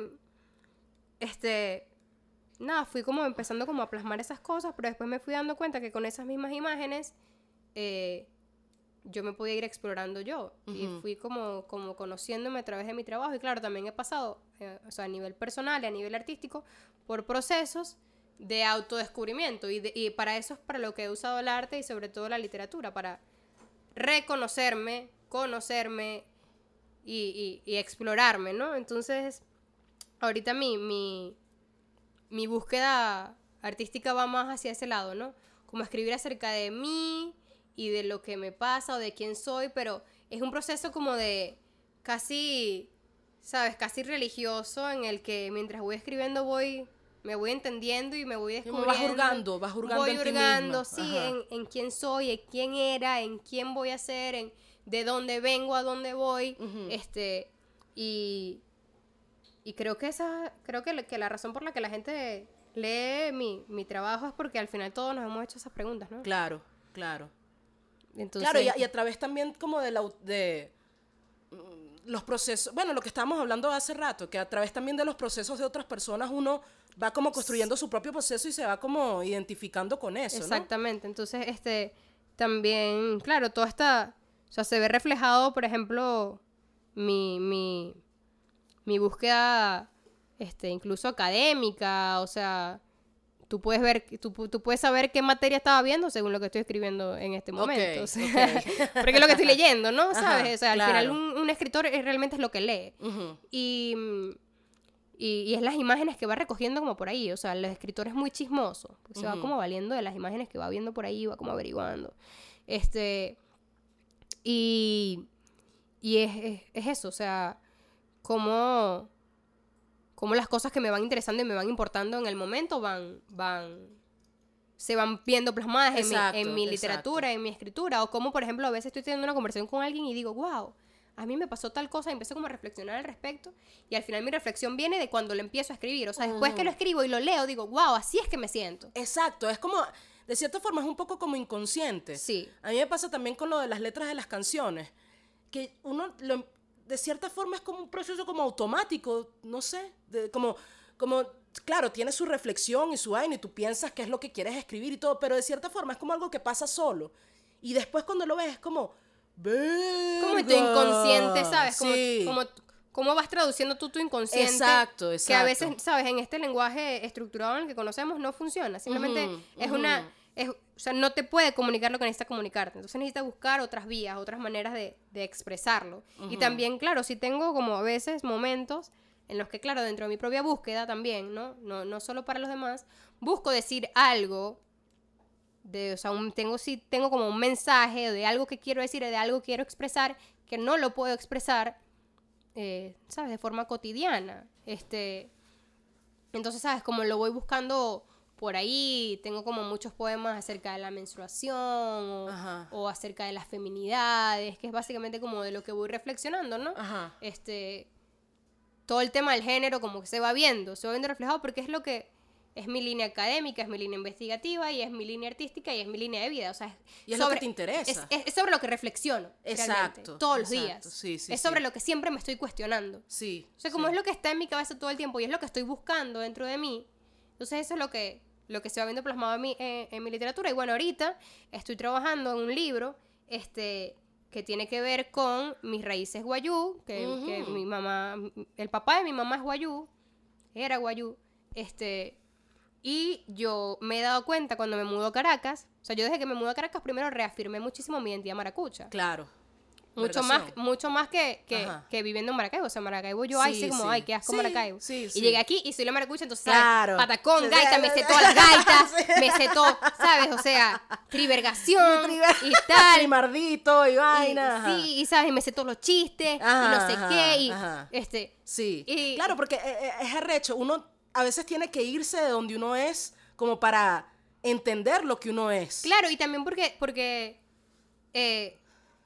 este, nada, fui como empezando como a plasmar esas cosas, pero después me fui dando cuenta que con esas mismas imágenes, eh, yo me podía ir explorando yo. Y Ujú. fui como, como conociéndome a través de mi trabajo. Y claro, también he pasado, eh, o sea, a nivel personal y a nivel artístico, por procesos de autodescubrimiento. Y, de- y para eso es para lo que he usado el arte y sobre todo la literatura, para reconocerme, conocerme y, y, y explorarme, ¿no? Entonces, ahorita mi, mi, mi búsqueda artística va más hacia ese lado, ¿no? Como escribir acerca de mí y de lo que me pasa o de quién soy, pero es un proceso como de casi, ¿sabes? Casi religioso en el que mientras voy escribiendo voy, me voy entendiendo y me voy Y me descubriendo. vas hurgando, vas hurgando Voy en ti hurgando, misma. sí, Ajá. en, en quién soy, en quién era, en quién voy a ser, en de dónde vengo, a dónde voy, Ujú. este, y... Y creo que esa, creo que, la- que la razón por la que la gente lee mi, mi trabajo es porque al final todos nos hemos hecho esas preguntas, ¿no? Claro, claro. Entonces, Claro, y a, y a través también como de, la, au- de mm, los procesos, bueno, lo que estábamos hablando hace rato, que a través también de los procesos de otras personas uno va como construyendo su propio proceso y se va como identificando con eso, ¿no? exactamente. Entonces, este, también, claro, toda esta, o sea, se ve reflejado, por ejemplo, mi, mi, mi búsqueda, este, incluso académica, o sea, tú puedes ver, tú, pu- tú puedes saber qué materia estaba viendo según lo que estoy escribiendo en este momento. Ok, o sea, ok. porque es lo que estoy leyendo, ¿no? Ajá, ¿Sabes? O sea, al claro. final un, un escritor es- realmente es lo que lee. Ujú. Y, mm, y, y es las imágenes que va recogiendo como por ahí. O sea, el escritor es muy chismoso. Porque se va Ujú. como valiendo de las imágenes que va viendo por ahí, va como averiguando. Este. Y. Y es, es, es eso, o sea, cómo, cómo las cosas que me van interesando y me van importando en el momento van, van, se van viendo plasmadas en mi, Exacto, en mi exacto. literatura, en mi escritura. O como, por ejemplo, a veces estoy teniendo una conversación con alguien y digo, wow, a mí me pasó tal cosa y empiezo como a reflexionar al respecto. Y al final mi reflexión viene de cuando lo empiezo a escribir. O sea, después que lo escribo y lo leo, digo, wow, así es que me siento. Exacto, es como, de cierta forma es un poco como inconsciente. Sí. A mí me pasa también con lo de las letras de las canciones, que uno, lo- de cierta forma es como un proceso como automático, no sé, de- como, como, claro, tiene su reflexión y su vaina y tú piensas qué es lo que quieres escribir y todo, pero de cierta forma es como algo que pasa solo. Y después cuando lo ves es como, Como tu "Verga". inconsciente, ¿sabes? Como, Sí. como, cómo vas traduciendo tú tu inconsciente. Exacto, Que a exacto. veces, ¿sabes? En este lenguaje estructurado en el que conocemos no funciona. Simplemente Ujú, es ujú. una... Es, o sea, no te puede comunicar lo que necesita comunicarte. Entonces necesitas buscar otras vías, otras maneras de, de expresarlo. Y también, claro, si tengo como a veces momentos en los que, claro, dentro de mi propia búsqueda también, ¿no? No, no solo para los demás, busco decir algo de, o sea, un, tengo, sí, tengo como un mensaje de algo que quiero decir, de algo que quiero expresar, que no lo puedo expresar, eh, ¿sabes? De forma cotidiana. Este, entonces, ¿sabes? Como lo voy buscando por ahí tengo como muchos poemas acerca de la menstruación o, o acerca de las feminidades, que es básicamente como de lo que voy reflexionando, ¿no? Ajá. Este, todo el tema del género como que se va viendo, se va viendo reflejado porque es lo que es mi línea académica, es mi línea investigativa y es mi línea artística y es mi línea de vida, o sea, y es sobre, lo que te interesa. Es, es, es sobre lo que reflexiono, exacto, todos exacto, los días. Sí, sí, es sí. sobre lo que siempre me estoy cuestionando. Sí. O sea, como sí. es lo que está en mi cabeza todo el tiempo y es lo que estoy buscando dentro de mí, entonces eso es lo que, lo que se va viendo plasmado en mi, eh, en mi literatura. Y bueno, ahorita estoy trabajando en un libro este, que tiene que ver con mis raíces guayú, que, uh-huh. que mi mamá, el papá de mi mamá es guayú, era guayú, este... Y yo me he dado cuenta cuando me mudo a Caracas, o sea, yo desde que me mudé a Caracas primero reafirmé muchísimo mi identidad maracucha. Claro. Mucho más, mucho más que, que, que viviendo en Maracaibo. O sea, Maracaibo yo, sí, ay, sí, como, sí. ay, qué asco sí, Maracaibo. Sí, y sí. llegué aquí y soy la maracucha, entonces, claro. ¿sabes? Patacón, sí, gaita, me sé todas las gaitas, me sé todo, ¿sabes? O sea, trivergación Triver... y tal. Primardito y vaina. Y, sí, y ¿sabes? Y me sé todos los chistes ajá, y no sé ajá, qué. Y, ajá. este, sí, y, claro, porque es arrecho. Uno a veces tiene que irse de donde uno es como para entender lo que uno es. Claro, y también porque, porque eh,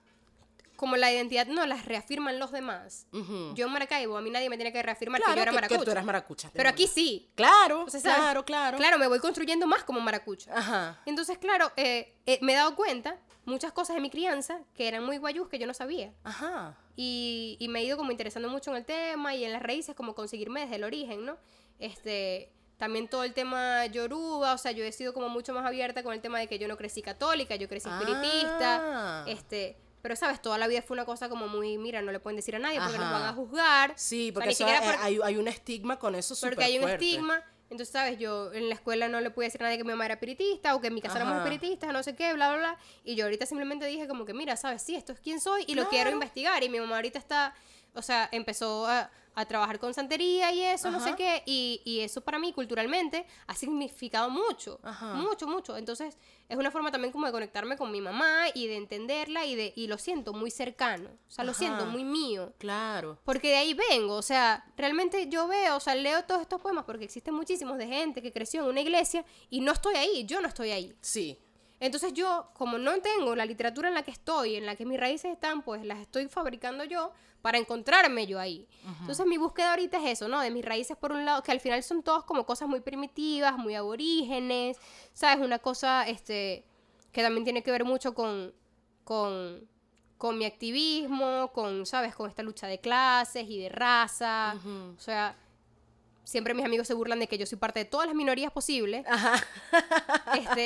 como la identidad no las reafirman los demás. Uh-huh. Yo en Maracaibo, a mí nadie me tiene que reafirmar claro, que yo era que, maracucha. que tú eras maracucha. Pero aquí sí. Claro, o sea, claro, claro. Claro, me voy construyendo más como maracucha. Ajá. Entonces, claro, eh, eh, me he dado cuenta muchas cosas de mi crianza que eran muy guayús que yo no sabía. Ajá. Y, y me he ido como interesando mucho en el tema y en las raíces, como conseguirme desde el origen, ¿no? Este... También todo el tema yoruba, o sea, yo he sido como mucho más abierta con el tema de que yo no crecí católica, yo crecí espiritista, ah. este, pero sabes, toda la vida fue una cosa como muy, mira, no le pueden decir a nadie porque ajá. nos van a juzgar. Sí, porque o sea, eso, porque, hay, hay un estigma con eso súper Porque hay un fuerte. estigma, entonces, sabes, yo en la escuela no le pude decir a nadie que mi mamá era espiritista o que en mi casa ajá. éramos espiritistas, no sé qué, bla, bla, bla, y yo ahorita simplemente dije como que, mira, sabes, sí, esto es quién soy y claro. lo quiero investigar, y mi mamá ahorita está, o sea, empezó a... a trabajar con santería y eso, ajá. no sé qué, y, y eso para mí culturalmente ha significado mucho, ajá. mucho, mucho, entonces es una forma también como de conectarme con mi mamá y de entenderla y de y lo siento muy cercano, o sea, ajá. lo siento muy mío, claro, porque de ahí vengo, o sea, realmente yo veo, o sea, leo todos estos poemas porque existen muchísimos de gente que creció en una iglesia y no estoy ahí, yo no estoy ahí. Sí. Entonces yo, como no tengo la literatura en la que estoy, en la que mis raíces están, pues las estoy fabricando yo para encontrarme yo ahí. Uh-huh. Entonces mi búsqueda ahorita es eso, ¿no? De mis raíces por un lado, que al final son todas como cosas muy primitivas, muy aborígenes, ¿sabes? Una cosa este, que también tiene que ver mucho con, con, con mi activismo, con, ¿sabes? Con esta lucha de clases y de raza, uh-huh. o sea... Siempre mis amigos se burlan de que yo soy parte de todas las minorías posibles. Ajá. Este,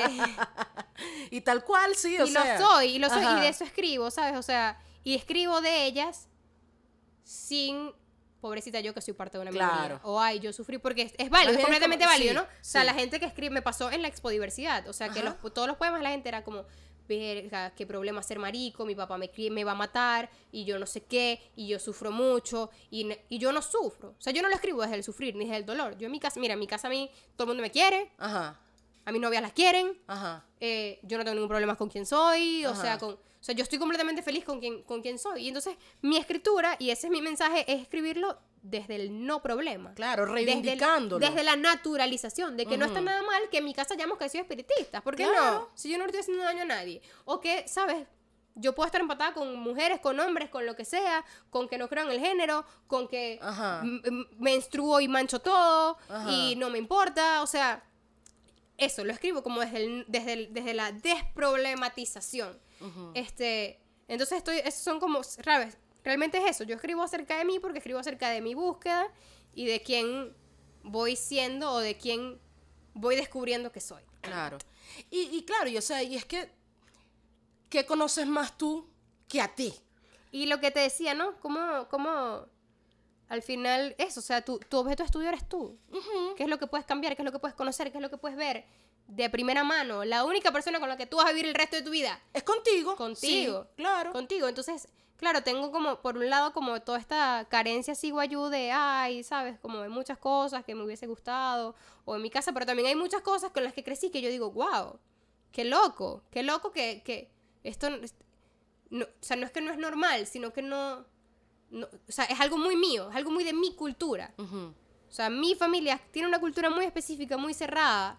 y tal cual, sí, o y sea. Y lo soy, y lo soy, ajá. y de eso escribo, ¿sabes? O sea, y escribo de ellas sin... Pobrecita yo que soy parte de una claro. minoría. O ay, yo sufrí, porque es, es válido, es completamente como, válido, sí, ¿no? O sea, sí. la gente que escribe, me pasó en la expodiversidad. O sea, que los, todos los poemas la gente era como... verga, qué problema ser marico, mi papá me, me va a matar, y yo no sé qué, y yo sufro mucho, y, y yo no sufro. O sea, yo no lo escribo desde el sufrir, ni desde el dolor. Yo en mi casa, mira, en mi casa a mí todo el mundo me quiere, ajá. a mis novias las quieren, ajá. Eh, yo no tengo ningún problema con quién soy, ajá. o sea, con, o sea, yo estoy completamente feliz con quien, con quien soy. Y entonces, mi escritura, y ese es mi mensaje, es escribirlo desde el no problema. Claro, reivindicándolo. Desde, el, desde la naturalización, de que uh-huh. no está nada mal que en mi casa hayamos crecido espiritistas. ¿Por qué claro. no? Si yo no estoy haciendo daño a nadie. O que, ¿sabes? Yo puedo estar empatada con mujeres, con hombres, con lo que sea, con que no creo en el género, con que m- m- menstruo y mancho todo, ajá. y no me importa, o sea, eso, lo escribo como desde, el, desde, el, desde la desproblematización. Uh-huh. Este, entonces estoy, esos son como, ¿sabes? Realmente es eso, yo escribo acerca de mí porque escribo acerca de mi búsqueda y de quién voy siendo o de quién voy descubriendo que soy. Claro. Y, y claro, y, o sea, y es que, ¿qué conoces más tú que a ti? Y lo que te decía, ¿no? Cómo, cómo al final eso, o sea, tu, tu objeto de estudio eres tú. Uh-huh. ¿Qué es lo que puedes cambiar? ¿Qué es lo que puedes conocer? ¿Qué es lo que puedes ver de primera mano? La única persona con la que tú vas a vivir el resto de tu vida es contigo. Contigo. Sí, claro. Contigo. Entonces, claro, tengo como, por un lado, como toda esta carencia así guayú de, ay, ¿sabes? Como de muchas cosas que me hubiese gustado, o en mi casa, pero también hay muchas cosas con las que crecí que yo digo, wow, qué loco, qué loco que, que esto, no, o sea, no es que no es normal, sino que no, no, o sea, es algo muy mío, es algo muy de mi cultura. Uh-huh. O sea, mi familia tiene una cultura muy específica, muy cerrada,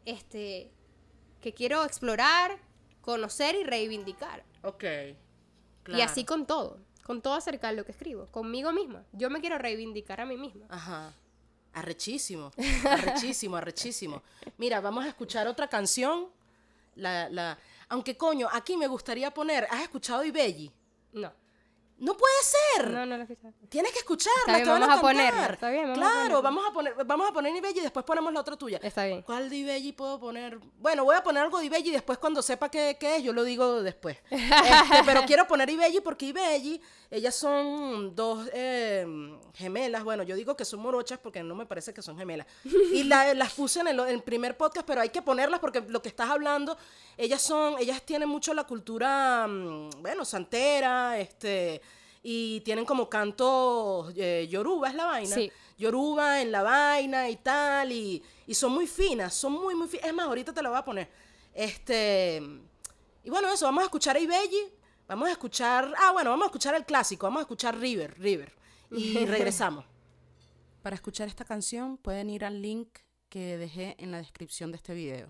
este, que quiero explorar, conocer y reivindicar. Ok, claro. Y así con todo, con todo acerca de lo que escribo, conmigo misma. Yo me quiero reivindicar a mí misma. Ajá. Arrechísimo, arrechísimo, arrechísimo. Mira, vamos a escuchar otra canción. La, la... Aunque, coño, aquí me gustaría poner... ¿Has escuchado Ibelli? No. ¡No puede ser! No, no lo he escuchado. Tienes que escucharla, Está bien, te van vamos a a ponerla, cantar. está bien, vamos a Claro, ponerla. vamos a poner, vamos a poner Ibelli y después ponemos la otra tuya. Está bien. ¿Cuál de Ibelli puedo poner? Bueno, voy a poner algo de Ibelli y después cuando sepa qué, qué es, yo lo digo después. Este, pero quiero poner Ibelli porque Ibelli, ellas son dos eh, gemelas. Bueno, yo digo que son morochas porque no me parece que son gemelas. Y la, las puse en el, en el primer podcast, pero hay que ponerlas porque lo que estás hablando, ellas son, ellas tienen mucho la cultura, bueno, santera, este... y tienen como cantos eh, yoruba, es la vaina. Sí. Yoruba en la vaina y tal, y, y son muy finas, son muy, muy finas. Es más, ahorita te la voy a poner. Este, y bueno, eso, vamos a escuchar a Ibelli, vamos a escuchar, ah, bueno, vamos a escuchar el clásico, vamos a escuchar River, River, y regresamos. Para escuchar esta canción pueden ir al link que dejé en la descripción de este video.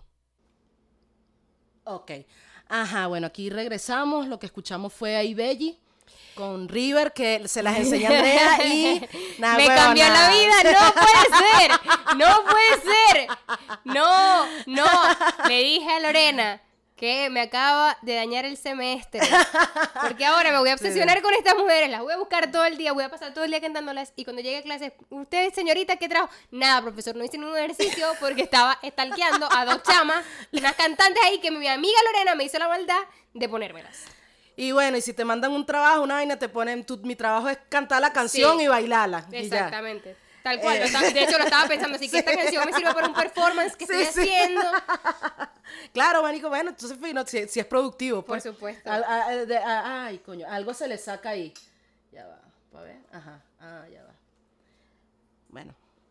Ok, ajá, bueno, aquí regresamos, lo que escuchamos fue a Ibelli con River, que se las enseñé a Andrea y... Nah, me huevona. cambió la vida, no puede ser, no puede ser, no, no, le dije a Lorena que me acaba de dañar el semestre, porque ahora me voy a obsesionar con estas mujeres, las voy a buscar todo el día, voy a pasar todo el día cantándolas, y cuando llegue a clases, usted, señorita, ¿qué trajo? Nada, profesor, no hice ningún ejercicio porque estaba stalkeando a dos chamas, unas cantantes ahí que mi amiga Lorena me hizo la maldad de ponérmelas. Y bueno, y si te mandan un trabajo, una vaina, te ponen, tu, mi trabajo es cantar la canción Sí, y bailarla. Exactamente. Y ya. Tal cual, Eh. lo estaba- de hecho lo estaba pensando, así que esta canción me sirve para un performance que Sí, estoy sí. haciendo. Claro, manico, bueno, entonces, fino, si, si es productivo, Por pues. supuesto. Al- a- de- a- ay, coño, algo se le saca ahí. Ya va, para ver, ajá, ah, ya va. Bueno.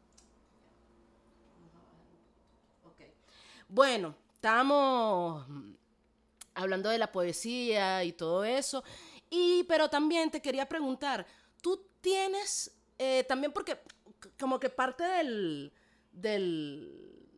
Ok. Bueno, estamos hablando de la poesía y todo eso. Y, pero también te quería preguntar, ¿tú tienes, eh, también porque c- como que parte del, del,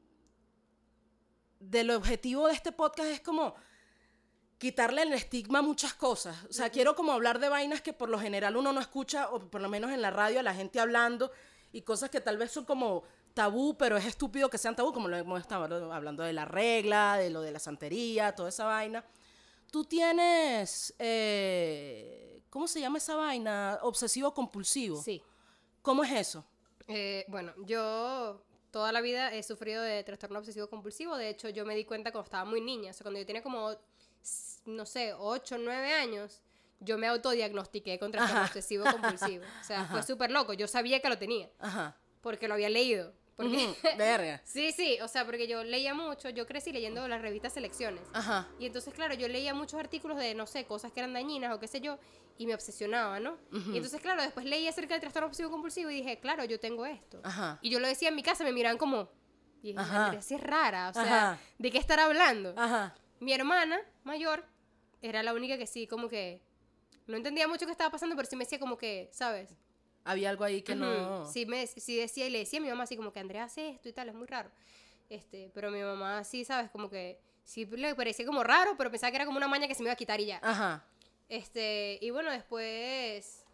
del objetivo de este podcast es como quitarle el estigma a muchas cosas. O sea, quiero como hablar de vainas que por lo general uno no escucha, o por lo menos en la radio, a la gente hablando, y cosas que tal vez son como tabú, pero es estúpido que sean tabú, como lo hemos estado hablando de la regla, de lo de la santería, toda esa vaina. Tú tienes, eh, ¿cómo se llama esa vaina? Obsesivo compulsivo. Sí. ¿Cómo es eso? Eh, bueno, yo toda la vida he sufrido de trastorno obsesivo compulsivo. De hecho, yo me di cuenta cuando estaba muy niña. O sea, cuando yo tenía como, no sé, ocho, nueve años, yo me autodiagnostiqué con trastorno Ajá. obsesivo compulsivo. O sea, Ajá. fue súper loco. Yo sabía que lo tenía, Ajá. porque lo había leído. Porque... Ujú, verga. Sí, sí, o sea, porque yo leía mucho, yo crecí leyendo las revistas Selecciones. Ajá. Y entonces, claro, yo leía muchos artículos de, no sé, cosas que eran dañinas o qué sé yo, y me obsesionaba, ¿no? Ujú. Y entonces, claro, después leí acerca del trastorno obsesivo compulsivo y dije, claro, yo tengo esto. Ajá. Y yo lo decía en mi casa, me miraban como, y dije, Ajá. Andrea, sí es rara, o sea, Ajá. ¿de qué estará hablando? Ajá. Mi hermana mayor era la única que sí, como que, no entendía mucho qué estaba pasando, pero sí me decía como que, ¿sabes? Había algo ahí que no... Ujú. Sí, me, sí decía y le decía a mi mamá así como que Andrea hace esto y tal, es muy raro. Este, pero mi mamá sí, ¿sabes? Como que sí le parecía como raro, pero pensaba que era como una maña que se me iba a quitar y ya. Ajá. Este, y bueno, después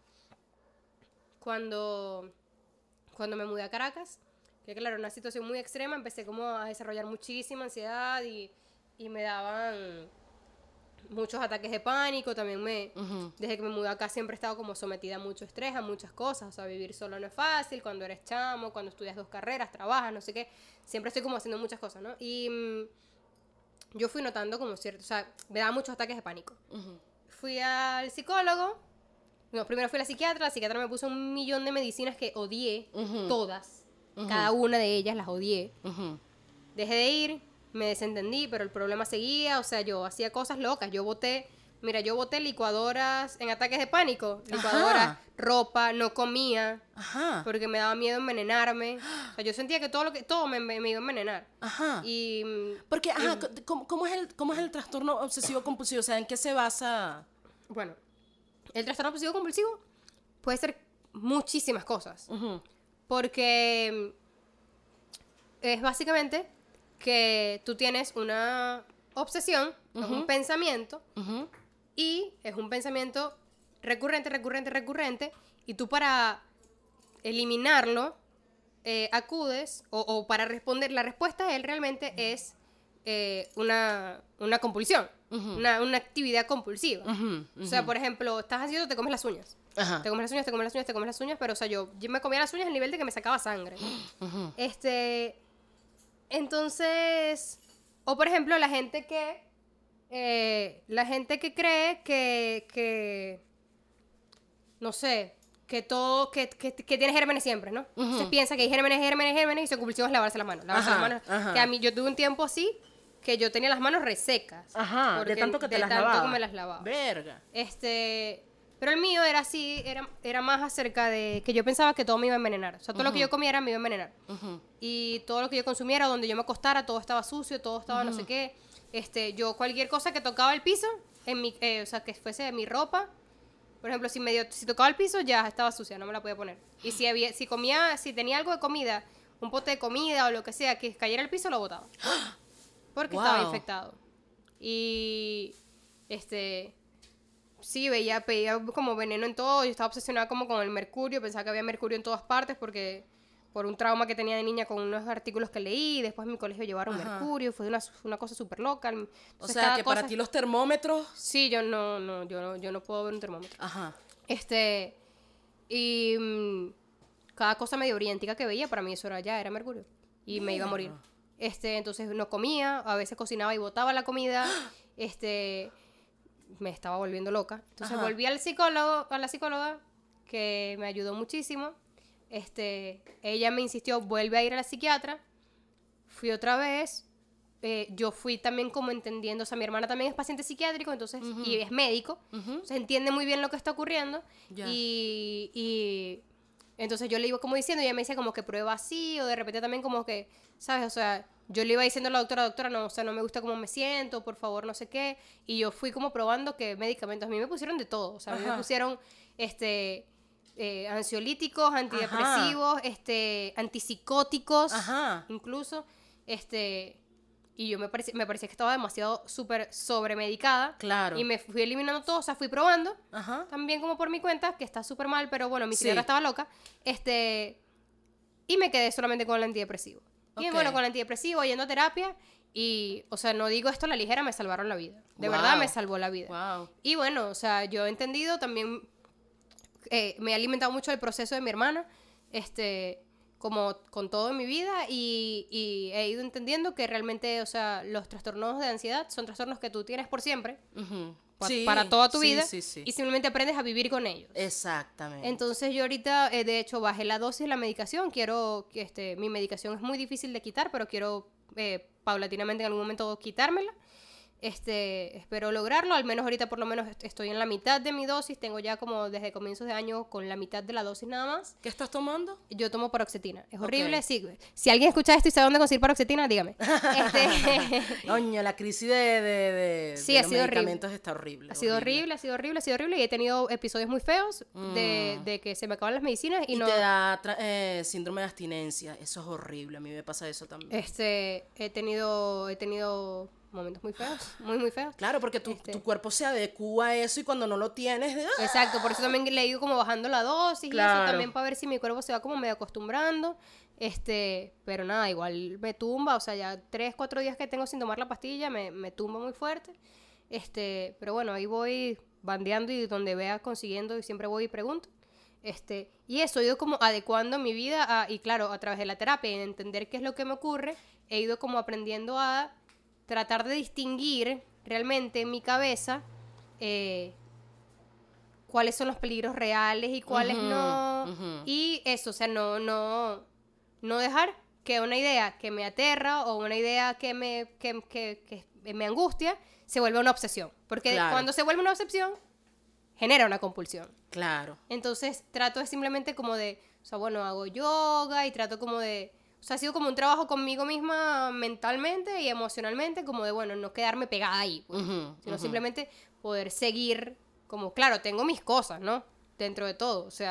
cuando cuando me mudé a Caracas, que claro, una situación muy extrema, empecé como a desarrollar muchísima ansiedad y, y me daban muchos ataques de pánico, también me, Ujú. desde que me mudé acá siempre he estado como sometida a mucho estrés, a muchas cosas, o sea, vivir solo no es fácil, cuando eres chamo, cuando estudias dos carreras, trabajas, no sé qué, siempre estoy como haciendo muchas cosas, ¿no? Y mm, yo fui notando como cierto, o sea, me daban muchos ataques de pánico. Ujú. Fui al psicólogo, no, primero fui a la psiquiatra, la psiquiatra me puso un millón de medicinas que odié, Ujú. todas, Ujú. cada una de ellas las odié. Ujú. Dejé de ir, me desentendí, pero el problema seguía, o sea, yo hacía cosas locas, yo boté, mira, yo boté licuadoras en ataques de pánico, licuadoras, Ajá. ropa, no comía, Ajá. porque me daba miedo envenenarme, o sea, yo sentía que todo lo que, todo me, me, me iba a envenenar, Ajá. y, mm, Porque, ajá, ¿cómo, cómo es el, ¿cómo es el trastorno obsesivo compulsivo? O sea, ¿en qué se basa? bueno, el trastorno obsesivo compulsivo puede ser muchísimas cosas, Ujú. porque mm, es básicamente que tú tienes una obsesión, Ujú. es un pensamiento, Ujú. y es un pensamiento recurrente, recurrente, recurrente, y tú para eliminarlo eh, acudes, o, o para responder, la respuesta a él realmente es eh, una, una compulsión, Ujú. una, una actividad compulsiva. Ujú, O sea, ujú. por ejemplo, estás haciendo, te comes las uñas. Ajá. Te comes las uñas, te comes las uñas, te comes las uñas, pero o sea, yo, yo me comía las uñas al nivel de que me sacaba sangre, ¿no? Ujú. Este, entonces, o por ejemplo, la gente que, eh, la gente que cree que, que, no sé, que todo, que, que, que tiene gérmenes siempre, ¿no? Ujú. Entonces piensa que hay gérmenes, gérmenes, gérmenes, y su compulsión es lavarse las manos, lavarse Ajá, las manos. ajá. Que a mí, yo tuve un tiempo así, que yo tenía las manos resecas. Ajá, de porque tanto que te de las tanto lavaba. que me las lavaba. Verga. Este, pero el mío era así, era, era más acerca de que yo pensaba que todo me iba a envenenar. O sea, todo lo que yo comiera me iba a envenenar. Ujú. Y todo lo que yo consumiera, donde yo me acostara, todo estaba sucio, todo estaba no sé qué. Este, yo cualquier cosa que tocaba el piso, en mi, eh, o sea, que fuese de mi ropa, por ejemplo, si medio, si tocaba el piso ya estaba sucia, no me la podía poner. Y si había, si comía, si tenía algo de comida, un pote de comida o lo que sea, que cayera al piso, lo botaba. Porque Wow. estaba infectado. Y este, sí, veía, veía como veneno en todo. Yo estaba obsesionada como con el mercurio. Pensaba que había mercurio en todas partes porque por un trauma que tenía de niña con unos artículos que leí. Después en mi colegio llevaron Ajá. mercurio. Fue una, una cosa súper loca. O Entonces, sea, cada que para cosa- ti los termómetros... Sí, yo no, no, yo no, yo no puedo ver un termómetro. Ajá. Este, y mm, cada cosa medio orientica que veía, para mí eso era ya, era mercurio. Y me iba a morir. Mierda. Este, entonces no comía, a veces cocinaba y botaba la comida. Este, me estaba volviendo loca. Entonces Ajá. volví al psicólogo, a la psicóloga, que me ayudó muchísimo. Este, ella me insistió, vuelve a ir a la psiquiatra. Fui otra vez. Eh, yo fui también como entendiendo, o sea, mi hermana también es paciente psiquiátrico, entonces, Ujú. y es médico, Ujú. entonces entiende muy bien lo que está ocurriendo. Ya. Y, y entonces yo le iba como diciendo, y ella me decía como que prueba así, o de repente también como que, ¿sabes? O sea, yo le iba diciendo a la doctora, doctora, no, o sea, no me gusta cómo me siento, por favor, no sé qué. Y yo fui como probando que medicamentos, a mí me pusieron de todo, o sea, a mí me Ajá. pusieron, este, eh, ansiolíticos, antidepresivos, este, antipsicóticos, Ajá. incluso, este... Y yo me parecía, me parecía que estaba demasiado súper sobremedicada. Claro. Y me fui eliminando todo, o sea, fui probando. Ajá. También como por mi cuenta, que está súper mal, pero bueno, mi Sí. señora estaba loca. Este, y me quedé solamente con el antidepresivo. Y Ok. bueno, con el antidepresivo, yendo a terapia. Y, o sea, no digo esto a la ligera, me salvaron la vida. De Wow. verdad me salvó la vida. Wow. Y bueno, o sea, yo he entendido también, eh, me ha alimentado mucho el proceso de mi hermana, este, como con todo en mi vida, y, y he ido entendiendo que realmente, o sea, los trastornos de ansiedad son trastornos que tú tienes por siempre, Ujú. pa- Sí, para toda tu sí, vida, sí, sí. y simplemente aprendes a vivir con ellos. Exactamente. Entonces yo ahorita, eh, de hecho, bajé la dosis de la medicación. Quiero, que este, mi medicación es muy difícil de quitar, pero quiero eh, paulatinamente en algún momento quitármela. Este, espero lograrlo, al menos ahorita por lo menos est- estoy en la mitad de mi dosis. Tengo ya como desde comienzos de año con la mitad de la dosis nada más. ¿Qué estás tomando? Yo tomo paroxetina. Es Ok. horrible, sí. Si alguien escucha esto y sabe dónde conseguir paroxetina, dígame. Este, Coño, la crisis de, de, de, Sí, de ha los sido horrible. medicamentos está horrible. ha sido horrible, ha sido horrible, ha sido horrible. Y he tenido episodios muy feos de, Mm. de que se me acaban las medicinas y, Y no... te da tra- eh, síndrome de abstinencia. Eso es horrible. A mí me pasa eso también. Este, he tenido, he tenido momentos muy feos, muy, muy feos. Claro, porque tu, Este. tu cuerpo se adecua a eso y cuando no lo tienes... ¡ah! Exacto, por eso también le he ido como bajando la dosis y Claro. eso también para ver si mi cuerpo se va como medio acostumbrando. Este, pero nada, igual me tumba, o sea, ya tres, cuatro días que tengo sin tomar la pastilla, me, me tumba muy fuerte. Este, pero bueno, ahí voy bandeando y donde vea consiguiendo y siempre voy y pregunto. Este, y eso, he ido como adecuando mi vida a, y claro, a través de la terapia y en entender qué es lo que me ocurre, he ido como aprendiendo a tratar de distinguir realmente en mi cabeza eh, cuáles son los peligros reales y cuáles Ujú, no. ujú. Y eso, o sea, no, no, no dejar que una idea que me aterra o una idea que me, que, que, que me angustia se vuelva una obsesión. Porque Claro. cuando se vuelve una obsesión, genera una compulsión. Claro. Entonces trato de simplemente como de, o sea, bueno, hago yoga y trato como de, o sea, ha sido como un trabajo conmigo misma mentalmente y emocionalmente, como de, bueno, no quedarme pegada ahí, pues, Ujú, sino ujú. simplemente poder seguir, como, claro, tengo mis cosas, ¿no? Dentro de todo, o sea,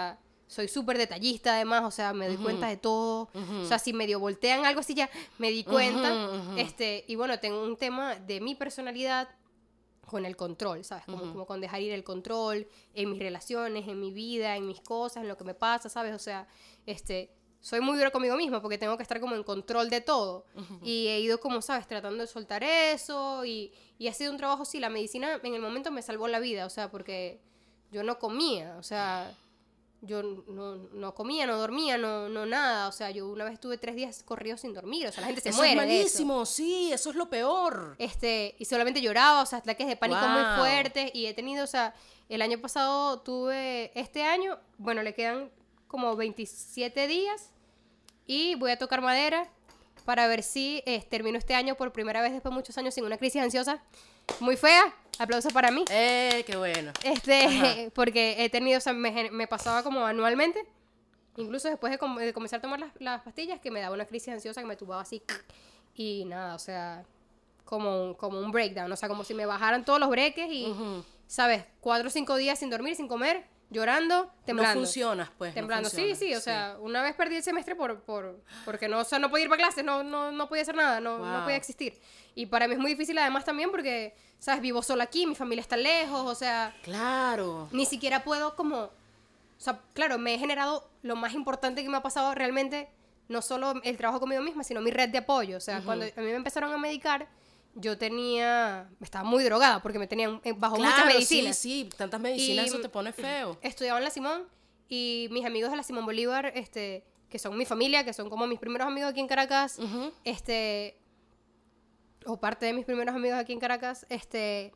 soy súper detallista además, o sea, me doy uh-huh. cuenta de todo. Uh-huh. O sea, si medio voltean algo así ya me di cuenta. Uh-huh, uh-huh. Este, y bueno, tengo un tema de mi personalidad con el control, ¿sabes? Como, uh-huh. como con dejar ir el control en mis relaciones, en mi vida, en mis cosas, en lo que me pasa, ¿sabes? O sea, este, soy muy dura conmigo misma porque tengo que estar como en control de todo. Uh-huh. Y he ido como, ¿sabes? Tratando de soltar eso y, y ha sido un trabajo, sí, la medicina en el momento me salvó la vida, o sea, porque yo no comía, o sea, yo no, no comía, no dormía, no, no nada, o sea, yo una vez estuve tres días corridos sin dormir, o sea, la gente se eso muere es malísimo, de eso. Sí, eso es lo peor. Este, y solamente lloraba, o sea, ataques de pánico wow. muy fuertes, y he tenido, o sea, el año pasado tuve, este año, bueno, le quedan como veintisiete días, y voy a tocar madera para ver si eh, termino este año por primera vez después de muchos años sin una crisis ansiosa muy fea. Aplausos para mí. Eh, qué bueno. Este, porque he tenido, o sea, me, me pasaba como anualmente, incluso después de, com- de comenzar a tomar las, las pastillas, que me daba una crisis ansiosa que me tumbaba así, y nada, o sea, como un, como un breakdown, o sea, como si me bajaran todos los breques y, uh-huh. ¿sabes? Cuatro o cinco días sin dormir, sin comer, llorando, temblando. No funcionas, pues. Temblando, no funciona. sí, sí, o sea, sí. Una vez perdí el semestre por, por, porque no, o sea, no podía ir para clases, no, no, no podía hacer nada, no, wow. no podía existir. Y para mí es muy difícil además también porque, ¿sabes? Vivo sola aquí, mi familia está lejos, o sea... Claro. Ni siquiera puedo como... O sea, claro, me he generado lo más importante que me ha pasado realmente, no solo el trabajo conmigo misma, sino mi red de apoyo. O sea, uh-huh. cuando a mí me empezaron a medicar, yo tenía... Estaba muy drogada porque me tenían bajo claro, muchas medicinas. sí, sí, tantas medicinas, y eso te pone feo. Estudiaba en la Simón y mis amigos de la Simón Bolívar, este, que son mi familia, que son como mis primeros amigos aquí en Caracas, uh-huh. este... o parte de mis primeros amigos aquí en Caracas, este,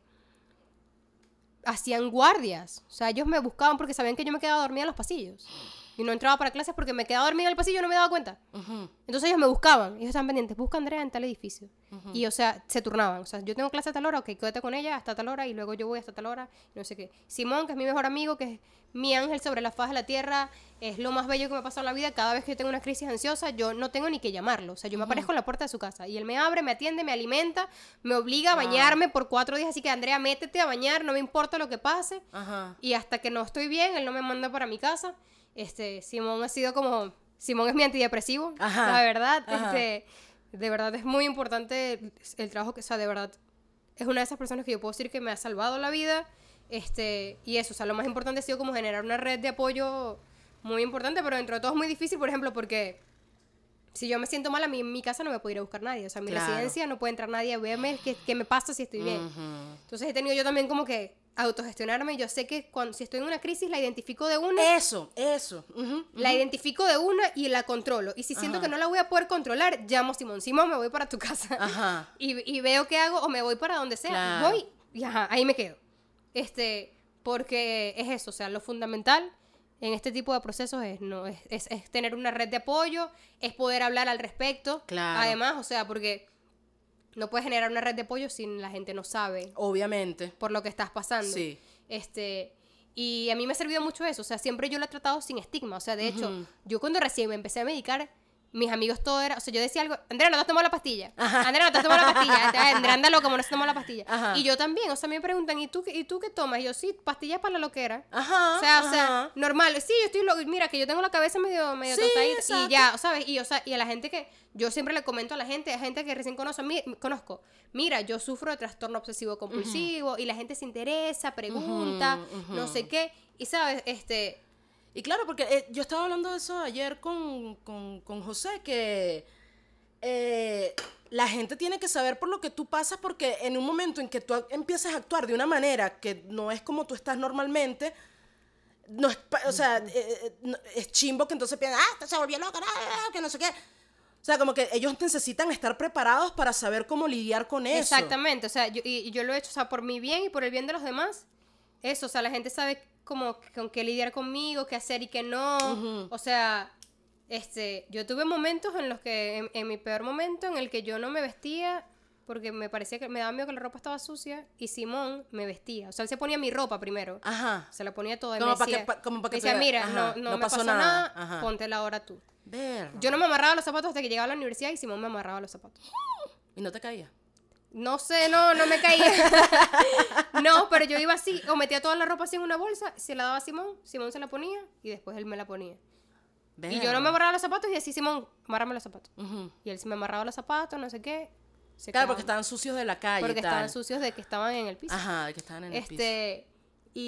hacían guardias. O sea, ellos me buscaban porque sabían que yo me quedaba dormida en los pasillos. Y no entraba para clases porque me quedaba dormida en el pasillo y no me daba cuenta. Uh-huh. Entonces ellos me buscaban. Ellos estaban pendientes. Busca a Andrea en tal edificio. Uh-huh. Y, o sea, se turnaban. O sea, yo tengo clase a tal hora, ok, quédate con ella hasta tal hora y luego yo voy hasta tal hora. No sé qué. Simón, que es mi mejor amigo, que es mi ángel sobre la faz de la tierra, es lo más bello que me ha pasado en la vida. Cada vez que yo tengo una crisis ansiosa, yo no tengo ni que llamarlo. O sea, yo me aparezco en la puerta de su casa y él me abre, me atiende, me alimenta, me obliga a bañarme wow. por cuatro días. Así que, Andrea, métete a bañar, no me importa lo que pase. Uh-huh. Y hasta que no estoy bien, él no me manda para mi casa. Este, Simón ha sido como... Simón es mi antidepresivo, ajá, la verdad. Este, de verdad es muy importante el trabajo que... O sea, de verdad, es una de esas personas que yo puedo decir que me ha salvado la vida. Este, y eso, o sea, lo más importante ha sido como generar una red de apoyo muy importante, pero dentro de todo es muy difícil, por ejemplo, porque si yo me siento mal, a mí en mi casa no me puede ir a buscar nadie. O sea, en mi claro. residencia no puede entrar nadie a verme qué, qué me pasa si estoy bien. Uh-huh. Entonces he tenido yo también como que autogestionarme. Yo sé que cuando, si estoy en una crisis la identifico de una. Eso, eso. Uh-huh, uh-huh. La identifico de una y la controlo. Y si siento uh-huh. que no la voy a poder controlar, llamo a Simón. Simón, me voy para tu casa. Uh-huh. y, y veo qué hago o me voy para donde sea. Claro. Voy y ajá, ahí me quedo. Este, porque es eso, o sea, lo fundamental en este tipo de procesos es, no, es, es, es tener una red de apoyo, es poder hablar al respecto. Claro. Además, o sea, porque no puedes generar una red de apoyo si la gente no sabe. Obviamente. Por lo que estás pasando. Sí. Este, y a mí me ha servido mucho eso, o sea, siempre yo lo he tratado sin estigma. O sea, de hecho, uh-huh. yo cuando recién me empecé a medicar, mis amigos todo era, o sea, yo decía algo, Andrea, no te has tomado la pastilla. Ajá. Andrea, no te has tomado la pastilla. Andrea, anda loca, como no se tomó la pastilla. Ajá. Y yo también, o sea, me preguntan, ¿y tú, ¿y tú qué tomas? Y yo, sí, pastillas para la loquera. Ajá. O sea, ajá. o sea, normal. Sí, yo estoy loca. Mira, que yo tengo la cabeza medio, medio sí, tostadita. Y ya, ¿sabes? Y, o sea, y a la gente que, yo siempre le comento a la gente, a gente que recién conozco, mi, conozco, mira, yo sufro de trastorno obsesivo compulsivo, uh-huh. y la gente se interesa, pregunta, uh-huh, uh-huh. no sé qué. Y, ¿sabes? Este... Y claro, porque eh, yo estaba hablando de eso ayer con, con, con José, que eh, la gente tiene que saber por lo que tú pasas, porque en un momento en que tú empiezas a actuar de una manera que no es como tú estás normalmente, no es, o sea, eh, no, es chimbo que entonces piensan, ah, se volvió loca, que no sé qué. O sea, como que ellos necesitan estar preparados para saber cómo lidiar con eso. Exactamente, o sea, yo, y, y yo lo he hecho, o sea, por mi bien y por el bien de los demás. Eso, o sea, la gente sabe como con qué lidiar conmigo, qué hacer y qué no. Uh-huh. O sea, este, yo tuve momentos en los que, en, en mi peor momento, en el que yo no me vestía porque me parecía que me daba miedo que la ropa estaba sucia, y Simón me vestía. O sea, él se ponía mi ropa primero. Ajá. Se la ponía toda y como me decía, pa que, como pa que me decía, mira, no, no, no me pasó, pasó nada, nada póntela ahora tú. Ver. Yo no me amarraba los zapatos hasta que llegaba a la universidad y Simón me amarraba los zapatos. ¿Y no te caía? No sé, no, no me caía. No, pero pero yo iba así, o metía toda la ropa así en una bolsa, se la daba a Simón, Simón se la ponía y después él me la ponía. Vean. Y yo no me amarraba los zapatos y así, Simón, amárrame los zapatos. Uh-huh. Y él sí me amarraba los zapatos, no sé qué. Se claro, quedaban. Porque estaban sucios de la calle. Porque y tal. estaban sucios de que estaban en el piso. Ajá, de que estaban en el este, piso.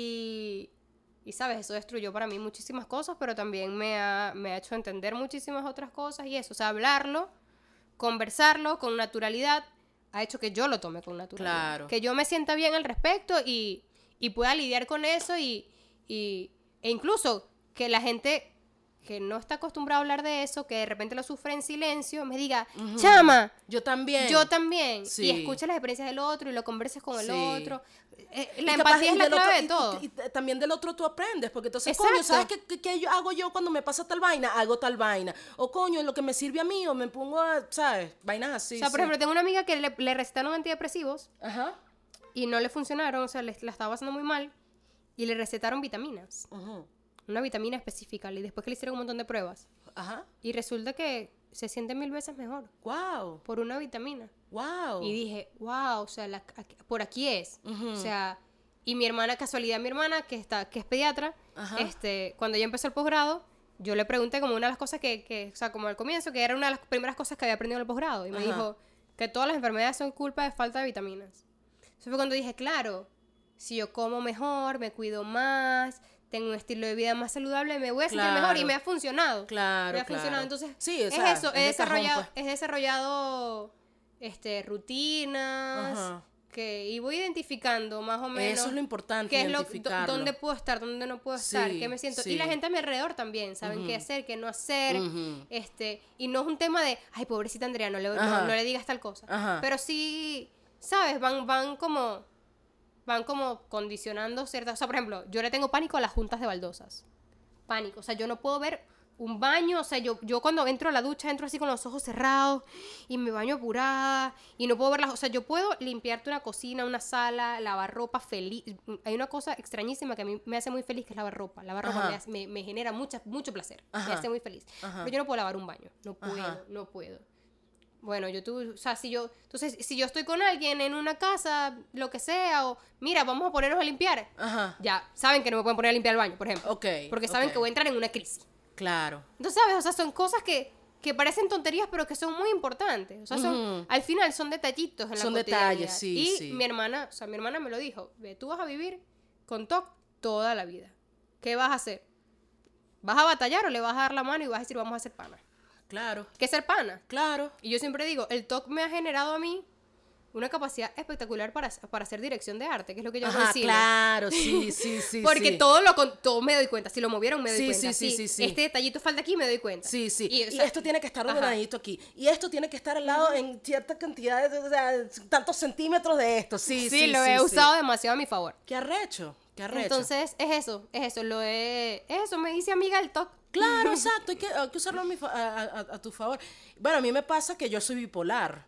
Y, y, ¿sabes? Eso destruyó para mí muchísimas cosas, pero también me ha, me ha hecho entender muchísimas otras cosas y eso. O sea, hablarlo, conversarlo con naturalidad, ha hecho que yo lo tome con naturalidad. Claro. Que yo me sienta bien al respecto y, y pueda lidiar con eso y, y, e incluso que la gente que no está acostumbrada a hablar de eso, que de repente lo sufre en silencio, me diga, uh-huh. chama, yo también. Yo también. Sí. Y escucha las experiencias del otro y lo converses con el sí. otro. Eh, la y empatía es la clave otro, de todo. Y, y, y también del otro tú aprendes, porque entonces, Exacto. coño, ¿sabes qué, qué, qué yo hago yo cuando me pasa tal vaina? Hago tal vaina. O coño, lo que me sirve a mí, o me pongo a, ¿sabes? Vainas así. O sea, por sí. ejemplo, tengo una amiga que le, le recetaron antidepresivos. Ajá. Y no le funcionaron, o sea, le, la estaba pasando muy mal. Y le recetaron vitaminas. Ajá. Una vitamina específica. Y después que le hicieron un montón de pruebas. Ajá. Y resulta que se siente mil veces mejor. Wow. Por una vitamina. Wow. Y dije, wow, o sea, la, por aquí es. Uh-huh. O sea, y mi hermana, casualidad, mi hermana, que está, que es pediatra, uh-huh. este, cuando ella empezó el posgrado, yo le pregunté como una de las cosas que, que, o sea, como al comienzo, que era una de las primeras cosas que había aprendido en el posgrado. Y me uh-huh. dijo que todas las enfermedades son culpa de falta de vitaminas. Eso fue cuando dije, claro, si yo como mejor, me cuido más, tengo un estilo de vida más saludable, me voy a sentir claro. mejor y me ha funcionado. Claro, Me ha claro. funcionado. Entonces, sí, o es sea, eso, es he desarrollado, cajón, pues. he desarrollado este, rutinas, uh-huh. que, y voy identificando más o menos. Eso es lo importante, qué es lo, d- dónde puedo estar, dónde no puedo sí, estar, qué me siento. Sí. Y la gente a mi alrededor también, saben uh-huh. qué hacer, qué no hacer. Uh-huh. este Y no es un tema de, ay, pobrecita Andrea, no le, uh-huh. no, no le digas tal cosa. Uh-huh. Pero sí, ¿sabes? Van, van como... van como condicionando ciertas... O sea, por ejemplo, yo le tengo pánico a las juntas de baldosas. Pánico. O sea, yo no puedo ver un baño. O sea, yo, yo cuando entro a la ducha entro así con los ojos cerrados y me baño apurada y no puedo ver las... O sea, yo puedo limpiarte una cocina, una sala, lavar ropa feliz. Hay una cosa extrañísima que a mí me hace muy feliz, que es lavar ropa. Lavar ropa me, hace, me, me genera mucha, mucho placer. Ajá. Me hace muy feliz. Ajá. Pero yo no puedo lavar un baño. No puedo, Ajá. no puedo. Bueno, yo tuve, o sea, si yo, entonces, si yo estoy con alguien en una casa, lo que sea, o mira, vamos a ponernos a limpiar, Ajá. ya, saben que no me pueden poner a limpiar el baño, por ejemplo. Ok. Porque saben okay. que voy a entrar en una crisis. Claro. Entonces, ¿sabes? O sea, son cosas que, que parecen tonterías, pero que son muy importantes. O sea, son, uh-huh. al final son detallitos en son la cotidianidad. Son detalles, sí, y sí. mi hermana, o sea, mi hermana me lo dijo, tú vas a vivir con T O C toda la vida. ¿Qué vas a hacer? ¿Vas a batallar o le vas a dar la mano y vas a decir, vamos a hacer pana? Claro. ¿Qué es ser pana? Claro. Y yo siempre digo, el T O C me ha generado a mí una capacidad espectacular para, para hacer dirección de arte, que es lo que yo hago en cine. Claro, sí, sí, sí. Porque sí. todo lo todo me doy cuenta. Si lo movieron, me doy sí, cuenta. Sí, sí, sí, sí, sí. Este detallito falta aquí, me doy cuenta. Sí, sí. Y, y o sea, esto tiene que estar ordenadito aquí. Y esto tiene que estar al lado uh-huh. en cierta cantidad, de, o sea, tantos centímetros de esto. Sí, sí, sí. lo sí, he sí. usado demasiado a mi favor. Qué arrecho, qué arrecho. Entonces, es eso, es eso. Lo he, es eso, me dice amiga el T O C. Claro, exacto, hay que, hay que usarlo a, mi fa- a, a, a tu favor. Bueno, a mí me pasa que yo soy bipolar.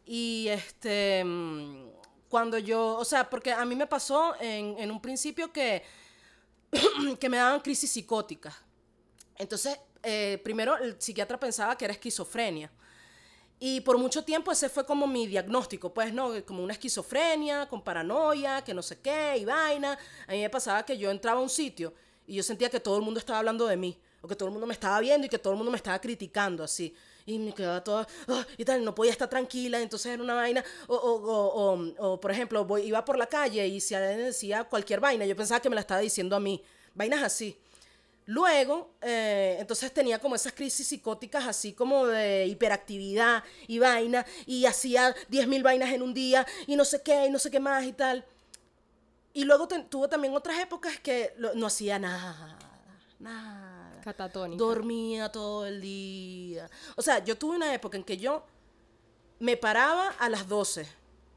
Y este, cuando yo, o sea, porque a mí me pasó en, en un principio que, que me daban crisis psicóticas. Entonces, eh, primero el psiquiatra pensaba que era esquizofrenia. Y por mucho tiempo ese fue como mi diagnóstico, pues, ¿no? Como una esquizofrenia, con paranoia, que no sé qué, y vaina. A mí me pasaba que yo entraba a un sitio y yo sentía que todo el mundo estaba hablando de mí. O que todo el mundo me estaba viendo y que todo el mundo me estaba criticando, así. Y me quedaba toda, oh, y tal, no podía estar tranquila, entonces era una vaina. O, o, o, o, o por ejemplo, voy, iba por la calle y si alguien decía cualquier vaina, yo pensaba que me la estaba diciendo a mí. Vainas así. Luego, eh, entonces tenía como esas crisis psicóticas así como de hiperactividad y vaina, y hacía diez mil vainas en un día, y no sé qué, y no sé qué más y tal. Y luego te, tuvo también otras épocas que lo, no hacía nada, nada. Catatónica. Dormía todo el día. O sea, yo tuve una época en que yo me paraba a las doce,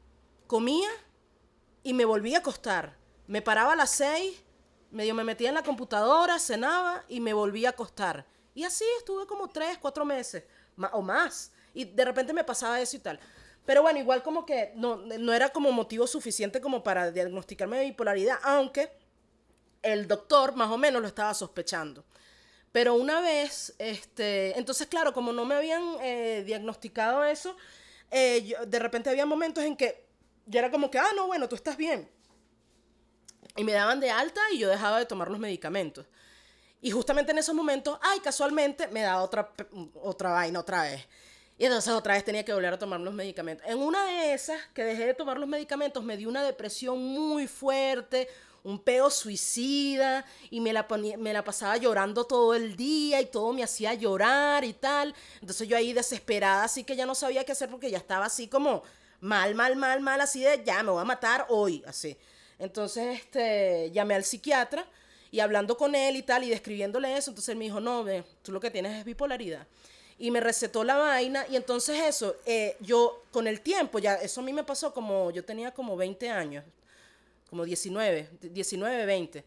comía y me volvía a acostar. Me paraba a las seis, medio me metía en la computadora, cenaba y me volvía a acostar. Y así estuve como tres, cuatro meses o más. Y de repente me pasaba eso y tal. Pero bueno, igual como que no, no era como motivo suficiente como para diagnosticarme de bipolaridad, aunque el doctor más o menos lo estaba sospechando. Pero una vez, este, entonces claro, como no me habían eh, diagnosticado eso, eh, yo, de repente había momentos en que yo era como que, ah, no, bueno, tú estás bien. Y me daban de alta y yo dejaba de tomar los medicamentos. Y justamente en esos momentos, ay, casualmente me da otra, otra vaina otra vez. Y entonces otra vez tenía que volver a tomar los medicamentos. En una de esas, que dejé de tomar los medicamentos, me dio una depresión muy fuerte, un peo suicida, y me la, ponía, me la pasaba llorando todo el día, y todo me hacía llorar y tal. Entonces yo ahí desesperada, así que ya no sabía qué hacer, porque ya estaba así como mal, mal, mal, mal, así de ya, me voy a matar hoy, así. Entonces este, llamé al psiquiatra, y hablando con él y tal, y describiéndole eso, entonces él me dijo, no, ve, tú lo que tienes es bipolaridad. Y me recetó la vaina, y entonces eso, eh, yo con el tiempo, ya eso a mí me pasó como, yo tenía como veinte años, como diecinueve, diecinueve, veinte.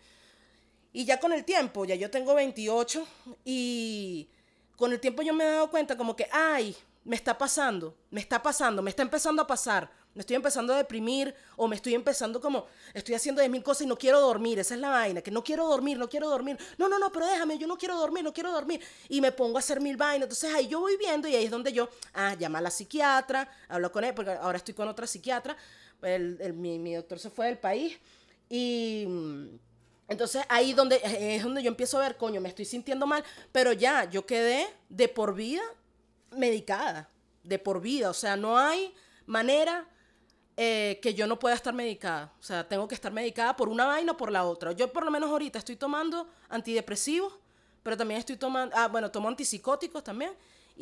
Y ya con el tiempo, ya yo tengo veintiocho, y con el tiempo yo me he dado cuenta como que, ay, me está pasando, me está pasando, me está empezando a pasar. Me estoy empezando a deprimir, o me estoy empezando como, estoy haciendo diez mil cosas y no quiero dormir. Esa es la vaina, que no quiero dormir, no quiero dormir. No, no, no, pero déjame, yo no quiero dormir, no quiero dormir. Y me pongo a hacer mil vainas. Entonces ahí yo voy viendo, y ahí es donde yo, ah, llama a la psiquiatra, hablo con él, porque ahora estoy con otra psiquiatra. El, el, mi, mi doctor se fue del país. Y entonces ahí donde, es donde yo empiezo a ver, coño, me estoy sintiendo mal. Pero ya, yo quedé de por vida medicada, de por vida. O sea, no hay manera... Eh, que yo no pueda estar medicada. O sea, tengo que estar medicada por una vaina o por la otra. Yo por lo menos ahorita estoy tomando antidepresivos, pero también estoy tomando, ah, bueno, tomo antipsicóticos también,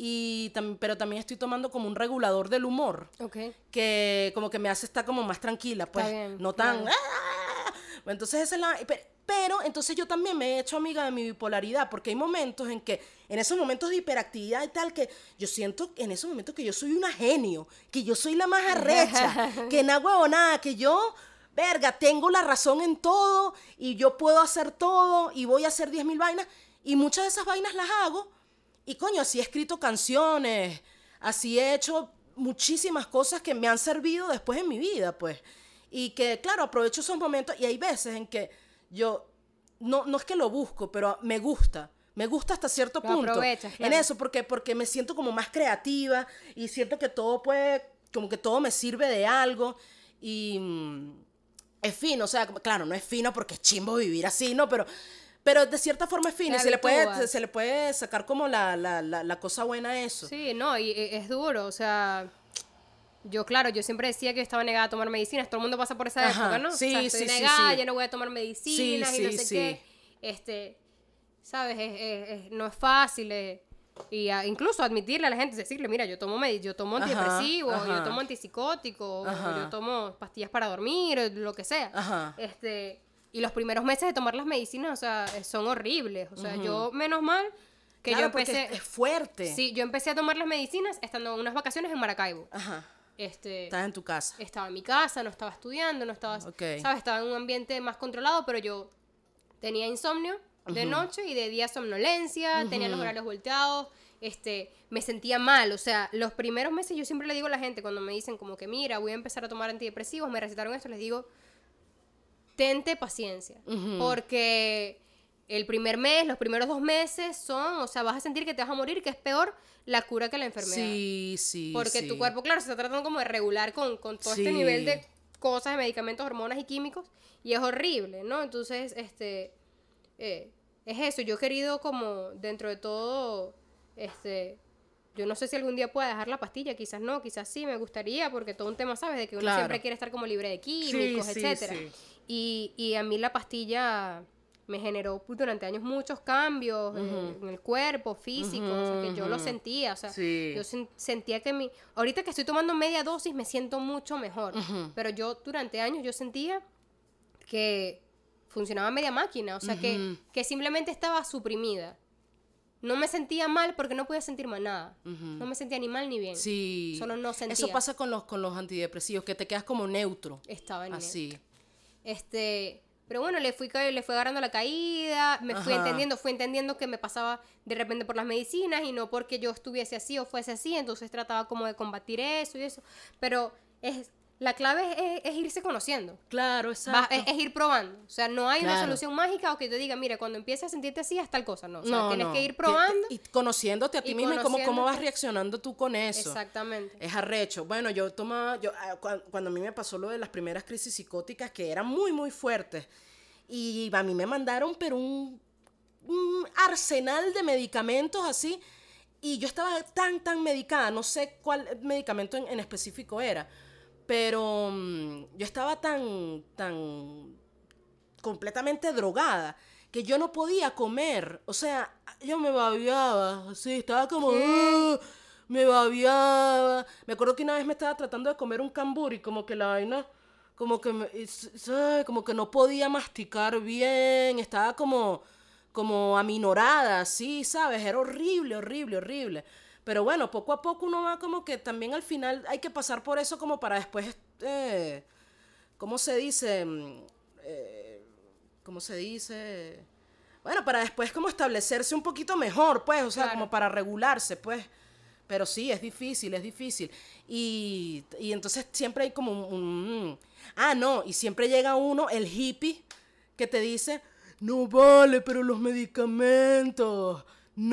y tam, pero también estoy tomando como un regulador del humor. Okay. Que como que me hace estar como más tranquila, pues, bien, no tan... claro. ¡Ah! Entonces esa es la... Pero, pero entonces yo también me he hecho amiga de mi bipolaridad, porque hay momentos en que, en esos momentos de hiperactividad y tal, que yo siento en esos momentos que yo soy una genio, que yo soy la más arrecha, que no hago nada, que yo, verga, tengo la razón en todo, y yo puedo hacer todo, y voy a hacer diez mil vainas, y muchas de esas vainas las hago, y coño, así he escrito canciones, así he hecho muchísimas cosas que me han servido después en mi vida, pues. Y que, claro, aprovecho esos momentos, y hay veces en que yo, no, no es que lo busco, pero me gusta. Me gusta hasta cierto Lo punto. aprovechas, claro. En eso, porque, porque me siento como más creativa, y siento que todo puede, como que todo me sirve de algo, y mm, es fino, o sea, claro, no es fino porque es chimbo vivir así, ¿no? Pero, pero de cierta forma es fino, y se le, puede, se le puede sacar como la, la, la, la cosa buena a eso. Sí, no, y es duro, o sea... Yo, claro, yo siempre decía que estaba negada a tomar medicinas. Todo el mundo pasa por esa Ajá, época, ¿no? Sí, o sea, estoy sí, negada, sí, sí. ya no voy a tomar medicinas Sí, y no sí, sé sí. qué. Este, ¿sabes? Es, es, es, no es fácil. Es, y a, incluso admitirle a la gente, decirle, mira, yo tomo med yo tomo antidepresivos, ajá, ajá. yo tomo antipsicóticos, Ajá. yo tomo pastillas para dormir, lo que sea. Ajá. Este, y los primeros meses de tomar las medicinas, o sea, son horribles. O sea, uh-huh. yo, menos mal, que claro, yo empecé... Es, es fuerte. Sí, yo empecé a tomar las medicinas estando en unas vacaciones en Maracaibo. Ajá. Este, Estabas en tu casa. Estaba en mi casa, no estaba estudiando, no estaba, okay. ¿sabes? Estaba en un ambiente más controlado, pero yo tenía insomnio de uh-huh. noche y de día somnolencia, uh-huh. tenía los horarios volteados, este, me sentía mal, o sea, los primeros meses yo siempre le digo a la gente cuando me dicen como que mira, voy a empezar a tomar antidepresivos, me recetaron esto, les digo, tente paciencia, uh-huh. porque el primer mes, los primeros dos meses son, o sea, vas a sentir que te vas a morir, que es peor la cura que la enfermedad. Sí, sí, Porque sí. tu cuerpo, claro, se está tratando como de regular con, con todo sí. este nivel de cosas, de medicamentos, hormonas y químicos, y es horrible, ¿no? Entonces, este, eh, es eso, yo he querido como, dentro de todo, este, yo no sé si algún día pueda dejar la pastilla, quizás no, quizás sí, me gustaría, porque todo un tema, ¿sabes? De que uno claro. siempre quiere estar como libre de químicos, sí, etcétera. Sí, sí. Y, y a mí la pastilla... me generó durante años muchos cambios uh-huh. en, en el cuerpo, físico, uh-huh, o sea, que yo uh-huh. lo sentía, o sea, sí. yo sen- sentía que mi... Ahorita que estoy tomando media dosis me siento mucho mejor, uh-huh. pero yo durante años yo sentía que funcionaba media máquina, o sea, uh-huh. que, que simplemente estaba suprimida. No me sentía mal porque no podía sentir más nada. Uh-huh. No me sentía ni mal ni bien. Sí. Solo no sentía. Eso pasa con los, con los antidepresivos, que te quedas como neutro. Estaba en así. Neutro. Este... Pero bueno, le fui, le fui agarrando la caída, me Ajá. fui entendiendo, fui entendiendo que me pasaba de repente por las medicinas y no porque yo estuviese así o fuese así, entonces trataba como de combatir eso y eso. Pero es, la clave es, es irse conociendo. Claro, exacto. Va, es, es ir probando. O sea, no hay claro. una solución mágica o que te diga, mira, cuando empieces a sentirte así, haz tal cosa. No, o sea, no, tienes no. que ir probando. Y conociéndote a ti mismo y cómo, cómo vas reaccionando tú con eso. Exactamente. Es arrecho. Bueno, yo tomaba, yo, cuando a mí me pasó lo de las primeras crisis psicóticas, que eran muy, muy fuertes, Y a mí me mandaron, pero un, un arsenal de medicamentos así. Y yo estaba tan, tan medicada, no sé cuál medicamento en, en específico era. Pero um, yo estaba tan, tan completamente drogada que yo no podía comer. O sea, yo me babeaba, así, estaba como... Uh, me babeaba. Me acuerdo que una vez me estaba tratando de comer un cambur y como que la vaina... Como que, me, ¿sabes? Como que no podía masticar bien. Estaba como, como aminorada, así, ¿sabes? Era horrible, horrible, horrible. Pero bueno, poco a poco uno va como que también al final hay que pasar por eso como para después... Eh, ¿Cómo se dice? Eh, ¿Cómo se dice? Bueno, para después como establecerse un poquito mejor, pues, o sea, claro. Como para regularse, pues. Pero sí, es difícil, es difícil. Y, y entonces siempre hay como un, un... Ah, no, y siempre llega uno, el hippie, que te dice, no vale, pero los medicamentos...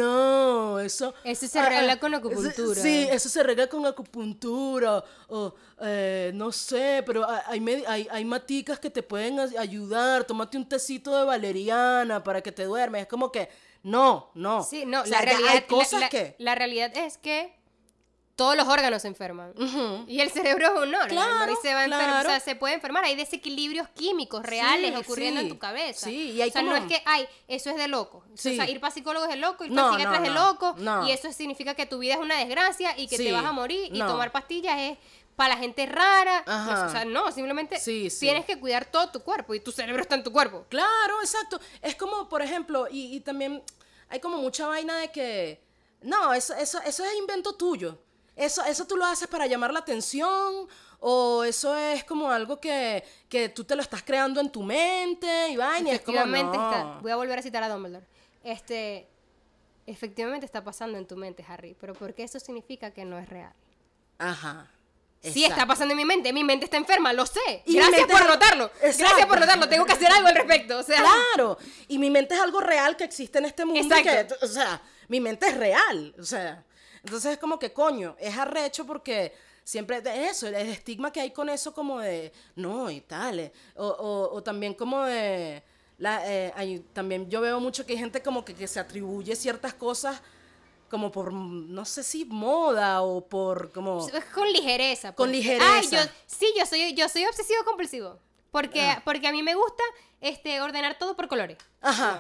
No, eso... Eso se arregla ah, con acupuntura. Sí, eso se arregla con acupuntura. O, eh, no sé, pero hay, hay, hay maticas que te pueden ayudar. Tómate un tecito de valeriana para que te duermes. Es como que, no, no. Sí, no, o sea, la realidad, hay cosas la, la, que... La realidad es que todos los órganos se enferman. Uh-huh. Y el cerebro es un órgano. Claro, y se va a claro. enfermar, o sea, se puede enfermar. Hay desequilibrios químicos reales sí, ocurriendo sí, en tu cabeza. Sí, y hay o sea, como... no es que, ay, eso es de loco. Sí. O sea, ir para psicólogo es de loco, ir no, para psiquiatra no, es de no, loco. No. Y eso significa que tu vida es una desgracia y que sí, te vas a morir. Y no. tomar pastillas es para la gente rara. Ajá. O sea, no, simplemente sí, sí. tienes que cuidar todo tu cuerpo y tu cerebro está en tu cuerpo. Claro, exacto. Es como, por ejemplo, y, y también hay como mucha vaina de que, no, eso, eso, eso es invento tuyo. Eso, eso tú lo haces para llamar la atención, o eso es como algo que, que tú te lo estás creando en tu mente, y vaina, y es como, no. Está, voy a volver a citar a Dumbledore. Este, efectivamente está pasando en tu mente, Harry, pero porque eso significa que no es real. Ajá. Sí, está pasando en mi mente, mi mente está enferma, lo sé. Y Gracias por es... notarlo. Exacto. Gracias por notarlo, tengo que hacer algo al respecto, o sea. Claro, y mi mente es algo real que existe en este mundo. Exacto. Que, o sea, mi mente es real, o sea. Entonces es como que, coño, es arrecho porque siempre es eso, el estigma que hay con eso como de, no, y tal, o, o, o también como de, la, eh, hay, también yo veo mucho que hay gente como que, que se atribuye ciertas cosas como por, no sé si moda o por como... Con ligereza. Con porque, ligereza. Ay, yo, sí, yo soy, yo soy obsesivo compulsivo, porque, ah. porque a mí me gusta este, ordenar todo por colores. Ajá.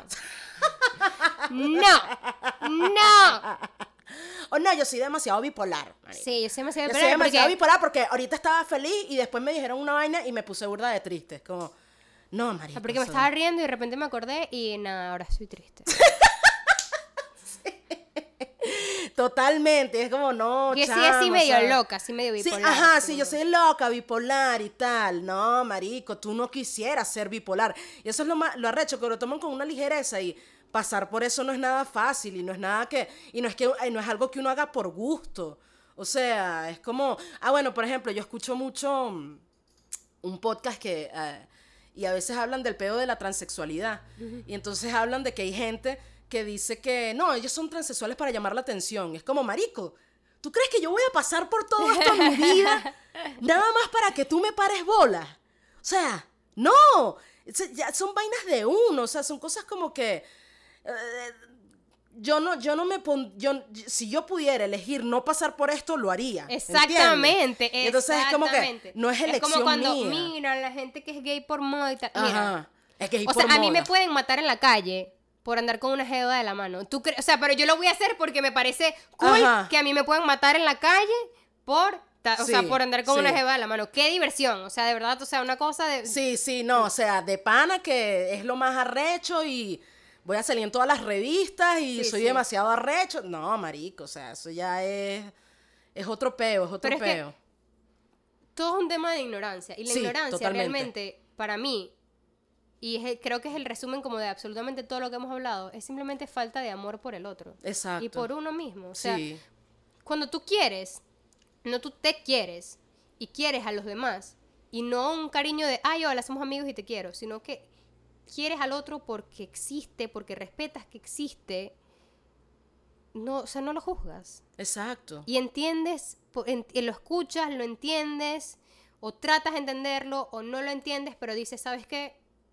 No, no. O no, yo soy demasiado bipolar. Marica. Sí, yo soy demasiado bipolar. Yo soy demasiado porque... bipolar porque ahorita estaba feliz y después me dijeron una vaina y me puse burda de triste. Como, no, marica. Porque me soy... estaba riendo y de repente me acordé y nada, ahora soy triste. Sí. Totalmente, es como, no, yo chamo, soy así medio o sea... loca, así medio bipolar. Sí, ajá, sí, como... yo soy loca, bipolar y tal. No, marico, tú no quisieras ser bipolar. Y eso es lo, más, lo arrecho, que lo toman con una ligereza y... Pasar por eso no es nada fácil y no es nada que y no es que no es algo que uno haga por gusto. O sea, es como, ah, bueno, por ejemplo, yo escucho mucho um, un podcast que uh, y a veces hablan del pedo de la transexualidad. Uh-huh. Y entonces hablan de que hay gente que dice que no, ellos son transexuales para llamar la atención. Es como, marico, ¿tú crees que yo voy a pasar por todo esto en mi vida nada más para que tú me pares bola? O sea, no, ya son vainas de uno, o sea, son cosas como que yo no, yo no me pon, yo, si yo pudiera elegir no pasar por esto, lo haría. Exactamente, exactamente. Entonces es como que no es elección mía. Es como cuando, mía. Mira, la gente que es gay por moda y tal. Mira, ajá, es gay o por sea, moda. a mí me pueden matar en la calle por andar con una jeva de la mano. ¿Tú crees? O sea, pero yo lo voy a hacer porque me parece cool ajá. que a mí me pueden matar en la calle por... O sí, sea, por andar con sí. una jeva de la mano. ¡Qué diversión! O sea, de verdad, o sea, una cosa de... Sí, sí, no, o sea, de pana que es lo más arrecho y... Voy a salir en todas las revistas y sí, soy sí. demasiado arrecho. No, marico, o sea, eso ya es... Es otro peo, es otro Pero peo. Es que todo es un tema de ignorancia. Y la sí, ignorancia totalmente. Realmente, para mí, y es, creo que es el resumen como de absolutamente todo lo que hemos hablado, es simplemente falta de amor por el otro. Exacto. Y por uno mismo. O sea, sí. cuando tú quieres, no tú te quieres y quieres a los demás, y no un cariño de, ay, hola, somos amigos y te quiero, sino que quieres al otro porque existe, porque respetas que existe, no, o sea, no lo juzgas. Exacto. Y entiendes, en, lo escuchas, lo entiendes, o tratas de entenderlo, o no lo entiendes, pero dices, ¿sabes qué?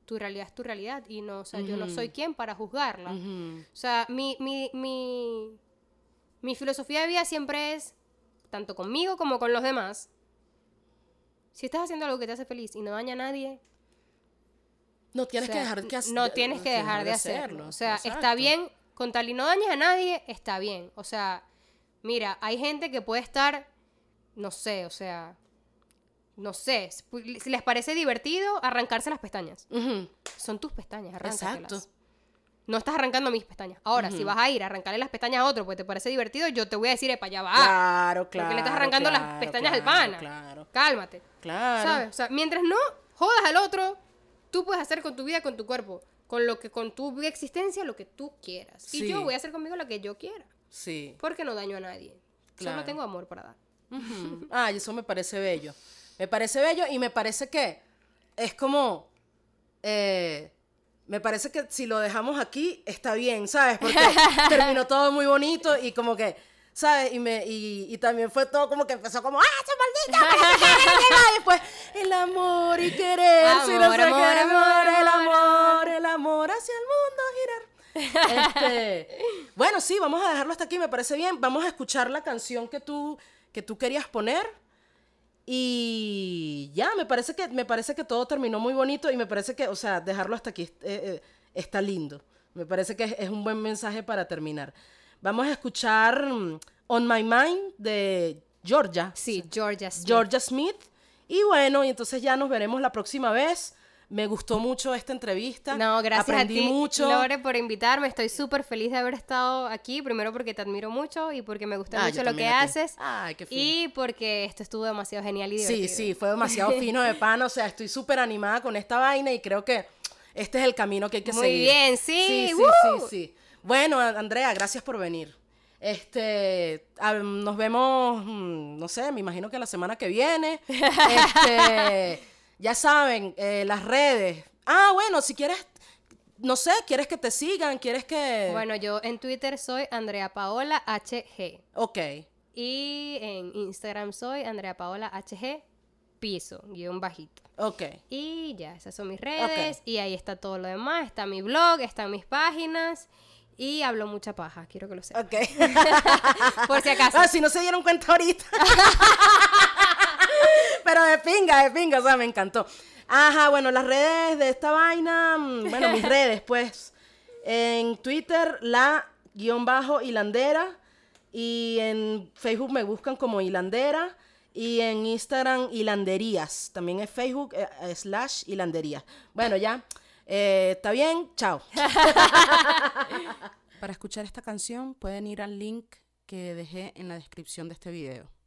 tu realidad es tu realidad y no, o sea, Uh-huh. yo no soy quien para juzgarla. Uh-huh. O sea, mi, mi, mi, mi filosofía de vida siempre es, tanto conmigo como con los demás, si estás haciendo algo que te hace feliz y no daña a nadie, No tienes o sea, que dejar que hacer, no tienes que dejar de hacerlo. O sea, Exacto. está bien, con tal y no dañes a nadie, está bien. O sea, mira, hay gente que puede estar, no sé, o sea, no sé, si les parece divertido arrancarse las pestañas. Uh-huh. Son tus pestañas, arráncatelas. Exacto. No estás arrancando mis pestañas. Ahora, Uh-huh. si vas a ir a arrancarle las pestañas a otro porque te parece divertido, yo te voy a decir, epa, ya va. Claro, claro. Porque le estás arrancando claro, las pestañas claro, al pana. Claro. Cálmate. Claro. ¿Sabes? O sea, mientras no jodas al otro, tú puedes hacer con tu vida, con tu cuerpo, con lo que con tu existencia, lo que tú quieras. Sí. Y yo voy a hacer conmigo lo que yo quiera. Sí. Porque no daño a nadie. Claro. Solo tengo amor para dar. Uh-huh. Ah, y eso me parece bello. Me parece bello y me parece que es como... Eh, me parece que si lo dejamos aquí está bien, ¿sabes? Porque terminó todo muy bonito y como que, ¿sabes? Y, me, y, y también fue todo como que empezó como, ¡ah, esa maldita! Y después, el amor y querer, Amor, si no sé amor, qué, amor, el amor, amor, el amor hacia el mundo girar. Este, bueno, sí, vamos a dejarlo hasta aquí, me parece bien. Vamos a escuchar la canción que tú, que tú querías poner. Y ya, me parece que me parece que todo terminó muy bonito y me parece que, o sea, dejarlo hasta aquí eh, eh, está lindo. Me parece que es, es un buen mensaje para terminar. Vamos a escuchar um, On My Mind de Georgia. Sí, Georgia Smith. Georgia Smith. Y bueno, y entonces ya nos veremos la próxima vez. Me gustó mucho esta entrevista. No, gracias Aprendí a ti, mucho. Lore, por invitarme. Estoy súper feliz de haber estado aquí. Primero porque te admiro mucho y porque me gusta Ah, mucho yo lo también que a ti. haces. Ay, qué fino. Y porque esto estuvo demasiado genial y Sí, divertido. sí, fue demasiado fino de pana. O sea, estoy súper animada con esta vaina y creo que este es el camino que hay que Muy seguir. bien, sí, Sí, sí, ¡woo! sí, sí. Bueno, Andrea, gracias por venir. Este, a- nos vemos, mm, no sé, me imagino que la semana que viene. Este, ya saben, eh, las redes. Ah, bueno, si quieres, no sé, quieres que te sigan, quieres que... Bueno, yo en Twitter soy Andrea Paola H G. Ok, Y en Instagram soy Andrea Paola H G piso, guión bajito. ok. Y ya, esas son mis redes. Y ahí está todo lo demás. Está mi blog, están mis páginas. Y hablo mucha paja, quiero que lo sepan. Ok. Por si acaso. Ah, si no se dieron cuenta ahorita. Pero de pinga, de pinga, o sea, me encantó. Ajá, bueno, las redes de esta vaina, mm, bueno, mis redes, pues. En Twitter, la guión bajo hilandera. Y en Facebook me buscan como hilandera. Y en Instagram, hilanderías. También es Facebook, eh, eh, slash hilanderías. Bueno, ya. Eh, ¿está bien? Chao. Para escuchar esta canción pueden ir al link que dejé en la descripción de este video.